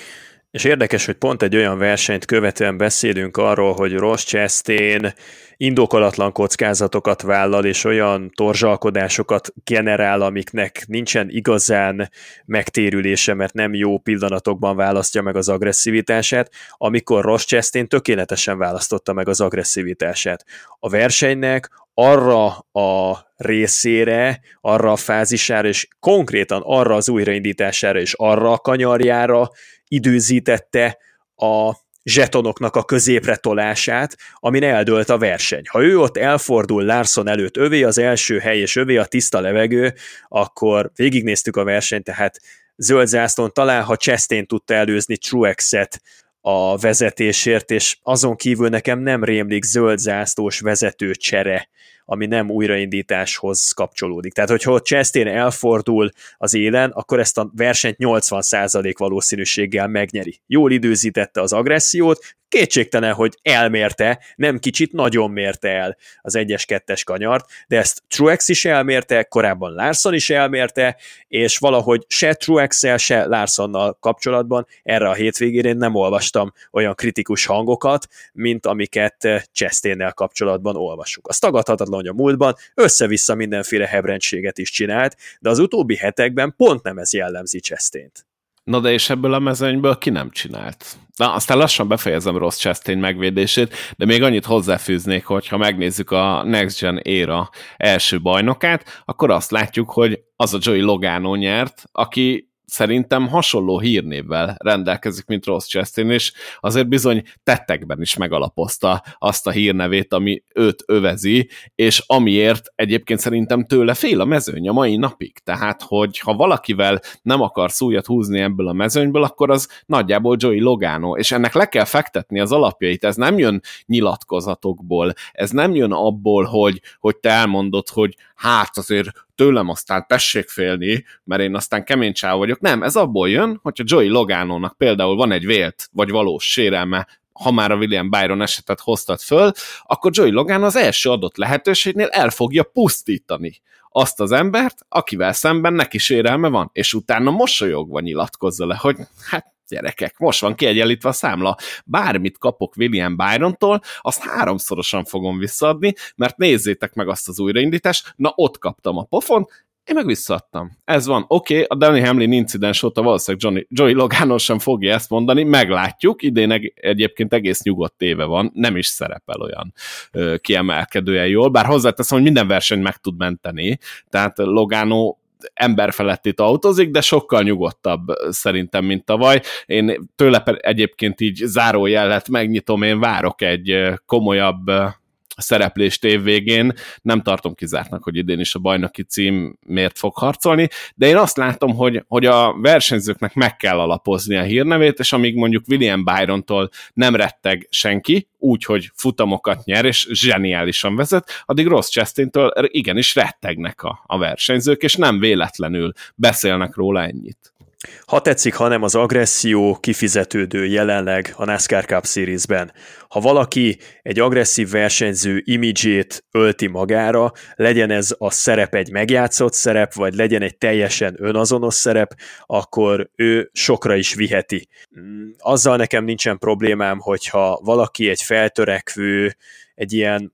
És érdekes, hogy pont egy olyan versenyt követően beszélünk arról, hogy Ross Chastain indokolatlan kockázatokat vállal, és olyan torzsalkodásokat generál, amiknek nincsen igazán megtérülése, mert nem jó pillanatokban választja meg az agresszivitását, amikor Ross Chastain tökéletesen választotta meg az agresszivitását. A versenynek arra a részére, arra a fázisára, és konkrétan arra az újraindítására, és arra a kanyarjára időzítette a zsetonoknak a középre tolását, amin eldőlt a verseny. Ha ő ott elfordul Larson előtt, övé az első hely, és övé a tiszta levegő, akkor végignéztük a versenyt, tehát zöld zászlón talán, ha Chastain tudta előzni Truex-et a vezetésért, és azon kívül nekem nem rémlik zöld zászlós vezetőcsere, ami nem újraindításhoz kapcsolódik. Tehát, hogyha ott Chastain elfordul az élen, akkor ezt a versenyt 80% valószínűséggel megnyeri. Jól időzítette az agressziót, kétségtelen, hogy elmérte, nem kicsit, nagyon mérte el az 1-2-es kanyart, de ezt Truex is elmérte, korábban Larson is elmérte, és valahogy se Truex-el, se Larsonnal kapcsolatban erre a hétvégén nem olvastam olyan kritikus hangokat, mint amiket Chastainnel kapcsolatban olvasunk. Az tagadhatatlan, hogy a múltban össze-vissza mindenféle hebrendséget is csinált, de az utóbbi hetekben pont nem ez jellemzi Chastaint. Na de és ebből a mezőnyből ki nem csinált? Na, aztán lassan befejezem Ross Chastain megvédését, de még annyit hozzáfűznék, hogy ha megnézzük a Next Gen éra első bajnokát, akkor azt látjuk, hogy az a Joey Logano nyert, aki szerintem hasonló hírnévvel rendelkezik, mint Ross Chastain, és azért bizony tettekben is megalapozta azt a hírnevét, ami őt övezi, és amiért egyébként szerintem tőle fél a mezőny a mai napig. Tehát, hogy ha valakivel nem akarsz újat húzni ebből a mezőnyből, akkor az nagyjából Joey Logano, és ennek le kell fektetni az alapjait. Ez nem jön nyilatkozatokból, ez nem jön abból, hogy te elmondod, hogy hát azért tőlem aztán tessék félni, mert én aztán kemény csáv vagyok. Nem, ez abból jön, hogyha Joey Logano-nak például van egy vélt vagy valós sérelme, ha már a William Byron esetet hoztad föl, akkor Joey Logano az első adott lehetőségnél el fogja pusztítani azt az embert, akivel szemben neki sérelme van, és utána mosolyogva nyilatkozza le, hogy hát gyerekek, most van kiegyenlítve a számla. Bármit kapok William Byrontól, azt 3-szorosan fogom visszaadni, mert nézzétek meg azt az újraindítást, na ott kaptam a pofont, én meg visszaadtam. Ez van. Oké, a Denny Hamlin incidens óta valószínűleg Joey Logano sem fogja ezt mondani, meglátjuk, idén egyébként egész nyugodt éve van, nem is szerepel olyan kiemelkedően jól, bár hozzáteszem, hogy minden versenyt meg tud menteni, tehát Logano emberfelettit autózik, de sokkal nyugodtabb szerintem, mint tavaly. Én tőle egyébként így zárójellet megnyitom, én várok egy komolyabb szereplést évvégén, nem tartom kizártnak, hogy idén is a bajnoki cím miért fog harcolni, de én azt látom, hogy a versenyzőknek meg kell alapozni a hírnevét, és amíg mondjuk William Byrontól nem retteg senki, úgy, hogy futamokat nyer, és zseniálisan vezet, addig Ross Chastaintől igenis rettegnek a versenyzők, és nem véletlenül beszélnek róla ennyit. Ha tetszik, hanem az agresszió kifizetődő jelenleg a NASCAR Cup Series-ben. Ha valaki egy agresszív versenyző imidzsét ölti magára, legyen ez a szerep egy megjátszott szerep, vagy legyen egy teljesen önazonos szerep, akkor ő sokra is viheti. Azzal nekem nincsen problémám, hogyha valaki egy feltörekvő, egy ilyen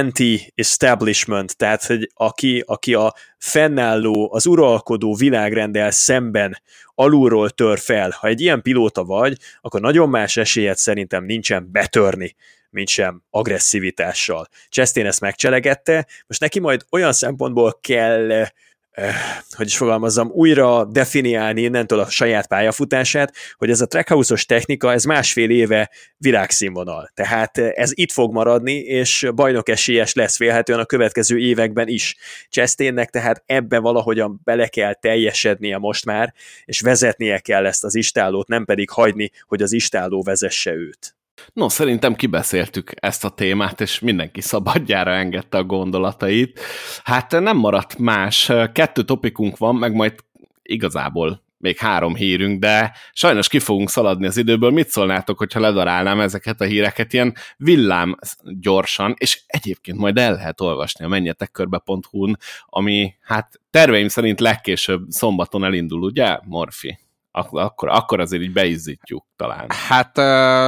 anti-establishment, tehát hogy aki a fennálló, az uralkodó világrenddel szemben alulról tör fel. Ha egy ilyen pilóta vagy, akkor nagyon más esélyed szerintem nincsen betörni, mint sem agresszivitással. Chastain ezt megcselegette, most neki majd olyan szempontból kell hogy is fogalmazzam, újra definiálni innentől a saját pályafutását, hogy ez a trackhouse-os technika, ez másfél éve világszínvonal. Tehát ez itt fog maradni, és bajnokesélyes lesz vélhetően a következő években is. Chastainnek tehát ebbe valahogyan bele kell teljesednie most már, és vezetnie kell ezt az istállót, nem pedig hagyni, hogy az istálló vezesse őt. No, szerintem kibeszéltük ezt a témát, és mindenki szabadjára engedte a gondolatait. Hát nem maradt más. 2 topikunk van, meg majd igazából még 3 hírünk, de sajnos ki fogunk szaladni az időből. Mit szólnátok, hogyha ledarálnám ezeket a híreket ilyen villám gyorsan, és egyébként majd el lehet olvasni a menjetekkörbe.hu-n, ami hát terveim szerint legkésőbb szombaton elindul, ugye, Morfi? Akkor azért így beizzítjuk talán. Hát...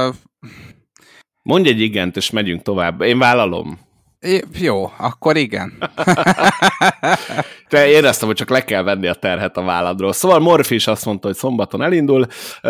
Mondj egy igent, és megyünk tovább. Én vállalom. Jó, akkor igen. Te éreztem, hogy csak le kell venni a terhet a válladról. Szóval Morfi is azt mondta, hogy szombaton elindul.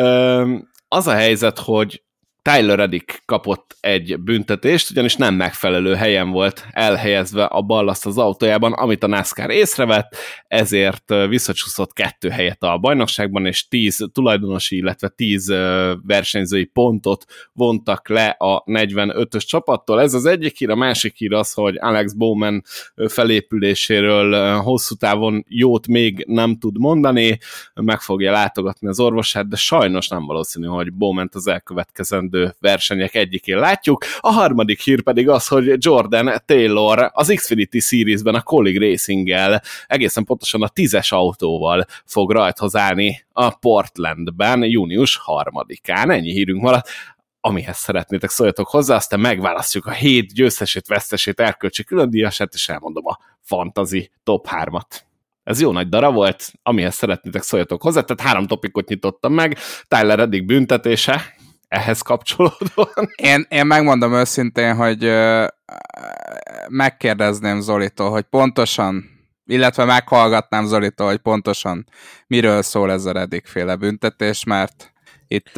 Az a helyzet, hogy Tyler Reddick kapott egy büntetést, ugyanis nem megfelelő helyen volt elhelyezve a ballaszt az autójában, amit a NASCAR észrevett, ezért visszacsúszott 2 helyet a bajnokságban, és 10 tulajdonosi, illetve 10 versenyzői pontot vontak le a 45-ös csapattól. Ez az egyik hír, a másik hír az, hogy Alex Bowman felépüléséről hosszú távon jót még nem tud mondani, meg fogja látogatni az orvosát, de sajnos nem valószínű, hogy Bowmant az elkövetkezendő versenyek egyikén látjuk. A harmadik hír pedig az, hogy Jordan Taylor az Xfinity Series-ben a Colleague Racing-gel, egészen pontosan a 10-es autóval fog rajthoz állni a Portlandben június 3-án. Ennyi hírünk maradt. Amihez szeretnétek, szóljatok hozzá, aztán megválasztjuk a 7 győztesét, vesztesét, erkölcsi különdíjasát, és elmondom a fantasy top 3-at. Ez jó nagy darab volt, amihez szeretnétek, szóljatok hozzá, tehát 3 topikot nyitottam meg, Tyler Reddick büntetése, ehhez kapcsolódóan. Én megmondom őszintén, hogy megkérdezném Zolitól, hogy pontosan, illetve meghallgatnám Zolitól, hogy pontosan miről szól ez a Reddick-féle büntetés, mert itt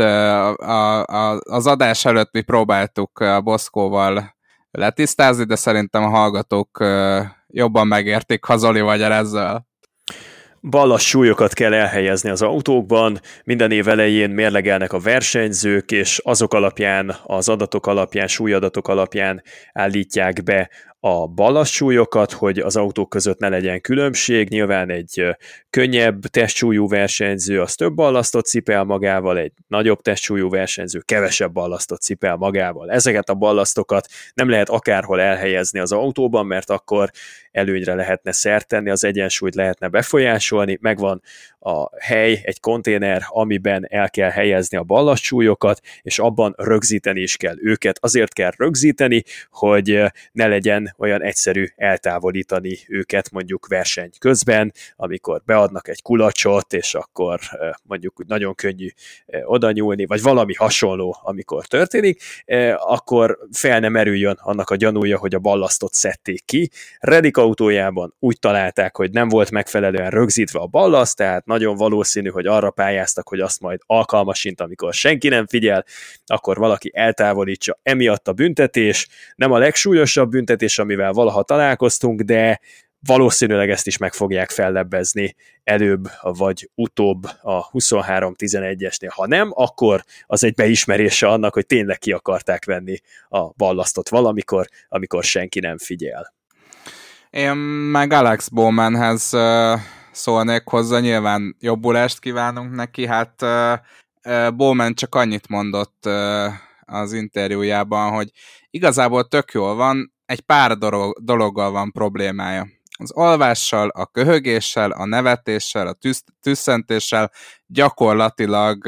az adás előtt mi próbáltuk a Boszkóval letisztázni, de szerintem a hallgatók jobban megértik, ha Zoli vagy ezzel. Ballast súlyokat kell elhelyezni az autókban, minden év elején mérlegelnek a versenyzők, és azok alapján, az adatok alapján, súlyadatok alapján állítják be a ballastsúlyokat, hogy az autók között ne legyen különbség. Nyilván egy könnyebb testsúlyú versenyző az több ballasztot cipel magával, egy nagyobb testsúlyú versenyző kevesebb ballasztot cipel magával. Ezeket a ballasztokat nem lehet akárhol elhelyezni az autóban, mert akkor előnyre lehetne szert tenni, az egyensúlyt lehetne befolyásolni, megvan a hely, egy konténer, amiben el kell helyezni a ballastsúlyokat, és abban rögzíteni is kell őket. Azért kell rögzíteni, hogy ne legyen olyan egyszerű eltávolítani őket mondjuk verseny közben, amikor beadnak egy kulacsot, és akkor mondjuk nagyon könnyű oda nyúlni, vagy valami hasonló, amikor történik, akkor fel nem merüljön annak a gyanúja, hogy a ballasztot szedték ki. Reddick autójában úgy találták, hogy nem volt megfelelően rögzítve a ballaszt, tehát nagyon valószínű, hogy arra pályáztak, hogy azt majd alkalmasint, amikor senki nem figyel, akkor valaki eltávolítsa. Emiatt a büntetés, nem a legsúlyosabb büntetés, amivel valaha találkoztunk, de valószínűleg ezt is meg fogják fellebbezni előbb vagy utóbb a 23-11-esnél. Ha nem, akkor az egy beismerése annak, hogy tényleg ki akarták venni a ballasztot valamikor, amikor senki nem figyel. Én meg Alex Bowmanhez szólnék hozzá, nyilván jobbulást kívánunk neki, hát Bowman csak annyit mondott az interjújában, hogy igazából tök jól van, egy pár dologgal van problémája. Az alvással, a köhögéssel, a nevetéssel, a tüsszentéssel gyakorlatilag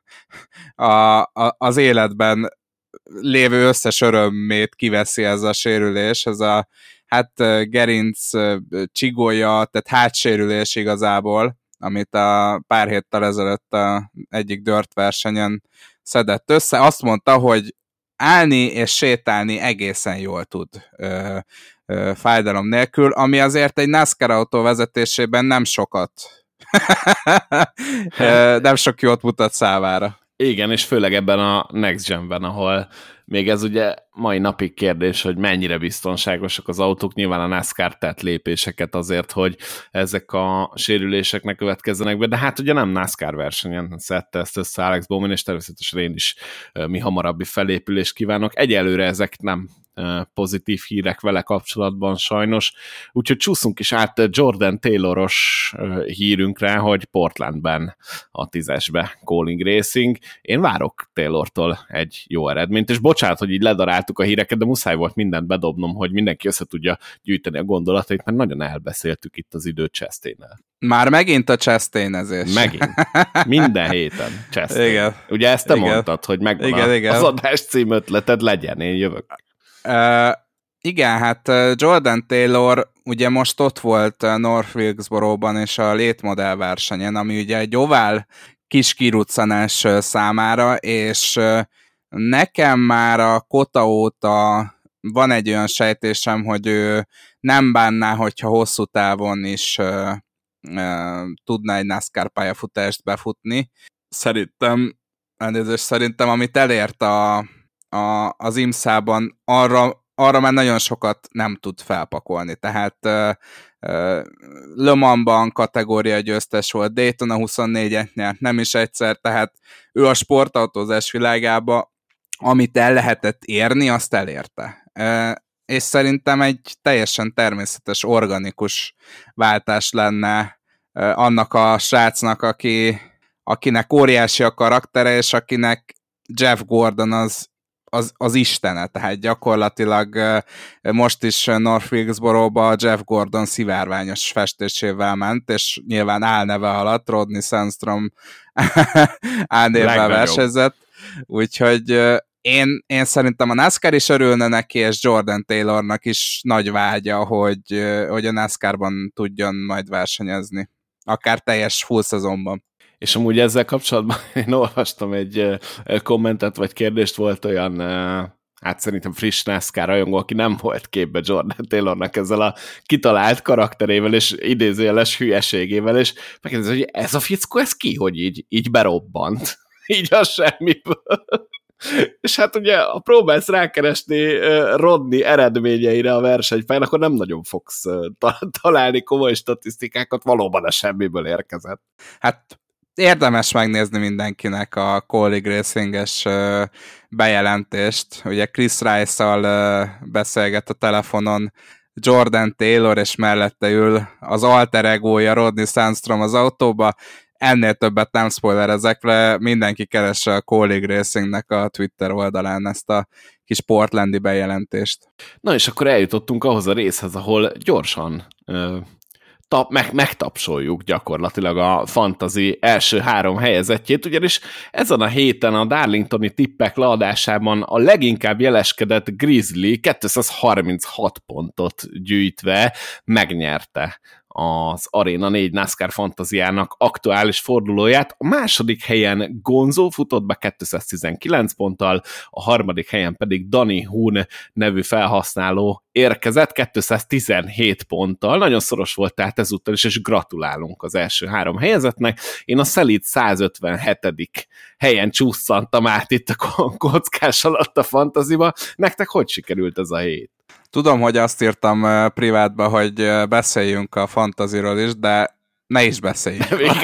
az életben lévő összes örömét kiveszi ez a sérülés, ez a gerinc csigolya, tehát hátsérülés igazából, amit a pár héttel ezelőtt egyik dirt versenyen szedett össze. Azt mondta, hogy állni és sétálni egészen jól tud fájdalom nélkül, ami azért egy NASCAR autó vezetésében nem sokat, nem sok jót mutat számára. Igen, és főleg ebben a Next Gen-ben, ahol még ez ugye mai napig kérdés, hogy mennyire biztonságosak az autók. Nyilván a NASCAR tett lépéseket azért, hogy ezek a sérülések ne következzenek be, de hát ugye nem NASCAR versenyen szedte ezt össze Alex Bowman, és természetesen én is mi hamarabbi felépülést kívánok. Egyelőre ezek nem pozitív hírek vele kapcsolatban sajnos, úgyhogy csúszunk is át Jordan Tayloros hírünkre, hogy Portlandben a 10-esbe Calling Racing. Én várok Taylortól egy jó eredményt, és bocsánat, hogy így ledaráltuk a híreket, de muszáj volt mindent bedobnom, hogy mindenki össze tudja gyűjteni a gondolatait, mert nagyon elbeszéltük itt az időt Chastain-nel. Már megint a Chastain-ezés. Megint. Minden héten Chastain. Igen. Ugye ezt te mondtad, hogy megvan igen. az adás cím ötleted, legyen, én jövök. Igen, hát Jordan Taylor ugye most ott volt North Wilkesboro-ban és a Late Model versenyen, ami ugye egy ovál kis kiruccanás számára, és nekem már a Kota óta van egy olyan sejtésem, hogy ő nem bánná, hogyha hosszú távon is tudna egy NASCAR pályafutást befutni. Szerintem, amit elért az IMSA-ban, arra már nagyon sokat nem tud felpakolni. Tehát Le Mans-ban kategória győztes volt, Daytona 24-et nyert, nem is egyszer, tehát ő a sportautózás világába, amit el lehetett érni, azt elérte. És szerintem egy teljesen természetes, organikus váltás lenne annak a srácnak, akinek óriási a karaktere, és akinek Jeff Gordon az istene, tehát gyakorlatilag most is North Wilkesboro-ba Jeff Gordon szivárványos festésével ment, és nyilván álneve alatt Rodney Sandstrom álnévvel versenyzett, úgyhogy én szerintem a NASCAR is örülne neki, és Jordan Taylornak is nagy vágya, hogy a NASCAR-ban tudjon majd versenyezni, akár teljes full szezonban. És amúgy ezzel kapcsolatban én olvastam egy kommentet, vagy kérdést, volt olyan, hát szerintem friss NASCAR rajongó, aki nem volt képbe Jordan Taylornak ezzel a kitalált karakterével, és idézőjeles hülyeségével, és megkérdezi, hogy ez a fickó, ez ki, hogy így berobbant? Így a semmiből. És hát ugye, ha próbálsz rákeresni Rodney eredményeire a versenypályán, akkor nem nagyon fogsz találni komoly statisztikákat, valóban a semmiből érkezett. Hát érdemes megnézni mindenkinek a Calling Racing-es bejelentést. Ugye Chris Rice-szal beszélget a telefonon Jordan Taylor, és mellette ül az alter egója Rodney Sandstrom az autóba. Ennél többet nem spoilerezek le, mindenki keresse a Calling Racingnek a Twitter oldalán ezt a kis portlandi bejelentést. Na és akkor eljutottunk ahhoz a részhez, ahol gyorsan megtapsoljuk gyakorlatilag a fantasy első 3 helyezettjét, ugyanis ezen a héten a Darlingtoni tippek leadásában a leginkább jeleskedett Grizzly 236 pontot gyűjtve megnyerte az Arena 4 NASCAR fantaziának aktuális fordulóját. A második helyen Gonzo futott be 219 ponttal, a harmadik helyen pedig Danny Huhn nevű felhasználó érkezett 217 ponttal. Nagyon szoros volt tehát ezúttal is, és gratulálunk az első 3 helyezetnek. Én a szelíd 157. helyen csúszantam át itt a kockás alatt a fantaziba. Nektek hogy sikerült ez a hét? Tudom, hogy azt írtam privátba, hogy beszéljünk a fantaziról is, de ne is beszéljünk.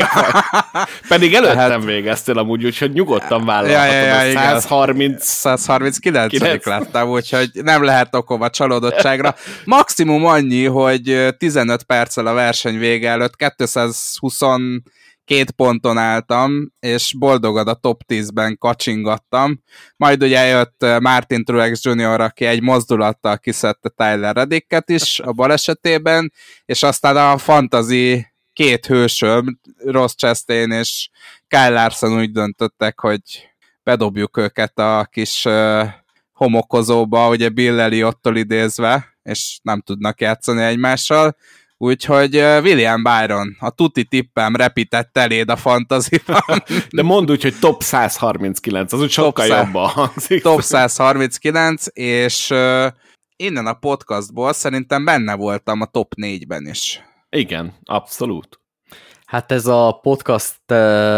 Pedig előttem végeztél amúgy, úgyhogy nyugodtan vállalhatod. 139. lettem, úgyhogy nem lehet okom a csalódottságra. Maximum annyi, hogy 15 perccel a verseny vége előtt 222 ponton álltam, és boldogan a top 10-ben kacsingattam. Majd ugye jött Martin Truex Jr., aki egy mozdulattal kiszedte Tyler Reddicket is a balesetében, és aztán a fantasy 2 hősöm, Ross Chastain és Kyle Larson úgy döntöttek, hogy bedobjuk őket a kis homokozóba, ugye Bill Elliottól idézve, és nem tudnak játszani egymással. Úgyhogy William Byron, a tuti tippem repített eléd a fantaziban. De mondd úgy, hogy top 139, az úgy sokkal jobban hangzik. Top 139, és innen a podcastból szerintem benne voltam a top 4-ben is. Igen, abszolút. Hát ez a podcast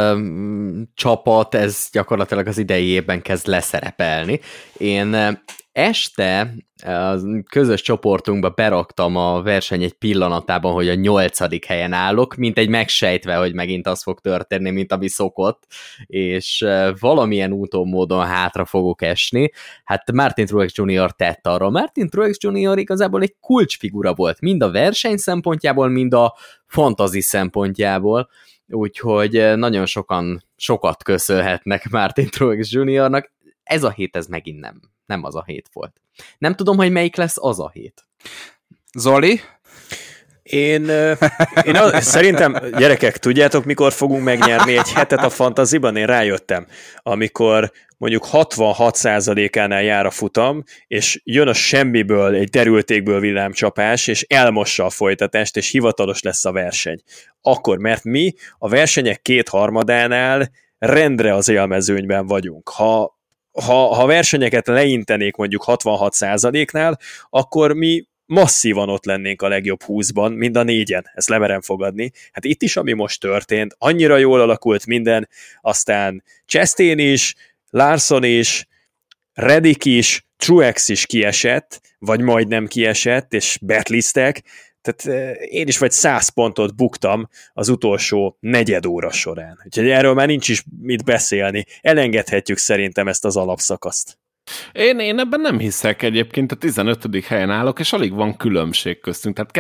csapat, ez gyakorlatilag az idei évben kezd leszerepelni. Én este a közös csoportunkba beraktam a verseny egy pillanatában, hogy a 8. helyen állok, mint egy megsejtve, hogy megint az fog történni, mint ami szokott, és valamilyen úton, módon hátra fogok esni. Hát Martin Truex Jr. tett arra. Martin Truex Jr. igazából egy kulcsfigura volt, mind a verseny szempontjából, mind a fantasy szempontjából, úgyhogy nagyon sokat köszönhetnek Martin Truex Jr.-nak. Ez a hét, ez megint nem az a hét volt. Nem tudom, hogy melyik lesz az a hét. Zoli? Én szerintem, gyerekek, tudjátok, mikor fogunk megnyerni egy hetet a fantaziban? Én rájöttem, amikor mondjuk 66%-ánál jár a futam, és jön a semmiből egy derültékből villámcsapás, és elmossa a folytatást, és hivatalos lesz a verseny. Akkor, mert mi a versenyek 2/3-ánál rendre az élmezőnyben vagyunk. Ha versenyeket leintenék mondjuk 66%-nál, akkor mi masszívan ott lennénk a legjobb 20-ban, mind a 4-en, ezt lemerem fogadni. Hát itt is, ami most történt, annyira jól alakult minden, aztán Chastain is, Larson is, Reddick is, Truex is kiesett, vagy majdnem kiesett, és betlisztek, tehát én is vagy 100 pontot buktam az utolsó negyed óra során. Úgyhogy erről már nincs is mit beszélni. Elengedhetjük szerintem ezt az alapszakaszt. Én ebben nem hiszek egyébként, a 15. helyen állok, és alig van különbség köztünk, tehát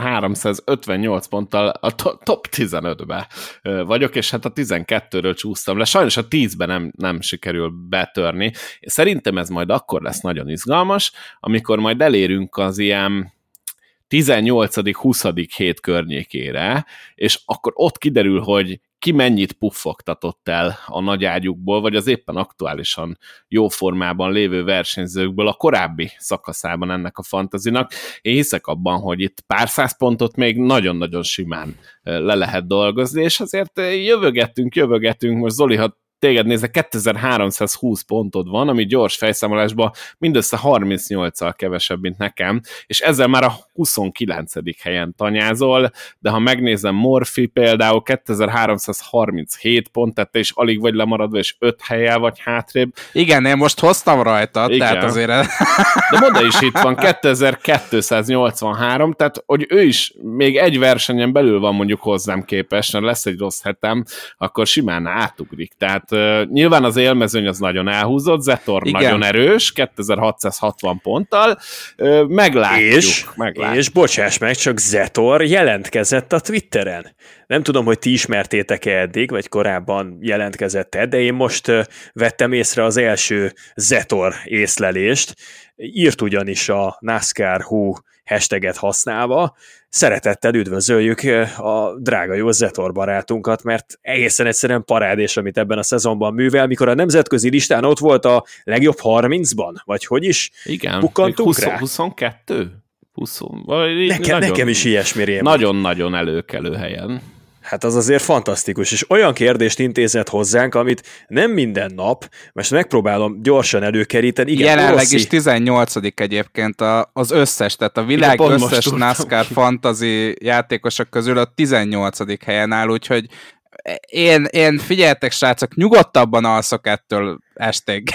2358 ponttal a top 15-be vagyok, és hát a 12-ről csúsztam le. Sajnos a 10-ben nem sikerül betörni. Szerintem ez majd akkor lesz nagyon izgalmas, amikor majd elérünk az ilyen 18.-20. hét környékére, és akkor ott kiderül, hogy ki mennyit puffogtatott el a nagy ágyukból, vagy az éppen aktuálisan jó formában lévő versenyzőkből a korábbi szakaszában ennek a fantazinak. Én hiszek abban, hogy itt pár száz pontot még nagyon-nagyon simán le lehet dolgozni, és azért jövögetünk, most Zoli, ha téged nézve, 2320 pontod van, ami gyors fejszámolásban mindössze 38-al kevesebb, mint nekem, és ezzel már a 29. helyen tanyázol, de ha megnézem Morphy például 2337 pont, tehát te is alig vagy lemaradva, és 5 helyen vagy hátrébb. Igen, én most hoztam rajta, igen. Tehát azért... De Moda is itt van, 2283, tehát hogy ő is még egy versenyen belül van mondjuk hozzám képest, mert lesz egy rossz hetem, akkor simán átugrik, tehát nyilván az élmezőny az nagyon elhúzott, Zetor igen. Nagyon erős, 2660 ponttal, meglátjuk. És bocsáss meg, csak Zetor jelentkezett a Twitteren. Nem tudom, hogy ti ismertétek-e eddig, vagy korábban jelentkezett-e, de én most vettem észre az első Zetor észlelést. Írt ugyanis a NASCAR.hu hashtaget használva. Szeretettel üdvözöljük a drága jó Zetor barátunkat, mert egészen egyszerűen parádés, amit ebben a szezonban művel, mikor a nemzetközi listán ott volt a legjobb 30-ban, vagy hogy is? Igen, bukkantunk rá? 22? 20, nekem is ilyesmi rém. Nagyon-nagyon előkelő helyen. Hát az azért fantasztikus, és olyan kérdést intézett hozzánk, amit nem minden nap, most megpróbálom gyorsan előkeríteni. Igen, jelenleg is 18. egyébként az összes, tehát a világ összes NASCAR fantasy játékosok közül a 18. helyen áll, úgyhogy én figyeljetek, srácok, nyugodtabban alszok ettől estig.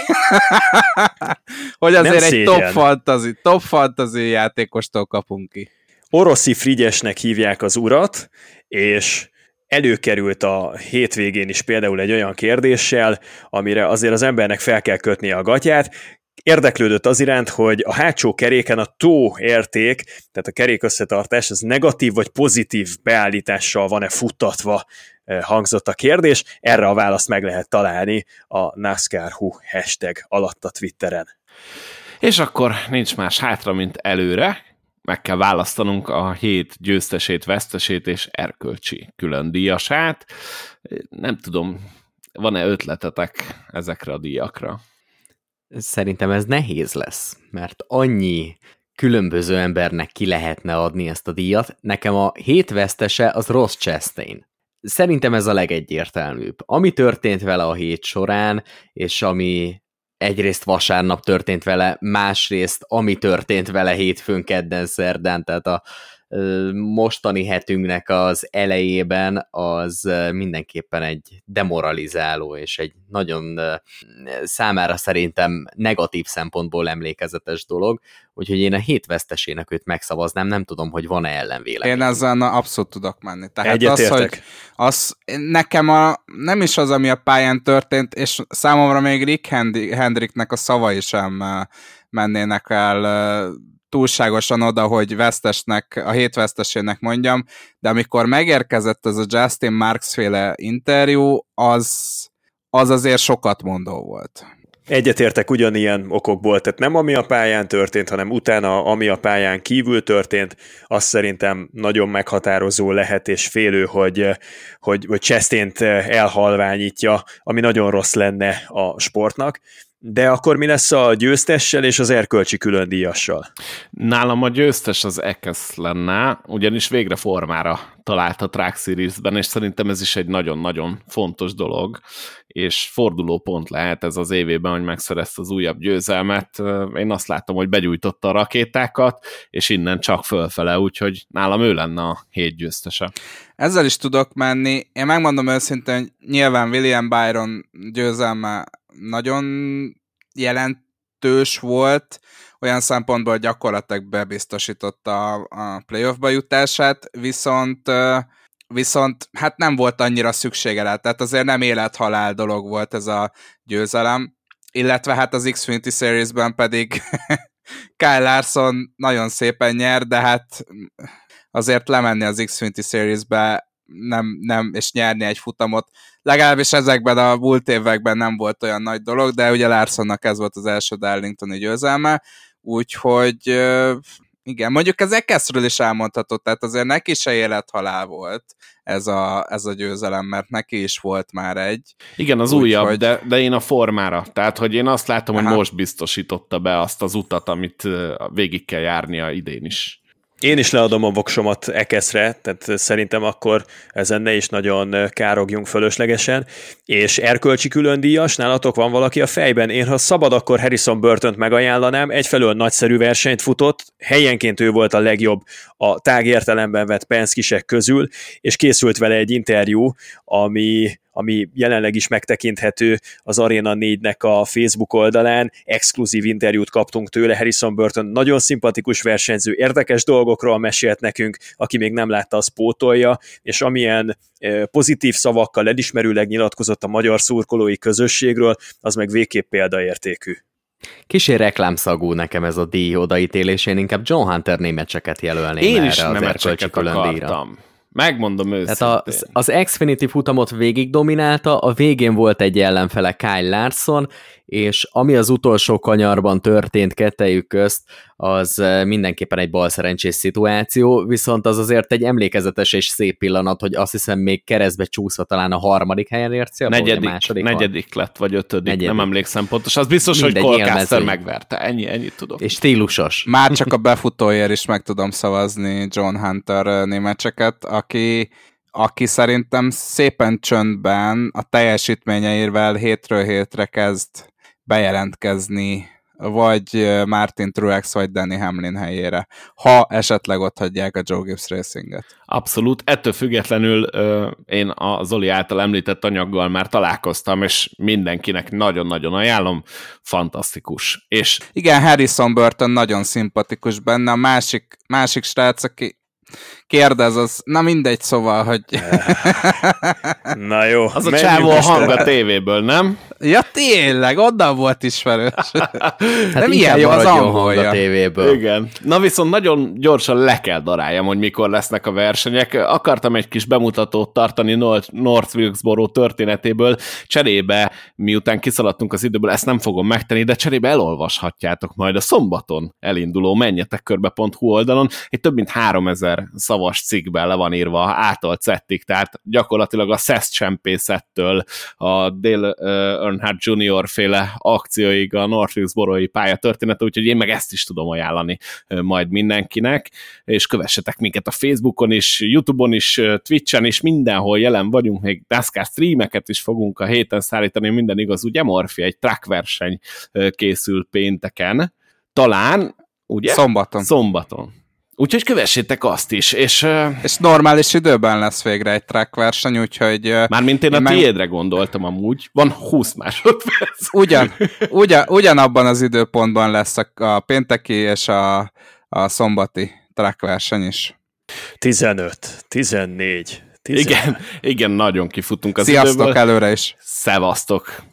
Hogy azért egy top fantasy játékostól kapunk ki. Oroszi Frigyesnek hívják az urat, és előkerült a hétvégén is például egy olyan kérdéssel, amire azért az embernek fel kell kötnie a gatyát. Érdeklődött az iránt, hogy a hátsó keréken a tó érték, tehát a kerék összetartás, az negatív vagy pozitív beállítással van-e futtatva, hangzott a kérdés. Erre a választ meg lehet találni a NASCAR.hu hashtag alatt a Twitteren. És akkor nincs más hátra, mint előre. Meg kell választanunk a hét győztesét, vesztesét és erkölcsi külön díjasát. Nem tudom, van-e ötletetek ezekre a díjakra? Szerintem ez nehéz lesz, mert annyi különböző embernek ki lehetne adni ezt a díjat. Nekem a hét vesztese az Ross Chastain. Szerintem ez a legegyértelműbb. Ami történt vele a hét során, és ami egyrészt vasárnap történt vele, másrészt ami történt vele hétfőn, kedden, szerdán, tehát a mostani hetünknek az elejében, az mindenképpen egy demoralizáló, és egy nagyon számára szerintem negatív szempontból emlékezetes dolog, úgyhogy én a hét vesztesének őt megszavaznám, nem tudom, hogy van-e ellenvélemény. Én ezzel abszolút tudok menni. Tehát egyetértek. Nekem nem is az, ami a pályán történt, és számomra még Rick Hendricknek a szavai sem mennének el túlságosan oda, hogy a hét vesztesének mondjam, de amikor megérkezett ez a Justin Marks féle interjú, az azért sokat mondó volt. Egyetértek ugyanilyen okokból, tehát nem ami a pályán történt, hanem utána ami a pályán kívül történt, az szerintem nagyon meghatározó lehet, és félő, hogy Chastaint elhalványítja, ami nagyon rossz lenne a sportnak. De akkor mi lesz a győztessel és az erkölcsi különdíjassal? Nálam a győztes az Ekesz lenne, ugyanis végre formára talált a Truck Series-ben, és szerintem ez is egy nagyon-nagyon fontos dolog, és fordulópont lehet ez az évében, hogy megszerezte az újabb győzelmet. Én azt látom, hogy begyújtotta a rakétákat, és innen csak fölfele, úgyhogy nálam ő lenne a hét győztese. Ezzel is tudok menni. Én megmondom őszintén, hogy nyilván William Byron győzelme nagyon jelentős volt, olyan szempontból gyakorlatilag bebiztosította a playoffba jutását, viszont hát nem volt annyira szüksége rá, tehát azért nem élet-halál dolog volt ez a győzelem, illetve hát az Xfinity Series-ben pedig Kyle Larson nagyon szépen nyer, de hát azért lemenni az Xfinity Series-be nem, és nyerni egy futamot, legalábbis ezekben a múlt években nem volt olyan nagy dolog, de ugye Larsonnak ez volt az első Darlingtoni győzelme, úgyhogy igen, mondjuk az Ekeszről is elmondható, tehát azért neki se élet-halál volt ez a győzelem, mert neki is volt már egy. Igen, az újabb, de én a formára. Tehát, hogy én azt látom, hogy most biztosította be azt az utat, amit végig kell járnia idén is. Én is leadom a voksomat Ekeszre, tehát szerintem akkor ezen ne is nagyon károgjunk fölöslegesen, és erkölcsi különdíjas, nálatok van valaki a fejben? Én, ha szabad, akkor Harrison Burtont megajánlanám, egyfelől nagyszerű versenyt futott, helyenként ő volt a legjobb a tág értelemben vett Penske-sek közül, és készült vele egy interjú, ami jelenleg is megtekinthető az Arena 4-nek a Facebook oldalán. Exkluzív interjút kaptunk tőle, Harrison Burton nagyon szimpatikus versenyző, érdekes dolgokról mesélt nekünk, aki még nem látta, az pótolja, és amilyen pozitív szavakkal elismerőleg nyilatkozott a magyar szurkolói közösségről, az meg végképp példaértékű. Kicsi reklámszagú nekem ez a díj odaítélés, én inkább John Hunter németseket jelölném én erre is az erkölcsi különdíjra. Megmondom őszintén. Tehát az Xfinity futamot végig dominálta, a végén volt egy ellenfele Kyle Larson, és ami az utolsó kanyarban történt kettejük közt, az mindenképpen egy balszerencsés szituáció, viszont az azért egy emlékezetes és szép pillanat, hogy azt hiszem még keresztbe csúszva talán a harmadik helyen ért célba, negyedik lett, vagy ötödik, nem emlékszem pontos. Az biztos, hogy Cole Custer megverte. Ennyit tudok. És stílusos. Már csak a befutóért is meg tudom szavazni John Hunter németseket, aki szerintem szépen csöndben a teljesítményeivel hétről hétre kezd bejelentkezni, vagy Martin Truex, vagy Danny Hamlin helyére, ha esetleg ott hagyják a Joe Gibbs Racinget. Abszolút. Ettől függetlenül én a Zoli által említett anyaggal már találkoztam, és mindenkinek nagyon-nagyon ajánlom. Fantasztikus. És igen, Harrison Burton nagyon szimpatikus benne, a másik srác, aki kérdez, az, na mindegy, szóval, hogy... Na jó. Az a csávó a hang a tévéből, nem? Ja, tényleg, onnan volt ismerős. Hát nem ilyen jó az angolja. A tévéből. Igen. Na viszont nagyon gyorsan le kell daráljam, hogy mikor lesznek a versenyek. Akartam egy kis bemutatót tartani North Wilkesboro történetéből. Cserébe, miután kiszaladtunk az időből, ezt nem fogom megtenni, de cserébe elolvashatjátok majd a szombaton elinduló menjetekkörbe.hu oldalon. Egy több mint 3000 szavas cikkben le van írva A-tól Z-ig, tehát gyakorlatilag a SES csempészettől a Dale Earnhardt Jr. féle akcióig a North Wilkesboro-i pálya története, úgyhogy én meg ezt is tudom ajánlani majd mindenkinek, és kövessetek minket a Facebookon is, YouTube-on is, Twitch-en is, mindenhol jelen vagyunk, még NASCAR streameket is fogunk a héten szállítani, minden igaz, ugye Morfi, egy track verseny készül pénteken, talán, ugye? Szombaton. Úgyhogy kövessétek azt is, és normális időben lesz végre egy track verseny, úgyhogy... Mármint én a tiédre gondoltam amúgy, van 20 másodperc. Ugyanabban az időpontban lesz a pénteki és a szombati track verseny is. 15, 14, 15. Igen, nagyon kifutunk az Sziasztok időből. előre is. Szevasztok.